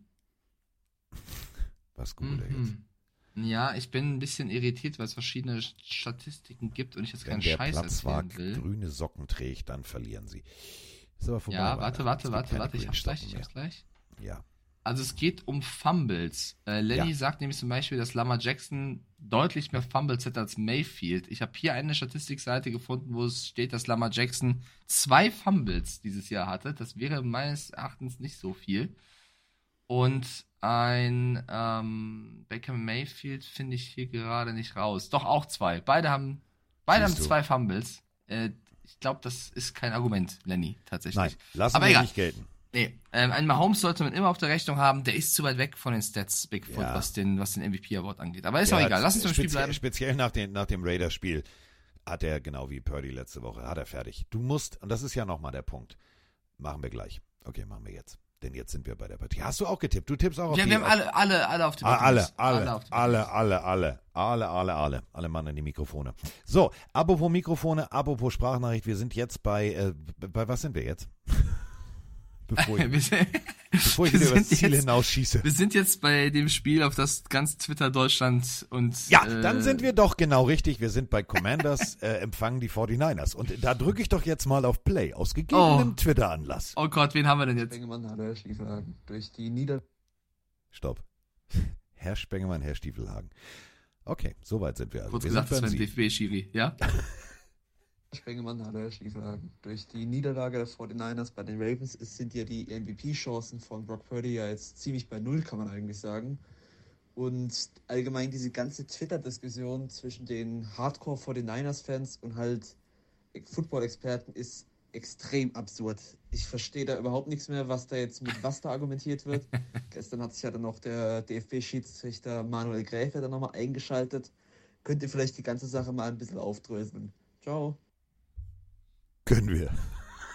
Was googelt er mhm. jetzt? Ja, ich bin ein bisschen irritiert, weil es verschiedene Statistiken gibt und ich jetzt Wenn keinen der Scheiß Platzwart erzählen will. grüne Socken trägt, dann verlieren sie. Ist aber vorbei. Ja, warte, warte, Es gibt warte, keine warte, ich grünen hab's gleich, Socken ich hab's mehr. gleich. Ja. Also es geht um Fumbles. Äh, Lenny Ja. sagt nämlich zum Beispiel, dass Lamar Jackson deutlich mehr Fumbles hat als Mayfield. Ich habe hier eine Statistikseite gefunden, wo es steht, dass Lamar Jackson zwei Fumbles dieses Jahr hatte. Das wäre meines Erachtens nicht so viel. Und ein ähm, Baker Mayfield finde ich hier gerade nicht raus. Doch, auch zwei. Beide haben, beide Siehst haben du. zwei Fumbles. Äh, ich glaube, das ist kein Argument, Lenny, tatsächlich. Nein, lassen Aber wir egal. nicht gelten. Nee, ähm, einen Mahomes sollte man immer auf der Rechnung haben, der ist zu weit weg von den Stats, Bigfoot, Ja. was den, was den M V P-Award angeht. Aber ist Der auch hat egal, lass uns beim Spiel speziell, bleiben. Speziell nach, den, nach dem Raiders-Spiel hat er, genau wie Purdy letzte Woche, hat er fertig. Du musst, und das ist ja nochmal der Punkt, machen wir gleich. Okay, machen wir jetzt. Denn jetzt sind wir bei der Partie. Hast du auch getippt? Du tippst auch auf Ja, die... wir haben alle, alle, alle auf die Ah, alle, Buccaneers. alle, auf die alle, alle, alle, alle, alle, alle, alle Mann in die Mikrofone. So, apropos Mikrofone, apropos Sprachnachricht, wir sind jetzt bei, äh, bei was sind wir jetzt? Bevor ich, wir sind, bevor ich wir wieder übers sind Ziel jetzt- hinausschieße. Wir sind jetzt bei dem Spiel, auf das ganz Twitter Deutschland und... Ja, äh, dann sind wir doch genau richtig. Wir sind bei Commanders, äh, empfangen die forty-niners. Und da drücke ich doch jetzt mal auf Play, aus gegebenem Oh. Twitter-Anlass. Oh Gott, wen haben wir denn jetzt? Spengemann hat er Schieferhagen. Durch die Nieder... Stopp. Herr Spengemann, Herr Stiefelhagen. Okay, soweit sind wir. Also. Kurz wir gesagt, sind das war beim ein D Sieg. F B-Schiri, ja? Spengemann hat er Schieferhagen. Durch die Niederlage der forty-niners bei den Ravens ist, sind ja die M V P-Chancen von Brock Purdy ja jetzt ziemlich bei Null, kann man eigentlich sagen. Und allgemein diese ganze Twitter-Diskussion zwischen den Hardcore forty-niners-Fans und halt Football-Experten ist extrem absurd. Ich verstehe da überhaupt nichts mehr, was da jetzt mit was da argumentiert wird. Gestern hat sich ja dann noch der D F B-Schiedsrichter Manuel Gräfe dann nochmal eingeschaltet. Könnt ihr vielleicht die ganze Sache mal ein bisschen aufdröseln. Ciao. Können wir.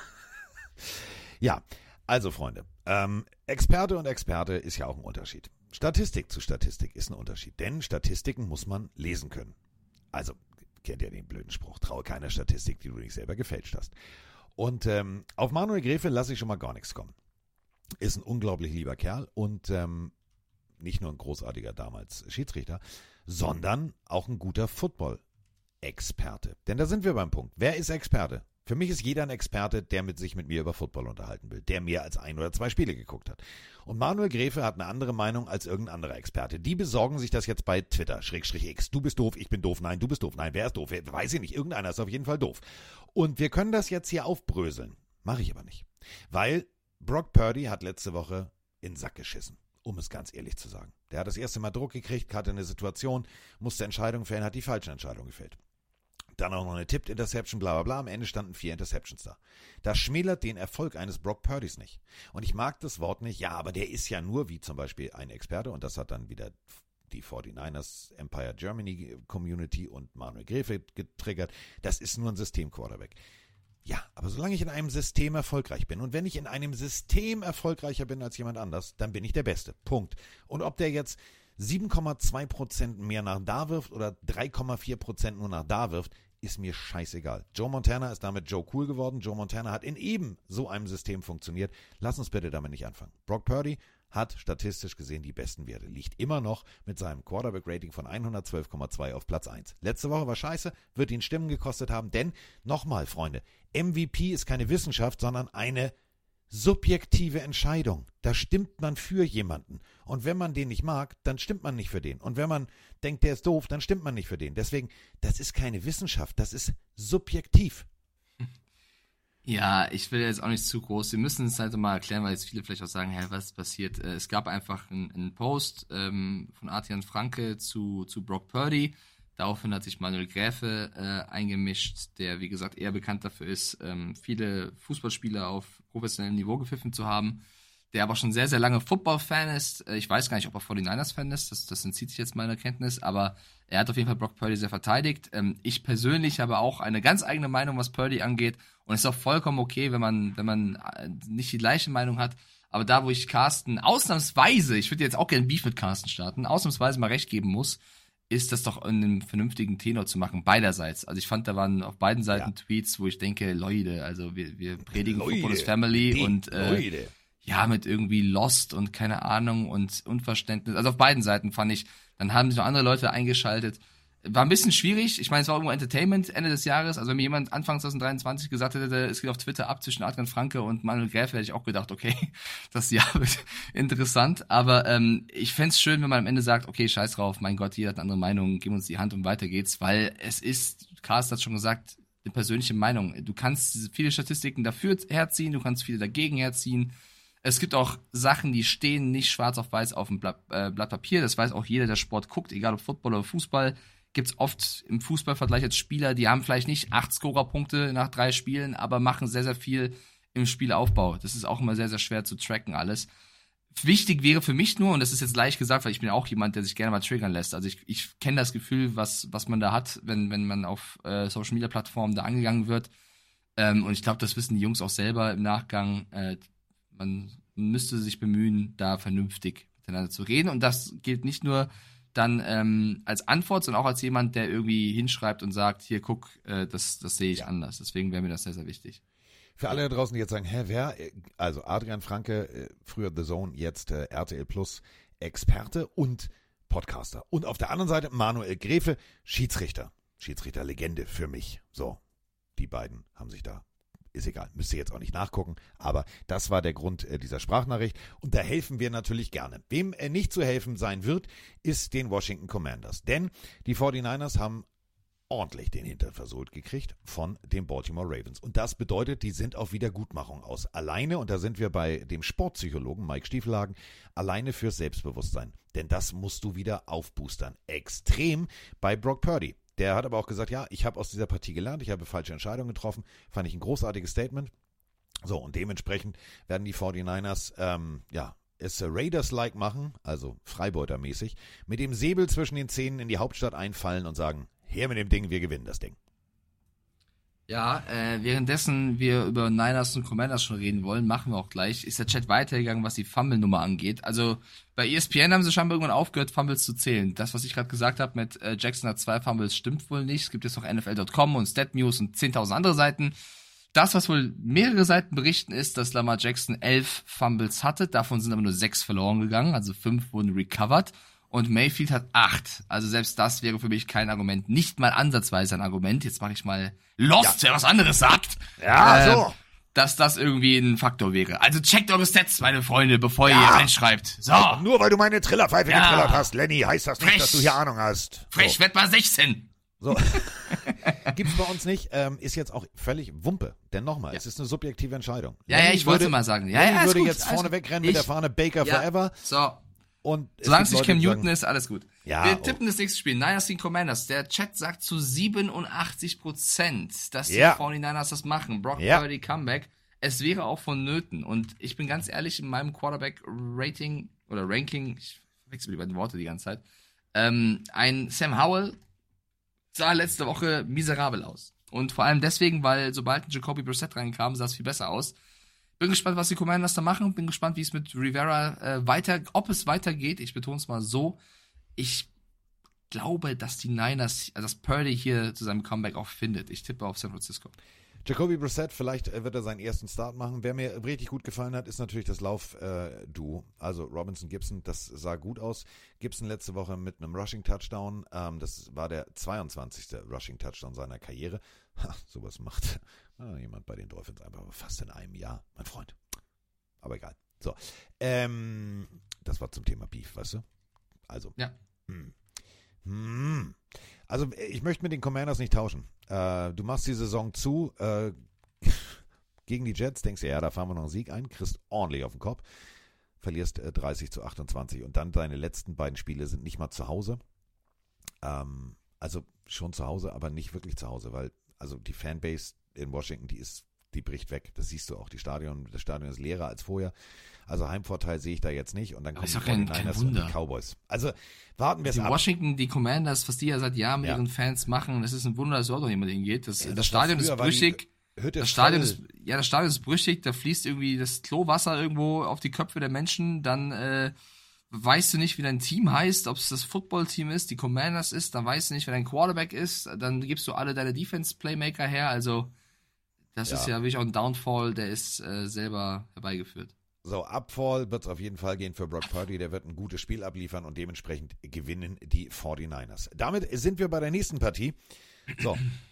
Ja, also Freunde, ähm, Experte und Experte ist ja auch ein Unterschied. Statistik zu Statistik ist ein Unterschied, denn Statistiken muss man lesen können. Also, kennt ihr den blöden Spruch, traue keiner Statistik, die du nicht selber gefälscht hast. Und ähm, auf Manuel Gräfe lasse ich schon mal gar nichts kommen. Ist ein unglaublich lieber Kerl und ähm, nicht nur ein großartiger damals Schiedsrichter, sondern auch ein guter Football-Experte. Denn da sind wir beim Punkt. Wer ist Experte? Für mich ist jeder ein Experte, der mit sich mit mir über Football unterhalten will, der mehr als ein oder zwei Spiele geguckt hat. Und Manuel Gräfe hat eine andere Meinung als irgendein anderer Experte. Die besorgen sich das jetzt bei Twitter, Schrägstrich X. Du bist doof, ich bin doof, nein, du bist doof, nein, wer ist doof? Weiß ich nicht, irgendeiner ist auf jeden Fall doof. Und wir können das jetzt hier aufbröseln. Mache ich aber nicht. Weil Brock Purdy hat letzte Woche in den Sack geschissen, um es ganz ehrlich zu sagen. Der hat das erste Mal Druck gekriegt, hatte eine Situation, musste Entscheidungen fällen, hat die falschen Entscheidungen gefällt. Dann auch noch eine Tipped Interception, bla bla bla. Am Ende standen vier Interceptions da. Das schmälert den Erfolg eines Brock Purdys nicht. Und ich mag das Wort nicht, ja, aber der ist ja nur, wie zum Beispiel ein Experte, und das hat dann wieder die forty-niners Empire Germany Community und Manuel Gräfe getriggert. Das ist nur ein System-Quarterback. Ja, aber solange ich in einem System erfolgreich bin und wenn ich in einem System erfolgreicher bin als jemand anders, dann bin ich der Beste. Punkt. Und ob der jetzt sieben Komma zwei Prozent mehr nach da wirft oder drei Komma vier Prozent nur nach da wirft, ist mir scheißegal. Joe Montana ist damit Joe Cool geworden. Joe Montana hat in eben so einem System funktioniert. Lass uns bitte damit nicht anfangen. Brock Purdy hat statistisch gesehen die besten Werte. Liegt immer noch mit seinem Quarterback-Rating von hundertzwölf Komma zwei auf Platz eins. Letzte Woche war scheiße, wird ihn Stimmen gekostet haben, denn, nochmal Freunde, M V P ist keine Wissenschaft, sondern eine subjektive Entscheidung. Da stimmt man für jemanden. Und wenn man den nicht mag, dann stimmt man nicht für den. Und wenn man denkt, der ist doof, dann stimmt man nicht für den. Deswegen, das ist keine Wissenschaft, das ist subjektiv. Ja, ich will jetzt auch nicht zu groß. Wir müssen es halt mal erklären, weil jetzt viele vielleicht auch sagen, hä, was ist passiert? Es gab einfach einen, einen Post ähm, von Adrian Franke zu, zu Brock Purdy. Daraufhin hat sich Manuel Gräfe äh, eingemischt, der, wie gesagt, eher bekannt dafür ist, ähm, viele Fußballspieler auf professionellem Niveau gepfiffen zu haben, der aber schon sehr, sehr lange Football-Fan ist. Äh, ich weiß gar nicht, ob er forty-niners-Fan ist, das, das entzieht sich jetzt meiner Kenntnis, aber er hat auf jeden Fall Brock Purdy sehr verteidigt. Ähm, ich persönlich habe auch eine ganz eigene Meinung, was Purdy angeht, und es ist auch vollkommen okay, wenn man, wenn man nicht die gleiche Meinung hat, aber da, wo ich Carsten ausnahmsweise, ich würde jetzt auch gerne Beef mit Carsten starten, ausnahmsweise mal recht geben muss, ist das doch in einem vernünftigen Tenor zu machen, beiderseits. Also ich fand, da waren auf beiden Seiten ja. Tweets, wo ich denke, Leute, also wir, wir predigen Leute, Football is Family die, und äh, ja, mit irgendwie Lost und keine Ahnung und Unverständnis. Also auf beiden Seiten fand ich, dann haben sich noch andere Leute eingeschaltet. War ein bisschen schwierig. Ich meine, es war irgendwo Entertainment Ende des Jahres. Also wenn mir jemand Anfang zwanzig dreiundzwanzig gesagt hätte, es geht auf Twitter ab zwischen Adrian Franke und Manuel Gräfe, hätte ich auch gedacht, okay, das Jahr wird interessant. Aber ähm, ich fände es schön, wenn man am Ende sagt, okay, scheiß drauf, mein Gott, jeder hat eine andere Meinung, gib uns die Hand und weiter geht's. Weil es ist, Carsten hat schon gesagt, eine persönliche Meinung. Du kannst viele Statistiken dafür herziehen, du kannst viele dagegen herziehen. Es gibt auch Sachen, die stehen nicht schwarz auf weiß auf dem Blatt, äh, Blatt Papier. Das weiß auch jeder, der Sport guckt, egal ob Football oder Fußball. Gibt es oft im Fußballvergleich als Spieler, die haben vielleicht nicht acht Scorerpunkte nach drei Spielen, aber machen sehr, sehr viel im Spielaufbau. Das ist auch immer sehr, sehr schwer zu tracken alles. Wichtig wäre für mich nur, und das ist jetzt leicht gesagt, weil ich bin auch jemand, der sich gerne mal triggern lässt. Also ich, ich kenne das Gefühl, was, was man da hat, wenn, wenn man auf äh, Social-Media-Plattformen da angegangen wird. Ähm, und ich glaube, das wissen die Jungs auch selber im Nachgang. Äh, man müsste sich bemühen, da vernünftig miteinander zu reden. Und das gilt nicht nur dann ähm, als Antwort, sondern auch als jemand, der irgendwie hinschreibt und sagt, hier, guck, äh, das, das sehe ich ja. anders. Deswegen wäre mir das sehr, sehr wichtig. Für alle da draußen, die jetzt sagen, hä, wer? Also Adrian Franke, früher The Zone, jetzt äh, R T L Plus, Experte und Podcaster. Und auf der anderen Seite Manuel Gräfe, Schiedsrichter. Schiedsrichter-Legende für mich. So, die beiden haben sich da, ist egal, müsst ihr jetzt auch nicht nachgucken, aber das war der Grund äh, dieser Sprachnachricht und da helfen wir natürlich gerne. Wem äh, nicht zu helfen sein wird, ist den Washington Commanders, denn die forty-niners haben ordentlich den Hintern versohlt gekriegt von den Baltimore Ravens. Und das bedeutet, die sind auf Wiedergutmachung aus. Alleine, und da sind wir bei dem Sportpsychologen Mike Stiefelhagen, alleine fürs Selbstbewusstsein. Denn das musst du wieder aufboostern. Extrem bei Brock Purdy. Der hat aber auch gesagt, ja, ich habe aus dieser Partie gelernt, ich habe falsche Entscheidungen getroffen. Fand ich ein großartiges Statement. So, und dementsprechend werden die forty-niners, ähm, ja, es Raiders-like machen, also Freibeuter-mäßig, mit dem Säbel zwischen den Zähnen in die Hauptstadt einfallen und sagen, her mit dem Ding, wir gewinnen das Ding. Ja, äh, währenddessen wir über Niners und Commanders schon reden wollen, machen wir auch gleich, ist der Chat weitergegangen, was die Fumble-Nummer angeht. Also bei E S P N haben sie scheinbar irgendwann aufgehört, Fumbles zu zählen. Das, was ich gerade gesagt habe mit äh, Jackson hat zwei Fumbles, stimmt wohl nicht. Es gibt jetzt noch N F L Punkt com und StatNews und zehntausend andere Seiten. Das, was wohl mehrere Seiten berichten, ist, dass Lamar Jackson elf Fumbles hatte. Davon sind aber nur sechs verloren gegangen, also fünf wurden recovered. Und Mayfield hat acht. Also selbst das wäre für mich kein Argument. Nicht mal ansatzweise ein Argument. Jetzt mache ich mal Lost, ja. wer was anderes sagt. Ja, äh, so. Dass das irgendwie ein Faktor wäre. Also checkt eure Stats, meine Freunde, bevor Ja. ihr hier reinschreibt. So. Und nur weil du meine Trillerpfeife Ja. getrillert hast, Lenny, heißt das nicht, Frech. dass du hier Ahnung hast. Frech, So. werd mal sechzehn. So. Gibt's bei uns nicht, ähm, ist jetzt auch völlig Wumpe. Denn nochmal, Ja. es ist eine subjektive Entscheidung. Ja, ja, Lenny ich wollte würde- mal sagen. Ja, Lenny ja, ist würde gut, jetzt alles vorne gut. wegrennen mit der Ich- Fahne Baker Ja. Forever. So. Und es Solange es gibt nicht Cam Leute, die Newton sagen, ist, alles gut. Ja, Wir oh. tippen das nächste Spiel. Niners gegen Commanders. Der Chat sagt zu siebenundachtzig Prozent, dass die Ja. forty-niners das machen. Brock Ja. Purdy Comeback. Es wäre auch vonnöten. Und ich bin ganz ehrlich, in meinem Quarterback-Rating oder Ranking, ich wechsle lieber die Worte die ganze Zeit, ähm, ein Sam Howell sah letzte Woche miserabel aus. Und vor allem deswegen, weil sobald ein Jacoby Brissett reinkam, sah es viel besser aus. Bin gespannt, was die Commanders da machen. Bin gespannt, wie es mit Rivera äh, weiter, ob es weitergeht. Ich betone es mal so. Ich glaube, dass die Niners, also dass Purdy hier zu seinem Comeback auch findet. Ich tippe auf San Francisco. Jacoby Brissett, vielleicht äh, wird er seinen ersten Start machen. Wer mir richtig gut gefallen hat, ist natürlich das Lauf-Duo. Also Robinson-Gibson, das sah gut aus. Gibson letzte Woche mit einem Rushing-Touchdown. Ähm, das war der zweiundzwanzigste Rushing-Touchdown seiner Karriere. Ha, sowas macht ah, jemand bei den Dolphins einfach fast in einem Jahr, mein Freund. Aber egal. So, ähm, das war zum Thema Beef, weißt du? Also, Ja. Hm. Hm. Also ich möchte mit den Commanders nicht tauschen. Äh, du machst die Saison zu äh, gegen die Jets, denkst du, ja, da fahren wir noch einen Sieg ein, kriegst ordentlich auf den Kopf, verlierst äh, dreißig zu achtundzwanzig und dann deine letzten beiden Spiele sind nicht mal zu Hause. Ähm, also schon zu Hause, aber nicht wirklich zu Hause, weil also die Fanbase in Washington, die ist, die bricht weg. Das siehst du auch. Die Stadion, das Stadion ist leerer als vorher. Also Heimvorteil sehe ich da jetzt nicht. Und dann Aber kommen ist die doch kein- kein forty-niners und die Wunder. Cowboys. Also warten wir es Die ab. Washington, die Commanders, was die ja seit Jahren mit Ja. ihren Fans machen, das ist ein Wunder, dass dort noch jemand hingeht. Das, Ja, das, das war Stadion ist früher, war die brüchig. Hütte Das Stadion voll. ist, ja, das Stadion ist brüchig, da fließt irgendwie das Klowasser irgendwo auf die Köpfe der Menschen, dann äh, weißt du nicht, wie dein Team heißt, ob es das Football-Team ist, die Commanders ist, dann weißt du nicht, wer dein Quarterback ist, dann gibst du alle deine Defense-Playmaker her, also das Ja. ist ja wirklich auch ein Downfall, der ist äh, selber herbeigeführt. So, Abfall wird es auf jeden Fall gehen für Brock Purdy. Der wird ein gutes Spiel abliefern und dementsprechend gewinnen die forty-niners. Damit sind wir bei der nächsten Partie. So.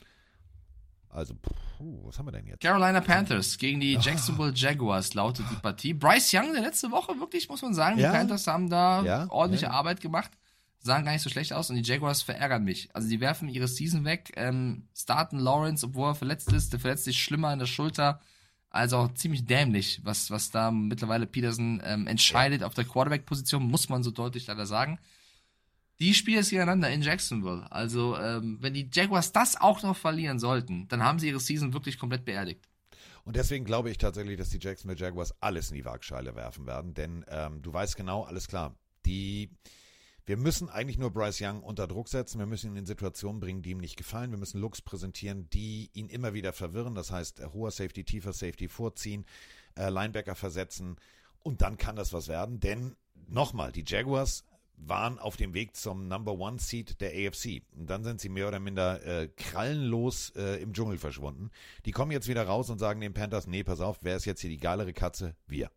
Also, puh, was haben wir denn jetzt? Carolina Panthers gegen die Jacksonville Jaguars lautet die Partie. Bryce Young, der letzte Woche, wirklich, muss man sagen, Ja? die Panthers haben da Ja? ordentliche Ja. Arbeit gemacht, sahen gar nicht so schlecht aus und die Jaguars verärgern mich. Also die werfen ihre Season weg, ähm, starten Lawrence, obwohl er verletzt ist, der verletzt sich schlimmer in der Schulter. Also auch ziemlich dämlich, was, was da mittlerweile Peterson ähm, entscheidet auf der Quarterback-Position, muss man so deutlich leider sagen. Die spielen jetzt gegeneinander in Jacksonville. Also, ähm, wenn die Jaguars das auch noch verlieren sollten, dann haben sie ihre Season wirklich komplett beerdigt. Und deswegen glaube ich tatsächlich, dass die Jacksonville Jaguars alles in die Waagschale werfen werden. Denn ähm, du weißt genau, alles klar, die, wir müssen eigentlich nur Bryce Young unter Druck setzen. Wir müssen ihn in Situationen bringen, die ihm nicht gefallen. Wir müssen Looks präsentieren, die ihn immer wieder verwirren. Das heißt, äh, hoher Safety, tiefer Safety vorziehen, äh, Linebacker versetzen. Und dann kann das was werden. Denn nochmal, die Jaguars waren auf dem Weg zum Number One Seed der A F C. Und dann sind sie mehr oder minder äh, krallenlos äh, im Dschungel verschwunden. Die kommen jetzt wieder raus und sagen den Panthers, nee, pass auf, wer ist jetzt hier die geilere Katze? Wir.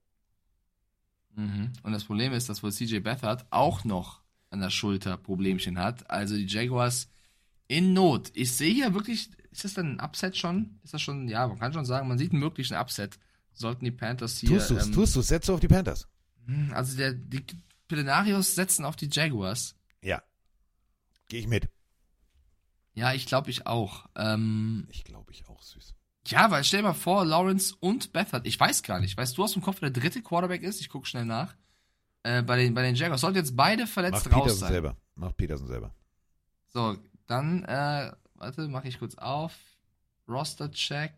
Mhm. Und das Problem ist, dass wohl C J Beathard auch noch an der Schulter Problemchen hat. Also die Jaguars in Not. Ich sehe hier wirklich, ist das dann ein Upset schon? Ist das schon, ja, man kann schon sagen, man sieht einen möglichen Upset. Sollten die Panthers hier... Tust du's, ähm, tust du's, setzt du auf die Panthers. Also der, die Plenarios setzen auf die Jaguars. Ja. Gehe ich mit. Ja, ich glaube ich auch. Ähm, ich glaube ich auch, süß. Ja, weil stell dir mal vor, Lawrence und Beathard, ich weiß gar nicht, weißt du aus dem Kopf, wer der dritte Quarterback ist? Ich gucke schnell nach. Äh, bei den, bei den Jaguars sollten jetzt beide verletzt Macht raus Peterson sein. selber. Macht Peterson selber. So, dann, äh, warte, mache ich kurz auf. Roster-Check.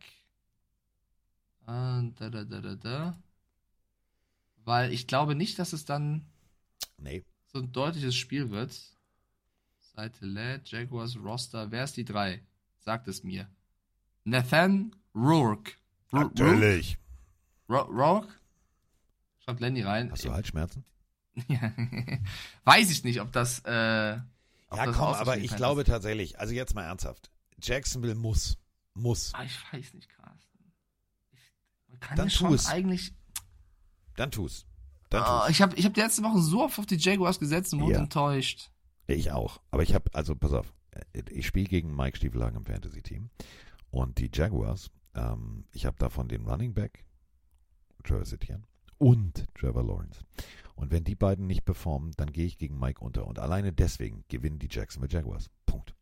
Äh, da, da, da, da, da. Weil ich glaube nicht, dass es dann nee. so ein deutliches Spiel wird. Seite lädt, Jaguars, Roster. Wer ist die drei? Sagt es mir. Nathan Rourke. R- Natürlich. Rourke? Rourke? Schreibt Lenny rein. Hast du Halsschmerzen? Ja. Weiß ich nicht, ob das. Äh, ob ja, das komm, aber ich ist. glaube tatsächlich, also jetzt mal ernsthaft. Jacksonville muss. Muss. Ah, ich weiß nicht, Carsten. Ich, man kann Dann ja schon tu's. eigentlich. Dann tu's. Dann Oh, tu's. ich habe ich hab die letzte Woche so oft auf die Jaguars gesetzt und wurde Ja. enttäuscht. Ich auch. Aber ich habe, also pass auf, ich spiele gegen Mike Stiefelhagen im Fantasy-Team. Und die Jaguars, ähm, ich habe davon den Running Back, Travis Etienne, und Trevor Lawrence. Und wenn die beiden nicht performen, dann gehe ich gegen Mike unter. Und alleine deswegen gewinnen die Jacksonville Jaguars. Punkt.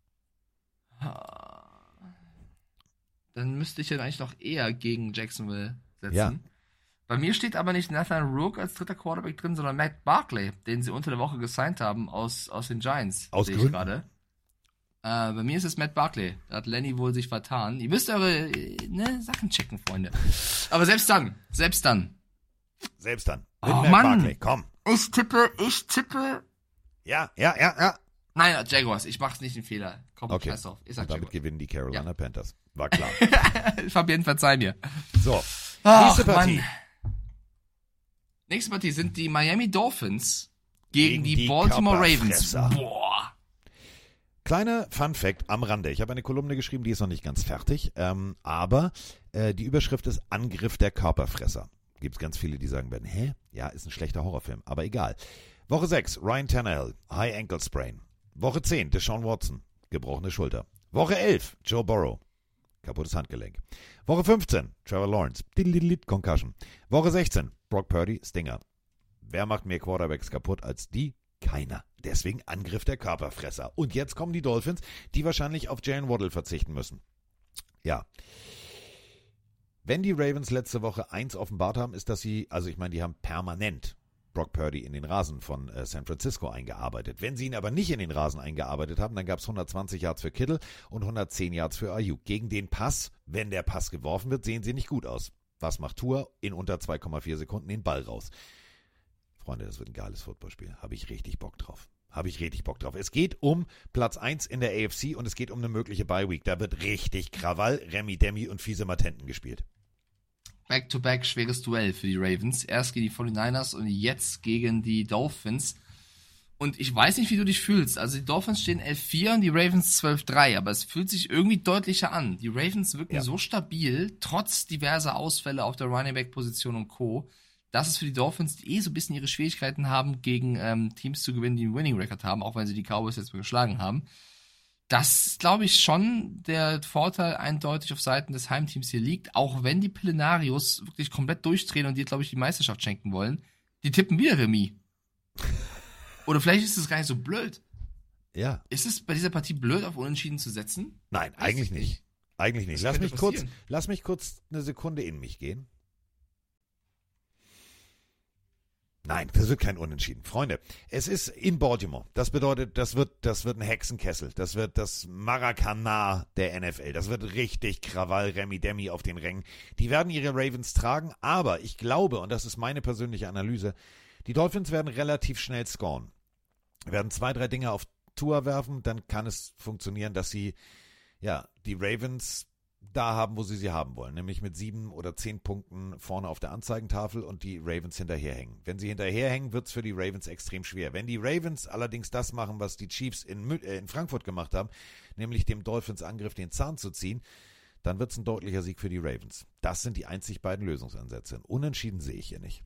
Dann müsste ich ja eigentlich noch eher gegen Jacksonville setzen. Ja. Bei mir steht aber nicht Nathan Rourke als dritter Quarterback drin, sondern Matt Barkley, den sie unter der Woche gesigned haben aus, aus den Giants. Aus sehe ich Gründen? gerade. Äh, bei mir ist es Matt Barkley. Da hat Lenny wohl sich vertan. Ihr müsst eure äh, ne, Sachen checken, Freunde. Aber selbst dann, selbst dann. Selbst dann. Oh, Mit Matt Mann. Barkley, komm. Ich tippe, ich tippe. Ja, ja, ja, ja. Nein, Jaguars, ich mach's nicht den Fehler. Komm, Okay. scheiß drauf. Ich Und sag damit Jaguars. gewinnen die Carolina Panthers. War klar. Fabian, verzeih mir. So. Ach, Nächste Partie. Mann. Nächste Partie sind die Miami Dolphins gegen, Gegen die, die Baltimore Ravens. Körperfresser. Boah. Kleiner Fun-Fact am Rande. Ich habe eine Kolumne geschrieben, die ist noch nicht ganz fertig. Ähm, aber äh, die Überschrift ist Angriff der Körperfresser. Gibt es ganz viele, die sagen werden, hä? Ja, ist ein schlechter Horrorfilm. Aber egal. Woche sechs, Ryan Tannehill, High Ankle Sprain. Woche zehn, Deshaun Watson, gebrochene Schulter. Woche elf, Joe Burrow, kaputtes Handgelenk. Woche fünfzehn, Trevor Lawrence, Diddle-diddle-diddle, Concussion. Woche sechzehn, Brock Purdy, Stinger. Wer macht mehr Quarterbacks kaputt als die? Keiner. Deswegen Angriff der Körperfresser. Und jetzt kommen die Dolphins, die wahrscheinlich auf Jalen Waddle verzichten müssen. Ja. Wenn die Ravens letzte Woche eins offenbart haben, ist, dass sie, also ich meine, die haben permanent Brock Purdy in den Rasen von äh, San Francisco eingearbeitet. Wenn sie ihn aber nicht in den Rasen eingearbeitet haben, dann gab es hundertzwanzig Yards für Kittle und hundertzehn Yards für Ayuk. Gegen den Pass, wenn der Pass geworfen wird, sehen sie nicht gut aus. Was macht Tua? In unter zwei Komma vier Sekunden den Ball raus. Freunde, das wird ein geiles Footballspiel. Habe ich richtig Bock drauf. Habe ich richtig Bock drauf. Es geht um Platz eins in der A F C und es geht um eine mögliche Bye-Week. Da wird richtig Krawall, Remi Demi und fiese Matenten gespielt. Back-to-back schweres Duell für die Ravens. Erst gegen die forty-niners und jetzt gegen die Dolphins. Und ich weiß nicht, wie du dich fühlst. Also die Dolphins stehen elf vier und die Ravens zwölf drei, aber es fühlt sich irgendwie deutlicher an. Die Ravens wirken Ja. so stabil, trotz diverser Ausfälle auf der Running-Back-Position und Co., dass es für die Dolphins, die eh so ein bisschen ihre Schwierigkeiten haben, gegen ähm, Teams zu gewinnen, die einen Winning-Record haben, auch wenn sie die Cowboys jetzt mal geschlagen haben. Das ist, glaube ich, schon der Vorteil eindeutig auf Seiten des Heimteams hier liegt, auch wenn die Pillenarios wirklich komplett durchdrehen und dir, glaube ich, die Meisterschaft schenken wollen. Die tippen wieder Remis. Oder vielleicht ist es gar nicht so blöd. Ja. Ist es bei dieser Partie blöd, auf Unentschieden zu setzen? Nein, Weiß eigentlich ich nicht. Eigentlich nicht. Das Lass könnte mich, kurz, passieren. lass mich kurz eine Sekunde in mich gehen. Nein, das wird kein Unentschieden. Freunde, es ist in Baltimore. Das bedeutet, das wird, das wird ein Hexenkessel. Das wird das Maracana der N F L. Das wird richtig Krawall, Remi Demi auf den Rängen. Die werden ihre Ravens tragen, aber ich glaube, und das ist meine persönliche Analyse, die Dolphins werden relativ schnell scoren. Werden zwei, drei Dinge auf Tour werfen, dann kann es funktionieren, dass sie, ja, die Ravens da haben, wo sie sie haben wollen, nämlich mit sieben oder zehn Punkten vorne auf der Anzeigentafel und die Ravens hinterherhängen. Wenn sie hinterherhängen, wird es für die Ravens extrem schwer. Wenn die Ravens allerdings das machen, was die Chiefs in, äh, in Frankfurt gemacht haben, nämlich dem Dolphins-Angriff den Zahn zu ziehen, dann wird es ein deutlicher Sieg für die Ravens. Das sind die einzig beiden Lösungsansätze. Unentschieden sehe ich hier nicht.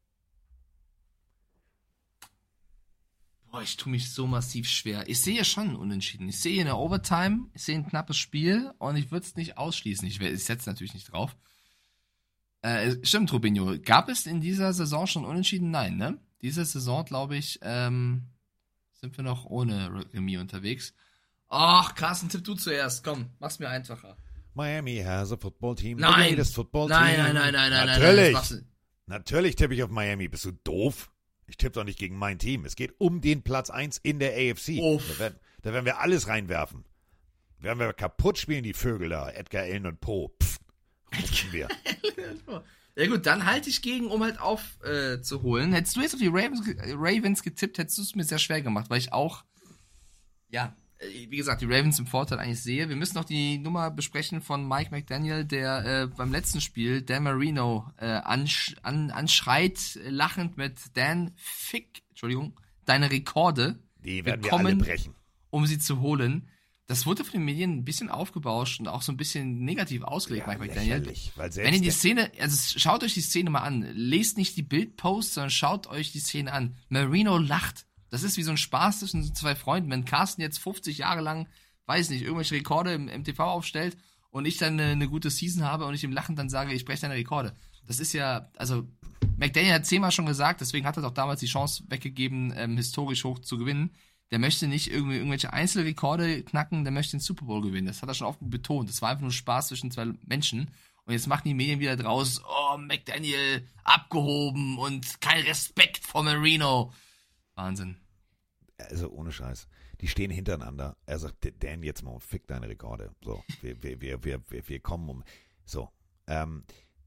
Boah, ich tue mich so massiv schwer. Ich sehe schon Unentschieden. Ich sehe eine Overtime, ich sehe ein knappes Spiel und ich würde es nicht ausschließen. Ich, ich setze natürlich nicht drauf. Äh, stimmt, Rubinho. Gab es in dieser Saison schon Unentschieden? Nein, ne? Diese Saison, glaube ich, ähm, sind wir noch ohne Remis unterwegs. Ach, Carsten, tipp du zuerst. Komm, mach's mir einfacher. Miami has a football team. Nein. Das Football Nein, team. nein, nein, nein, nein, nein, Natürlich. nein, das machst du. Natürlich tippe ich auf Miami. Bist du doof? Ich tippe doch nicht gegen mein Team. Es geht um den Platz eins in der A F C. Da werden, da werden wir alles reinwerfen. Werden wir kaputt spielen, die Vögel da. Edgar Allen und Po. Pff, rupfen wir. Ja gut, dann halte ich gegen, um halt aufzuholen. Äh, zu holen. Hättest du jetzt auf die Ravens, Ravens getippt, hättest du es mir sehr schwer gemacht, weil ich auch, ja, äh, wie gesagt, die Ravens im Vorteil eigentlich sehe. Wir müssen noch die Nummer besprechen von Mike McDaniel, der äh, beim letzten Spiel Dan Marino äh, ansch- an- anschreit, äh, lachend mit Dan, fick, Entschuldigung, deine Rekorde. Die werden wir wir alle kommen, brechen. Um sie zu holen. Das wurde von den Medien ein bisschen aufgebauscht und auch so ein bisschen negativ ausgelegt, Ja, Mike McDaniel. lächerlich, weil selbst Wenn ihr die der- Szene, also schaut euch die Szene mal an. Lest nicht die Bildposts, sondern schaut euch die Szene an. Marino lacht. Das ist wie so ein Spaß zwischen so zwei Freunden. Wenn Carsten jetzt fünfzig Jahre lang, weiß nicht, irgendwelche Rekorde im, im T V aufstellt und ich dann eine, eine gute Season habe und ich ihm lachend dann sage, ich breche deine Rekorde. Das ist ja, also McDaniel hat zehnmal schon gesagt, deswegen hat er doch damals die Chance weggegeben, ähm, historisch hoch zu gewinnen. Der möchte nicht irgendwie irgendwelche Einzelrekorde knacken, der möchte den Super Bowl gewinnen. Das hat er schon oft betont. Das war einfach nur Spaß zwischen zwei Menschen. Und jetzt machen die Medien wieder draus, oh, McDaniel abgehoben und kein Respekt vor Marino. Wahnsinn. Also ohne Scheiß. Die stehen hintereinander. Er sagt, Dan, jetzt mal fick deine Rekorde. So, wir, wir, wir, wir, wir, wir kommen um. So. Ähm,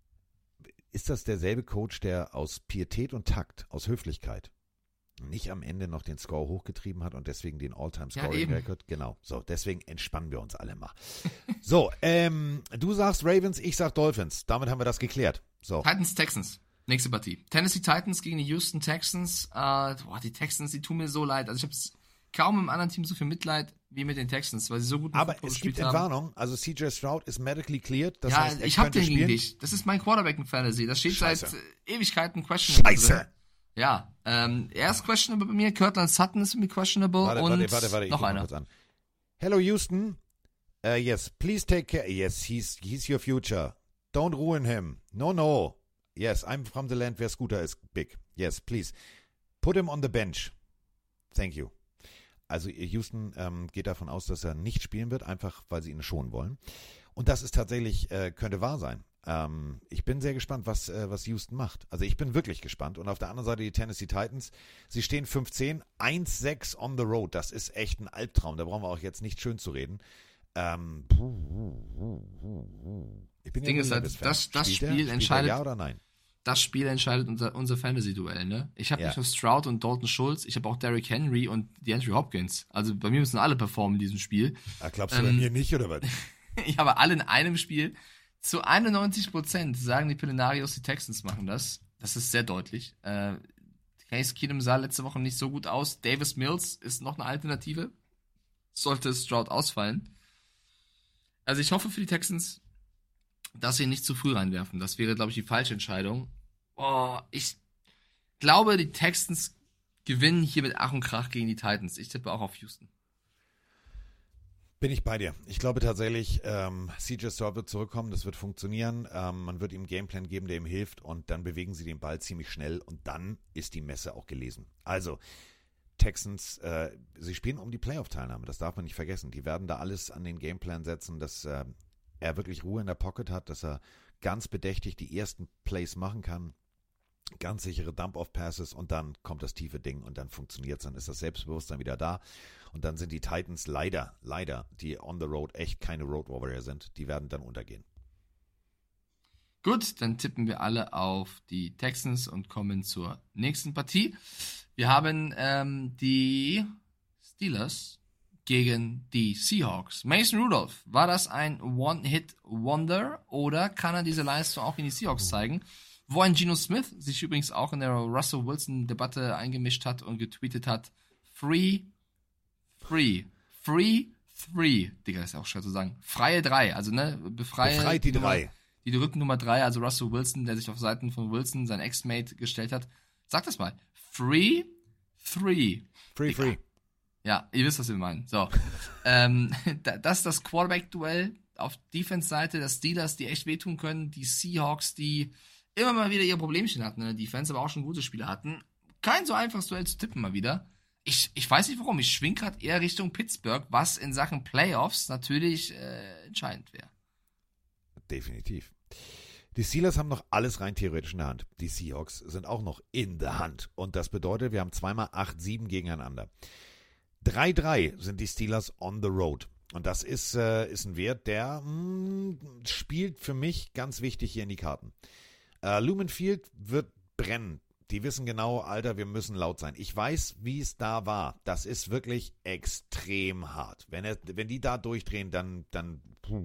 ist das derselbe Coach, der aus Pietät und Takt, aus Höflichkeit, nicht am Ende noch den Score hochgetrieben hat und deswegen den All-Time-Scoring-Record? Ja, genau. So, deswegen entspannen wir uns alle mal. So, ähm, du sagst Ravens, ich sag Dolphins. Damit haben wir das geklärt. So. Titans, Texans. Nächste Partie. Tennessee Titans gegen die Houston Texans. Äh, boah, die Texans, die tun mir so leid. Also ich habe kaum im anderen Team so viel Mitleid wie mit den Texans, weil sie so gut Aber es gibt Entwarnung. haben. Also C J Stroud ist medically cleared. Das ja, heißt, er ich habe könnte den spielen. gegen dich. Das ist mein Quarterback in Fantasy. Das steht Scheiße. seit äh, Ewigkeiten questionable. Scheiße. Drin. Ja, ähm, er ist questionable bei mir. Kirtland Sutton ist bei mir questionable. Warte, und warte, warte, warte. Ich noch guck mal einer. kurz an. Hello Houston. Uh, yes, please take care. Yes, he's he's your future. Don't ruin him. No, no. Yes, I'm from the land where Scooter is big. Yes, please. Put him on the bench. Thank you. Also Houston ähm, geht davon aus, dass er nicht spielen wird, einfach weil sie ihn schonen wollen. Und das ist tatsächlich, äh, könnte wahr sein. Ähm, ich bin sehr gespannt, was, äh, was Houston macht. Also ich bin wirklich gespannt. Und auf der anderen Seite die Tennessee Titans. Sie stehen fünf zehn, eins sechs on the road. Das ist echt ein Albtraum. Da brauchen wir auch jetzt nicht schön zu reden. Ähm, ich bin Das Ding ja ist halt, das, das Spiel der? entscheidet. Ja oder nein? Das Spiel entscheidet unser, unser Fantasy-Duell, ne? Ich habe Ja. nicht nur Stroud und Dalton Schultz, ich habe auch Derrick Henry und DeAndre Hopkins. Also bei mir müssen alle performen in diesem Spiel. Ah, glaubst du Ähm, bei mir nicht, oder was? Ich habe alle in einem Spiel. Zu einundneunzig Prozent sagen die Pillenarios, die Texans machen das. Das ist sehr deutlich. Äh, Case Keenum sah letzte Woche nicht so gut aus. Davis Mills ist noch eine Alternative. Sollte Stroud ausfallen. Also ich hoffe für die Texans, dass sie nicht zu früh reinwerfen. Das wäre, glaube ich, die falsche Entscheidung. Oh, ich glaube, die Texans gewinnen hier mit Ach und Krach gegen die Titans. Ich tippe auch auf Houston. Bin ich bei dir. Ich glaube tatsächlich, ähm, C J Stroud wird zurückkommen, das wird funktionieren. Ähm, man wird ihm einen Gameplan geben, der ihm hilft und dann bewegen sie den Ball ziemlich schnell und dann ist die Messe auch gelesen. Also, Texans, äh, sie spielen um die Playoff-Teilnahme, das darf man nicht vergessen. Die werden da alles an den Gameplan setzen, dass äh, er wirklich Ruhe in der Pocket hat, dass er ganz bedächtig die ersten Plays machen kann, ganz sichere Dump-Off-Passes und dann kommt das tiefe Ding und dann funktioniert es, dann ist das Selbstbewusstsein wieder da und dann sind die Titans leider, leider, die on the road echt keine Road Warrior sind, die werden dann untergehen. Gut, dann tippen wir alle auf die Texans und kommen zur nächsten Partie. Wir haben ähm, die Steelers gegen die Seahawks. Mason Rudolph, war das ein One-Hit-Wonder oder kann er diese Leistung auch in die Seahawks zeigen? Wo ein Geno Smith sich übrigens auch in der Russell Wilson-Debatte eingemischt hat und getweetet hat, free, free, free, three. Digga, ist ja auch schwer zu sagen. Freie drei, also ne, befreie Befreit die Nummer, drei. Die Rückennummer drei, also Russell Wilson, der sich auf Seiten von Wilson, sein Ex-Mate, gestellt hat. Sag das mal. Free, three. Free, free. Ja, ihr wisst, was wir meinen. So. ähm, das ist das Quarterback-Duell auf Defense-Seite der Steelers, die echt wehtun können. Die Seahawks, die immer mal wieder ihre Problemchen hatten in der Defense, aber auch schon gute Spieler hatten. Kein so einfaches Duell zu tippen mal wieder. Ich, ich weiß nicht warum, ich schwing gerade eher Richtung Pittsburgh, was in Sachen Playoffs natürlich äh, entscheidend wäre. Definitiv. Die Steelers haben noch alles rein theoretisch in der Hand. Die Seahawks sind auch noch in der Hand. Und das bedeutet, wir haben zweimal acht sieben gegeneinander. drei drei sind die Steelers on the road. Und das ist, äh, ist ein Wert, der mh, spielt für mich ganz wichtig hier in die Karten. Äh, Lumen Field wird brennen. Die wissen genau, Alter, wir müssen laut sein. Ich weiß, wie es da war. Das ist wirklich extrem hart. Wenn, er, wenn die da durchdrehen, dann, dann,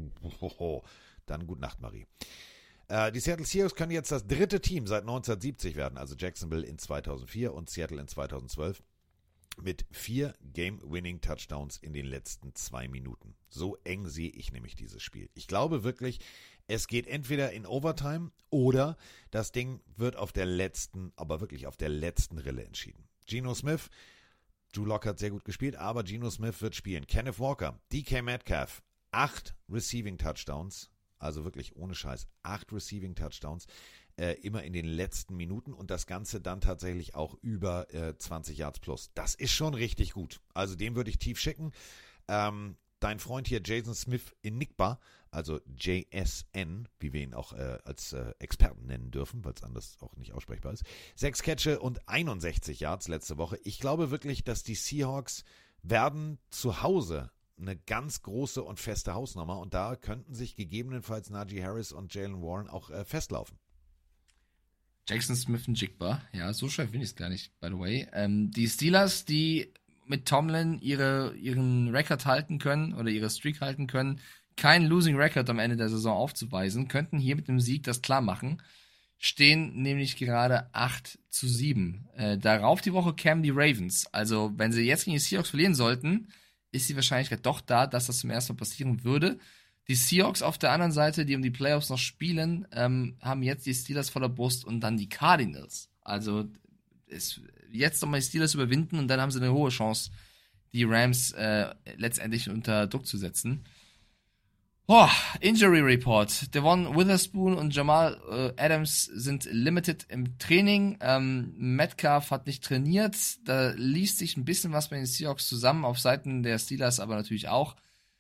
dann gute Nacht, Marie. Äh, die Seattle Seahawks können jetzt das dritte Team seit neunzehnhundertsiebzig werden, also Jacksonville in zweitausendvier und Seattle in zweitausendzwölf. Mit vier Game-Winning-Touchdowns in den letzten zwei Minuten. So eng sehe ich nämlich dieses Spiel. Ich glaube wirklich, es geht entweder in Overtime oder das Ding wird auf der letzten, aber wirklich auf der letzten Rille entschieden. Geno Smith, Drew Lock hat sehr gut gespielt, aber Geno Smith wird spielen. Kenneth Walker, D K Metcalf, acht Receiving-Touchdowns, also wirklich ohne Scheiß, acht Receiving-Touchdowns. Äh, immer in den letzten Minuten und das Ganze dann tatsächlich auch über äh, zwanzig Yards plus. Das ist schon richtig gut. Also den würde ich tief schicken. Ähm, dein Freund hier, Jason Smith Enigba, also J S N, wie wir ihn auch äh, als äh, Experten nennen dürfen, weil es anders auch nicht aussprechbar ist. Sechs Catche und einundsechzig Yards letzte Woche. Ich glaube wirklich, dass die Seahawks werden zu Hause eine ganz große und feste Hausnummer und da könnten sich gegebenenfalls Najee Harris und Jalen Warren auch äh, festlaufen. Jackson Smith und Jigba, ja, so schwer finde ich es gar nicht, by the way. Ähm, die Steelers, die mit Tomlin ihre, ihren Rekord halten können oder ihre Streak halten können, keinen Losing Record am Ende der Saison aufzuweisen, könnten hier mit dem Sieg das klar machen, stehen nämlich gerade acht zu sieben. Äh, darauf die Woche kämen die Ravens. Also, wenn sie jetzt gegen die Seahawks verlieren sollten, ist die Wahrscheinlichkeit doch da, dass das zum ersten Mal passieren würde. Die Seahawks auf der anderen Seite, die um die Playoffs noch spielen, ähm, haben jetzt die Steelers vor der Brust und dann die Cardinals. Also ist jetzt nochmal die Steelers überwinden und dann haben sie eine hohe Chance, die Rams äh, letztendlich unter Druck zu setzen. Oh, Injury Report. Devon Witherspoon und Jamal äh, Adams sind limited im Training. Ähm, Metcalf hat nicht trainiert. Da liest sich ein bisschen was bei den Seahawks zusammen, auf Seiten der Steelers aber natürlich auch.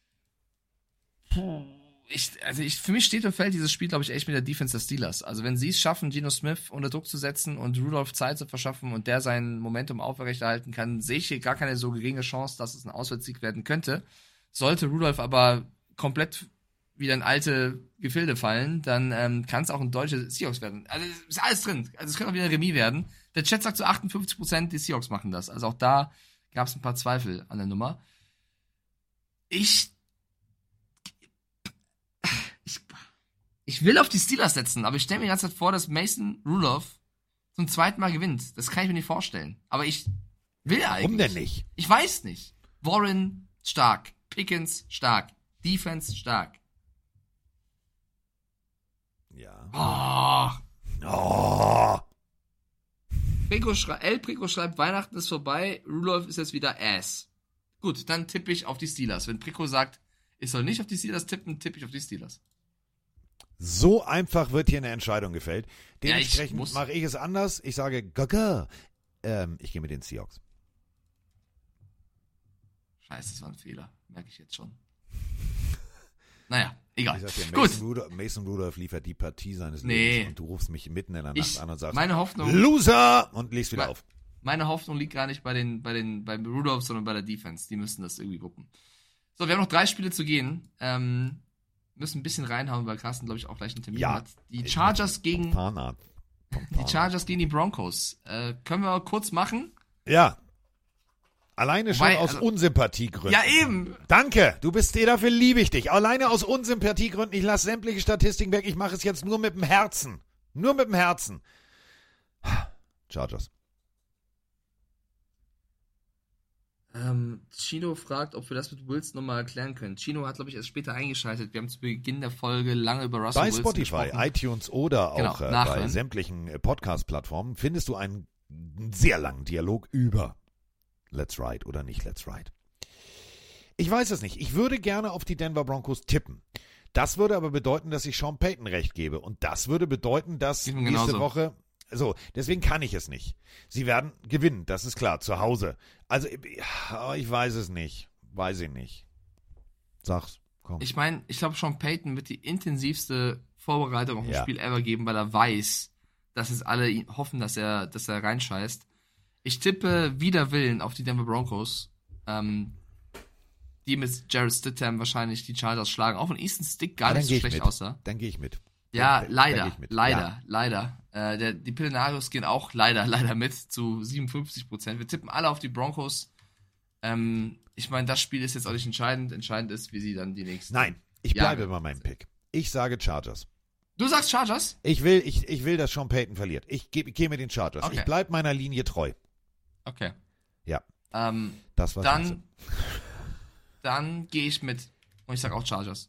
Ich, also ich, für mich steht und fällt dieses Spiel, glaube ich, echt mit der Defense der Steelers. Also wenn sie es schaffen, Geno Smith unter Druck zu setzen und Rudolph Zeit zu verschaffen und der sein Momentum aufrechterhalten kann, sehe ich hier gar keine so geringe Chance, dass es ein Auswärtssieg werden könnte. Sollte Rudolph aber komplett wieder in alte Gefilde fallen, dann ähm, kann es auch ein deutscher Seahawks werden. Also ist alles drin. Also es könnte auch wieder ein Remis werden. Der Chat sagt zu so achtundfünfzig Prozent, die Seahawks machen das. Also auch da gab es ein paar Zweifel an der Nummer. Ich Ich, ich will auf die Steelers setzen, aber ich stelle mir die ganze Zeit vor, dass Mason Rudolph zum zweiten Mal gewinnt. Das kann ich mir nicht vorstellen. Aber ich will eigentlich. Warum denn nicht? Ich weiß nicht. Warren stark. Pickens stark. Defense stark. Ja. Oh. Oh. Prico schrei- El Prico schreibt, Weihnachten ist vorbei, Rudolph ist jetzt wieder Ass. Gut, dann tippe ich auf die Steelers. Wenn Prico sagt, ich soll nicht auf die Steelers tippen, tippe ich auf die Steelers. So einfach wird hier eine Entscheidung gefällt. Dementsprechend Ja, ich mache ich es anders. Ich sage Gaga. Ähm, ich gehe mit den Seahawks. Scheiße, das war ein Fehler. Merke ich jetzt schon. Naja, egal. Ich sag dir, Gut. Mason Rudolph, Mason Rudolph liefert die Partie seines Nee. Lebens und du rufst mich mitten in der Nacht Ich- an und sagst, meine Hoffnung- Loser! Und legst wieder Me- auf. Meine Hoffnung liegt gar nicht bei den, bei den, beim Rudolph, sondern bei der Defense. Die müssen das irgendwie wuppen. So, wir haben noch drei Spiele zu gehen. Ähm, müssen ein bisschen reinhauen, weil Carsten, glaube ich, auch gleich einen Termin Ja. hat. Die Chargers gegen, Zahnarzt. die Chargers gegen die Broncos. Äh, können wir kurz machen? Ja. Alleine schon Wobei, aus also- Unsympathiegründen. Ja, eben. Danke, du bist eh, dafür liebe ich dich. Alleine aus Unsympathiegründen, ich lasse sämtliche Statistiken weg, ich mache es jetzt nur mit dem Herzen. Nur mit dem Herzen. Chargers. Ähm, Chino fragt, ob wir das mit Wilson nochmal erklären können. Chino hat, glaube ich, erst später eingeschaltet. Wir haben zu Beginn der Folge lange über Russell Bei Wilson Spotify, gesprochen. iTunes oder auch Genau, äh, bei nachhören. sämtlichen äh, Podcast-Plattformen findest du einen sehr langen Dialog über Let's Ride oder nicht Let's Ride. Ich weiß es nicht. Ich würde gerne auf die Denver Broncos tippen. Das würde aber bedeuten, dass ich Sean Payton recht gebe. Und das würde bedeuten, dass Geht mir nächste genauso. Woche... So, deswegen kann ich es nicht. Sie werden gewinnen, das ist klar, zu Hause. Also, ja, ich weiß es nicht. Weiß ich nicht. Sag's, komm. Ich meine, ich glaube, Sean Payton wird die intensivste Vorbereitung auf ein Ja. Spiel ever geben, weil er weiß, dass es alle ihn hoffen, dass er, dass er reinscheißt. Ich tippe wider Willen auf die Denver Broncos, ähm, die mit Jarrett Stidham wahrscheinlich die Chargers schlagen. Auch wenn Easton Stick gar Ja, dann nicht so geh ich schlecht mit. aussah. Dann gehe ich mit. Ja, Da- da leider, geh ich mit. leider, Ja. leider. Äh, der, die Pillenarios gehen auch leider, leider mit zu siebenundfünfzig Prozent. Wir tippen alle auf die Broncos. Ähm, ich meine, das Spiel ist jetzt auch nicht entscheidend. Entscheidend ist, wie sie dann die nächsten. Nein, ich Jahre bleibe bei meinem Pick. Ich sage Chargers. Du sagst Chargers? Ich will, ich, ich will, dass Sean Payton verliert. Ich gehe geh mit den Chargers. Okay. Ich bleibe meiner Linie treu. Okay. Ja. Ähm, Das war dann, scheiße. dann gehe ich mit, und ich sag auch Chargers.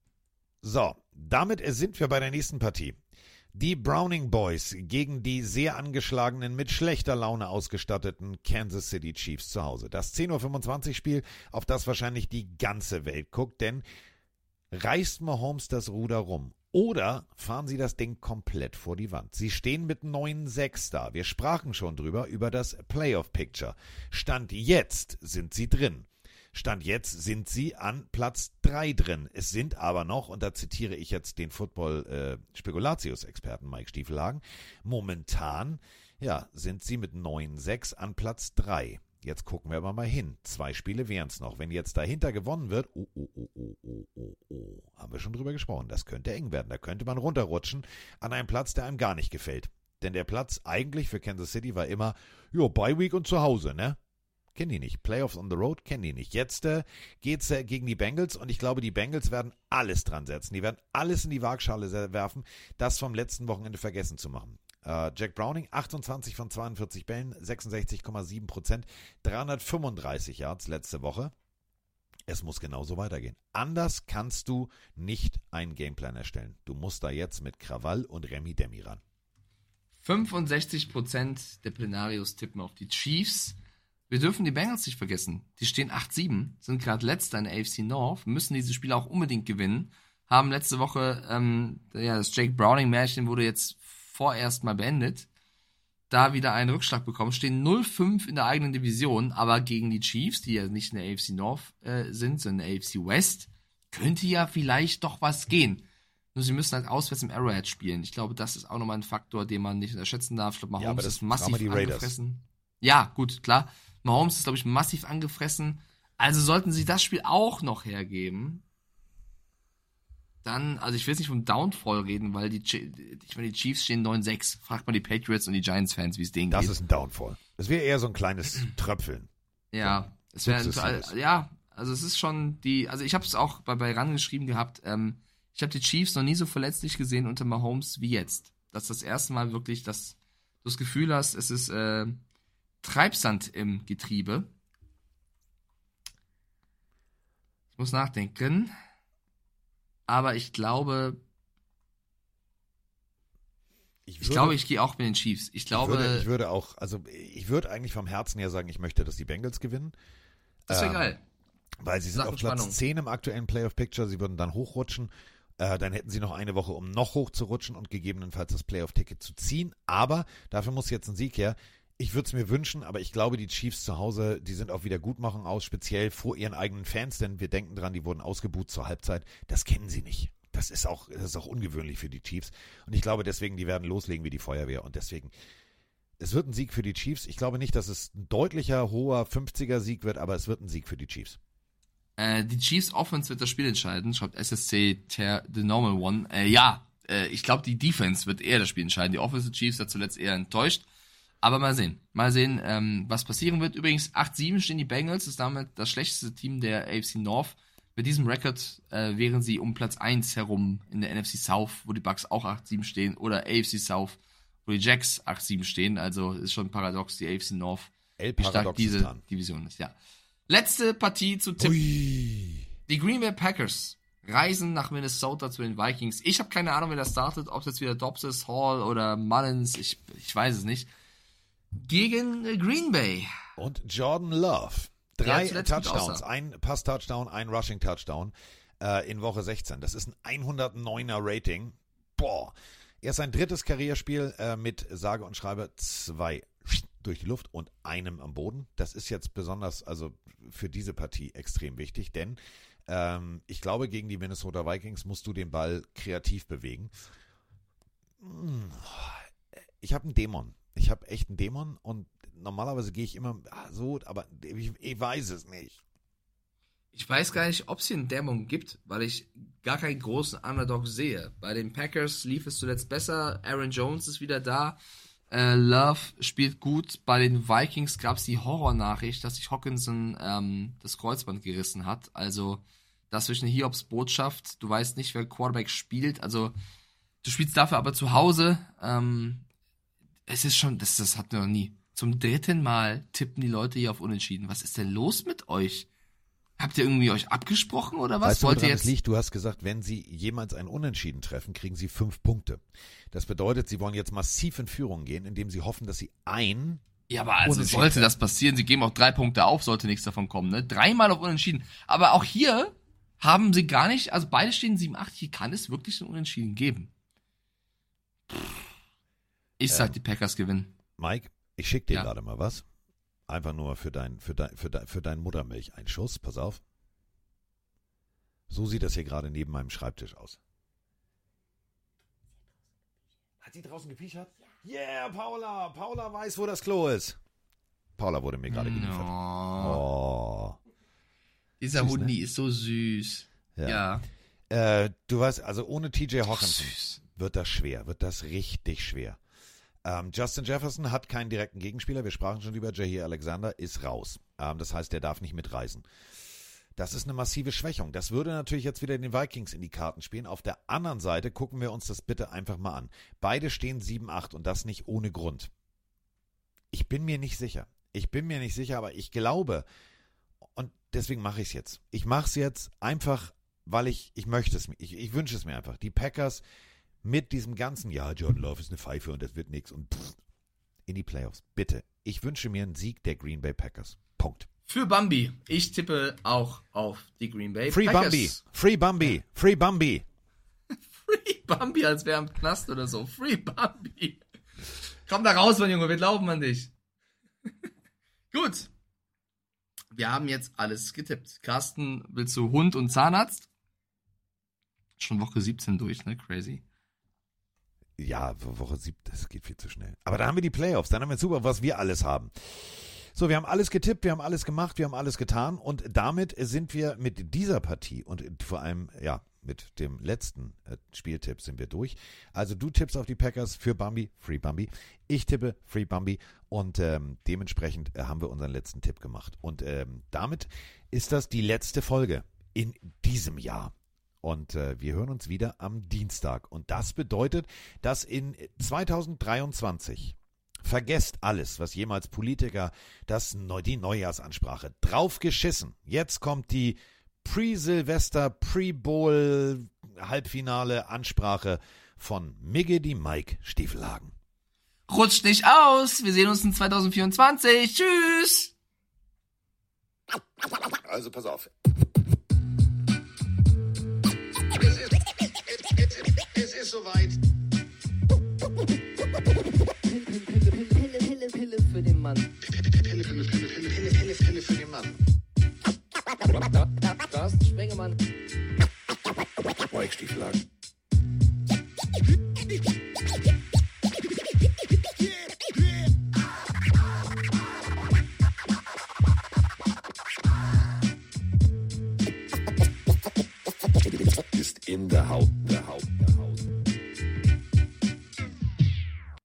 So, damit sind wir bei der nächsten Partie. Die Browning Boys gegen die sehr angeschlagenen, mit schlechter Laune ausgestatteten Kansas City Chiefs zu Hause. Das zehn Uhr fünfundzwanzig Spiel, auf das wahrscheinlich die ganze Welt guckt, denn reißt Mahomes das Ruder rum oder fahren sie das Ding komplett vor die Wand? Sie stehen mit neun sechs da. Wir sprachen schon drüber, über das Playoff-Picture. Stand jetzt sind sie drin. Stand jetzt sind sie an Platz drei drin. Es sind aber noch, und da zitiere ich jetzt den Football-Spekulatius-Experten Mike Stiefelhagen, momentan ja, sind sie mit neun sechs an Platz drei. Jetzt gucken wir aber mal hin. Zwei Spiele wären es noch. Wenn jetzt dahinter gewonnen wird, oh, oh, oh, oh, oh, oh, oh, haben wir schon drüber gesprochen, das könnte eng werden. Da könnte man runterrutschen an einen Platz, der einem gar nicht gefällt. Denn der Platz eigentlich für Kansas City war immer, jo, Bye Week und zu Hause, ne? Kennen die nicht. Playoffs on the road kennen die nicht. Jetzt äh, geht's äh, gegen die Bengals und ich glaube, die Bengals werden alles dran setzen. Die werden alles in die Waagschale werfen, das vom letzten Wochenende vergessen zu machen. Äh, Jack Browning, achtundzwanzig von zweiundvierzig Bällen, sechsundsechzig Komma sieben Prozent, dreihundertfünfunddreißig Yards letzte Woche. Es muss genauso weitergehen. Anders kannst du nicht einen Gameplan erstellen. Du musst da jetzt mit Krawall und Remi Demi ran. fünfundsechzig Prozent der Plenarios tippen auf die Chiefs. Wir dürfen die Bengals nicht vergessen. Die stehen acht sieben, sind gerade letzter in der A F C North, müssen diese Spiele auch unbedingt gewinnen. Haben letzte Woche, ähm, ja, das Jake Browning-Märchen wurde jetzt vorerst mal beendet. Da wieder einen Rückschlag bekommen, stehen null fünf in der eigenen Division, aber gegen die Chiefs, die ja nicht in der A F C North äh, sind, sondern in der A F C West, könnte ja vielleicht doch was gehen. Nur sie müssen halt auswärts im Arrowhead spielen. Ich glaube, das ist auch nochmal ein Faktor, den man nicht unterschätzen darf. Ich glaube, Mahomes Ja, aber das ist massiv die Raiders. angefressen. Ja, gut, klar. Mahomes ist, glaube ich, massiv angefressen. Also sollten sie das Spiel auch noch hergeben, dann, also ich will jetzt nicht vom Downfall reden, weil die, ich meine, die Chiefs stehen neun sechs. Fragt mal die Patriots und die Giants-Fans, wie es denen Das geht. ist ein Downfall. Das wäre eher so ein kleines Tröpfeln. Ja, So, es wäre sukzessives. ja, also es ist schon die, also ich habe es auch bei, bei RAN geschrieben gehabt, ähm, ich habe die Chiefs noch nie so verletzlich gesehen unter Mahomes wie jetzt. Das ist das erste Mal wirklich, dass du das Gefühl hast, es ist äh, Treibsand im Getriebe. Ich muss nachdenken. Aber ich glaube, Ich, ich glaube, ich gehe auch mit den Chiefs. Ich glaube, ich würde, ich würde auch, also ich würde eigentlich vom Herzen her sagen, ich möchte, dass die Bengals gewinnen. das wäre Ähm, geil. Weil sie sind Sachen auf Platz Spannung. zehn im aktuellen Playoff-Picture, sie würden dann hochrutschen. Äh, dann hätten sie noch eine Woche, um noch hochzurutschen und gegebenenfalls das Playoff-Ticket zu ziehen. Aber dafür muss jetzt ein Sieg her. Ich würde es mir wünschen, aber ich glaube, die Chiefs zu Hause, die sind auf Wiedergutmachung aus, speziell vor ihren eigenen Fans, denn wir denken dran, die wurden ausgebuht zur Halbzeit. Das kennen sie nicht. Das ist auch, das ist auch ungewöhnlich für die Chiefs. Und ich glaube deswegen, die werden loslegen wie die Feuerwehr. Und deswegen, es wird ein Sieg für die Chiefs. Ich glaube nicht, dass es ein deutlicher, hoher fünfziger-Sieg wird, aber es wird ein Sieg für die Chiefs. Äh, die Chiefs Offense wird das Spiel entscheiden, schreibt S S C Ter, The Normal One. Äh, ja, äh, ich glaube, die Defense wird eher das Spiel entscheiden. Die Offensive Chiefs hat zuletzt eher enttäuscht. Aber mal sehen. Mal sehen, ähm, was passieren wird. Übrigens, acht sieben stehen die Bengals. Das ist damit das schlechteste Team der A F C North. Mit diesem Rekord äh, wären sie um Platz eins herum in der N F C South, wo die Bucks auch acht sieben stehen. Oder A F C South, wo die Jacks acht sieben stehen. Also ist schon paradox, die A F C North, El wie stark diese Paradoxistan. Division ist. Ja. Letzte Partie zu tippen. Ui. Die Green Bay Packers reisen nach Minnesota zu den Vikings. Ich habe keine Ahnung, wer das startet. Ob es jetzt wieder Dobbs ist, Hall oder Mullins. Ich, ich weiß es nicht. Gegen äh, Green Bay. Und Jordan Love. Der Drei zuletzt gut Touchdowns, aussah. ein Pass-Touchdown, ein Rushing-Touchdown äh, in Woche sechzehn. Das ist ein hundertneuner Rating. Boah. Er ist sein drittes Karrierespiel äh, mit sage und schreibe zwei durch die Luft und einem am Boden. Das ist jetzt besonders, also für diese Partie extrem wichtig, denn ähm, ich glaube, gegen die Minnesota Vikings musst du den Ball kreativ bewegen. Ich habe einen Dämon. Ich habe echt einen Dämon und normalerweise gehe ich immer ah, so, aber ich, ich weiß es nicht. Ich Ich weiß gar nicht, ob es hier einen Dämon gibt, weil ich gar keinen großen Underdog sehe. Bei den Packers lief es zuletzt besser. Aaron Jones ist wieder da. Äh, Love spielt gut. Bei den Vikings gab es die Horrornachricht, dass sich Hockenson ähm, das Kreuzband gerissen hat. Also das ist eine Hiobs-Botschaft. Du weißt nicht, wer Quarterback spielt. Also du spielst dafür aber zu Hause. Ähm, es ist schon, das, das hatten wir noch nie. Zum dritten Mal tippen die Leute hier auf Unentschieden. Was ist denn los mit euch? Habt ihr irgendwie euch abgesprochen oder was? Weißt du, Wollt ihr woran jetzt? es liegt? Du hast gesagt, wenn sie jemals ein Unentschieden treffen, kriegen sie fünf Punkte. Das bedeutet, sie wollen jetzt massiv in Führung gehen, indem sie hoffen, dass sie ein Ja, aber also Unentschieden sollte treffen. das passieren, sie geben auch drei Punkte auf, sollte nichts davon kommen, ne? Dreimal auf Unentschieden. Aber auch hier haben sie gar nicht, also beide stehen sieben acht, hier kann es wirklich ein Unentschieden geben. Ich sag, Ähm, die Packers gewinnen. Mike, ich schick dir Ja. gerade mal was. Einfach nur für dein, für dein, für dein, für deinen Muttermilch-Einschuss. Pass auf. So sieht das hier gerade neben meinem Schreibtisch aus. Hat sie draußen gepiechert? Yeah, Paula! Paula weiß, wo das Klo ist. Paula wurde mir gerade geliefert. Oh. Dieser Süß, Hundi ne? ist so süß. Ja. Ja. Äh, du weißt, also ohne T J Hockenson wird das schwer, wird das richtig schwer. Ähm, Justin Jefferson hat keinen direkten Gegenspieler. Wir sprachen schon über Jair Alexander, ist raus. Ähm, das heißt, der darf nicht mitreisen. Das ist eine massive Schwächung. Das würde natürlich jetzt wieder den Vikings in die Karten spielen. Auf der anderen Seite gucken wir uns das bitte einfach mal an. Beide stehen sieben acht und das nicht ohne Grund. Ich bin mir nicht sicher. Ich bin mir nicht sicher, aber ich glaube, und deswegen mache ich es jetzt. Ich mache es jetzt einfach, weil ich, ich möchte es mir, ich, ich wünsche es mir einfach. Die Packers mit diesem ganzen, ja, Jordan Love ist eine Pfeife und das wird nichts und pff, in die Playoffs. Bitte. Ich wünsche mir einen Sieg der Green Bay Packers. Punkt. Für Bambi. Ich tippe auch auf die Green Bay Free Packers. Bambi. Free Bambi. Free Bambi. Free Bambi, als wäre im Knast oder so. Free Bambi. Komm da raus, mein Junge, wir glauben an dich. Gut. Wir haben jetzt alles getippt. Carsten, willst du Hund und Zahnarzt? Schon Woche siebzehn durch, ne? Crazy. Ja, Woche sieben, das geht viel zu schnell. Aber dann haben wir die Playoffs, dann haben wir super, was wir alles haben. So, wir haben alles getippt, wir haben alles gemacht, wir haben alles getan und damit sind wir mit dieser Partie und vor allem, ja, mit dem letzten äh, Spieltipp sind wir durch. Also du tippst auf die Packers für Bambi, Free Bambi. Ich tippe Free Bambi und ähm, dementsprechend äh, haben wir unseren letzten Tipp gemacht. Und ähm, damit ist das die letzte Folge in diesem Jahr. Und äh, wir hören uns wieder am Dienstag. Und das bedeutet, dass in zwanzig dreiundzwanzig, vergesst alles, was jemals Politiker, das die Neujahrsansprache, drauf geschissen. Jetzt kommt die Pre-Silvester, Pre-Bowl, Halbfinale Ansprache von Migge die Mike Stiefelhagen. Rutscht nicht aus. Wir sehen uns in zwanzig vierundzwanzig. Tschüss. Also pass auf. Es ist, es, es, es ist soweit. Pille, Pille, Pille, Pille für den Mann. Pille, Pille, Pille, Pille, Pille, Pille, Pille für den Mann. Carsten Spengemann. Mike Stiefelhagen. Ist in der Haut, der Haut, der Haut.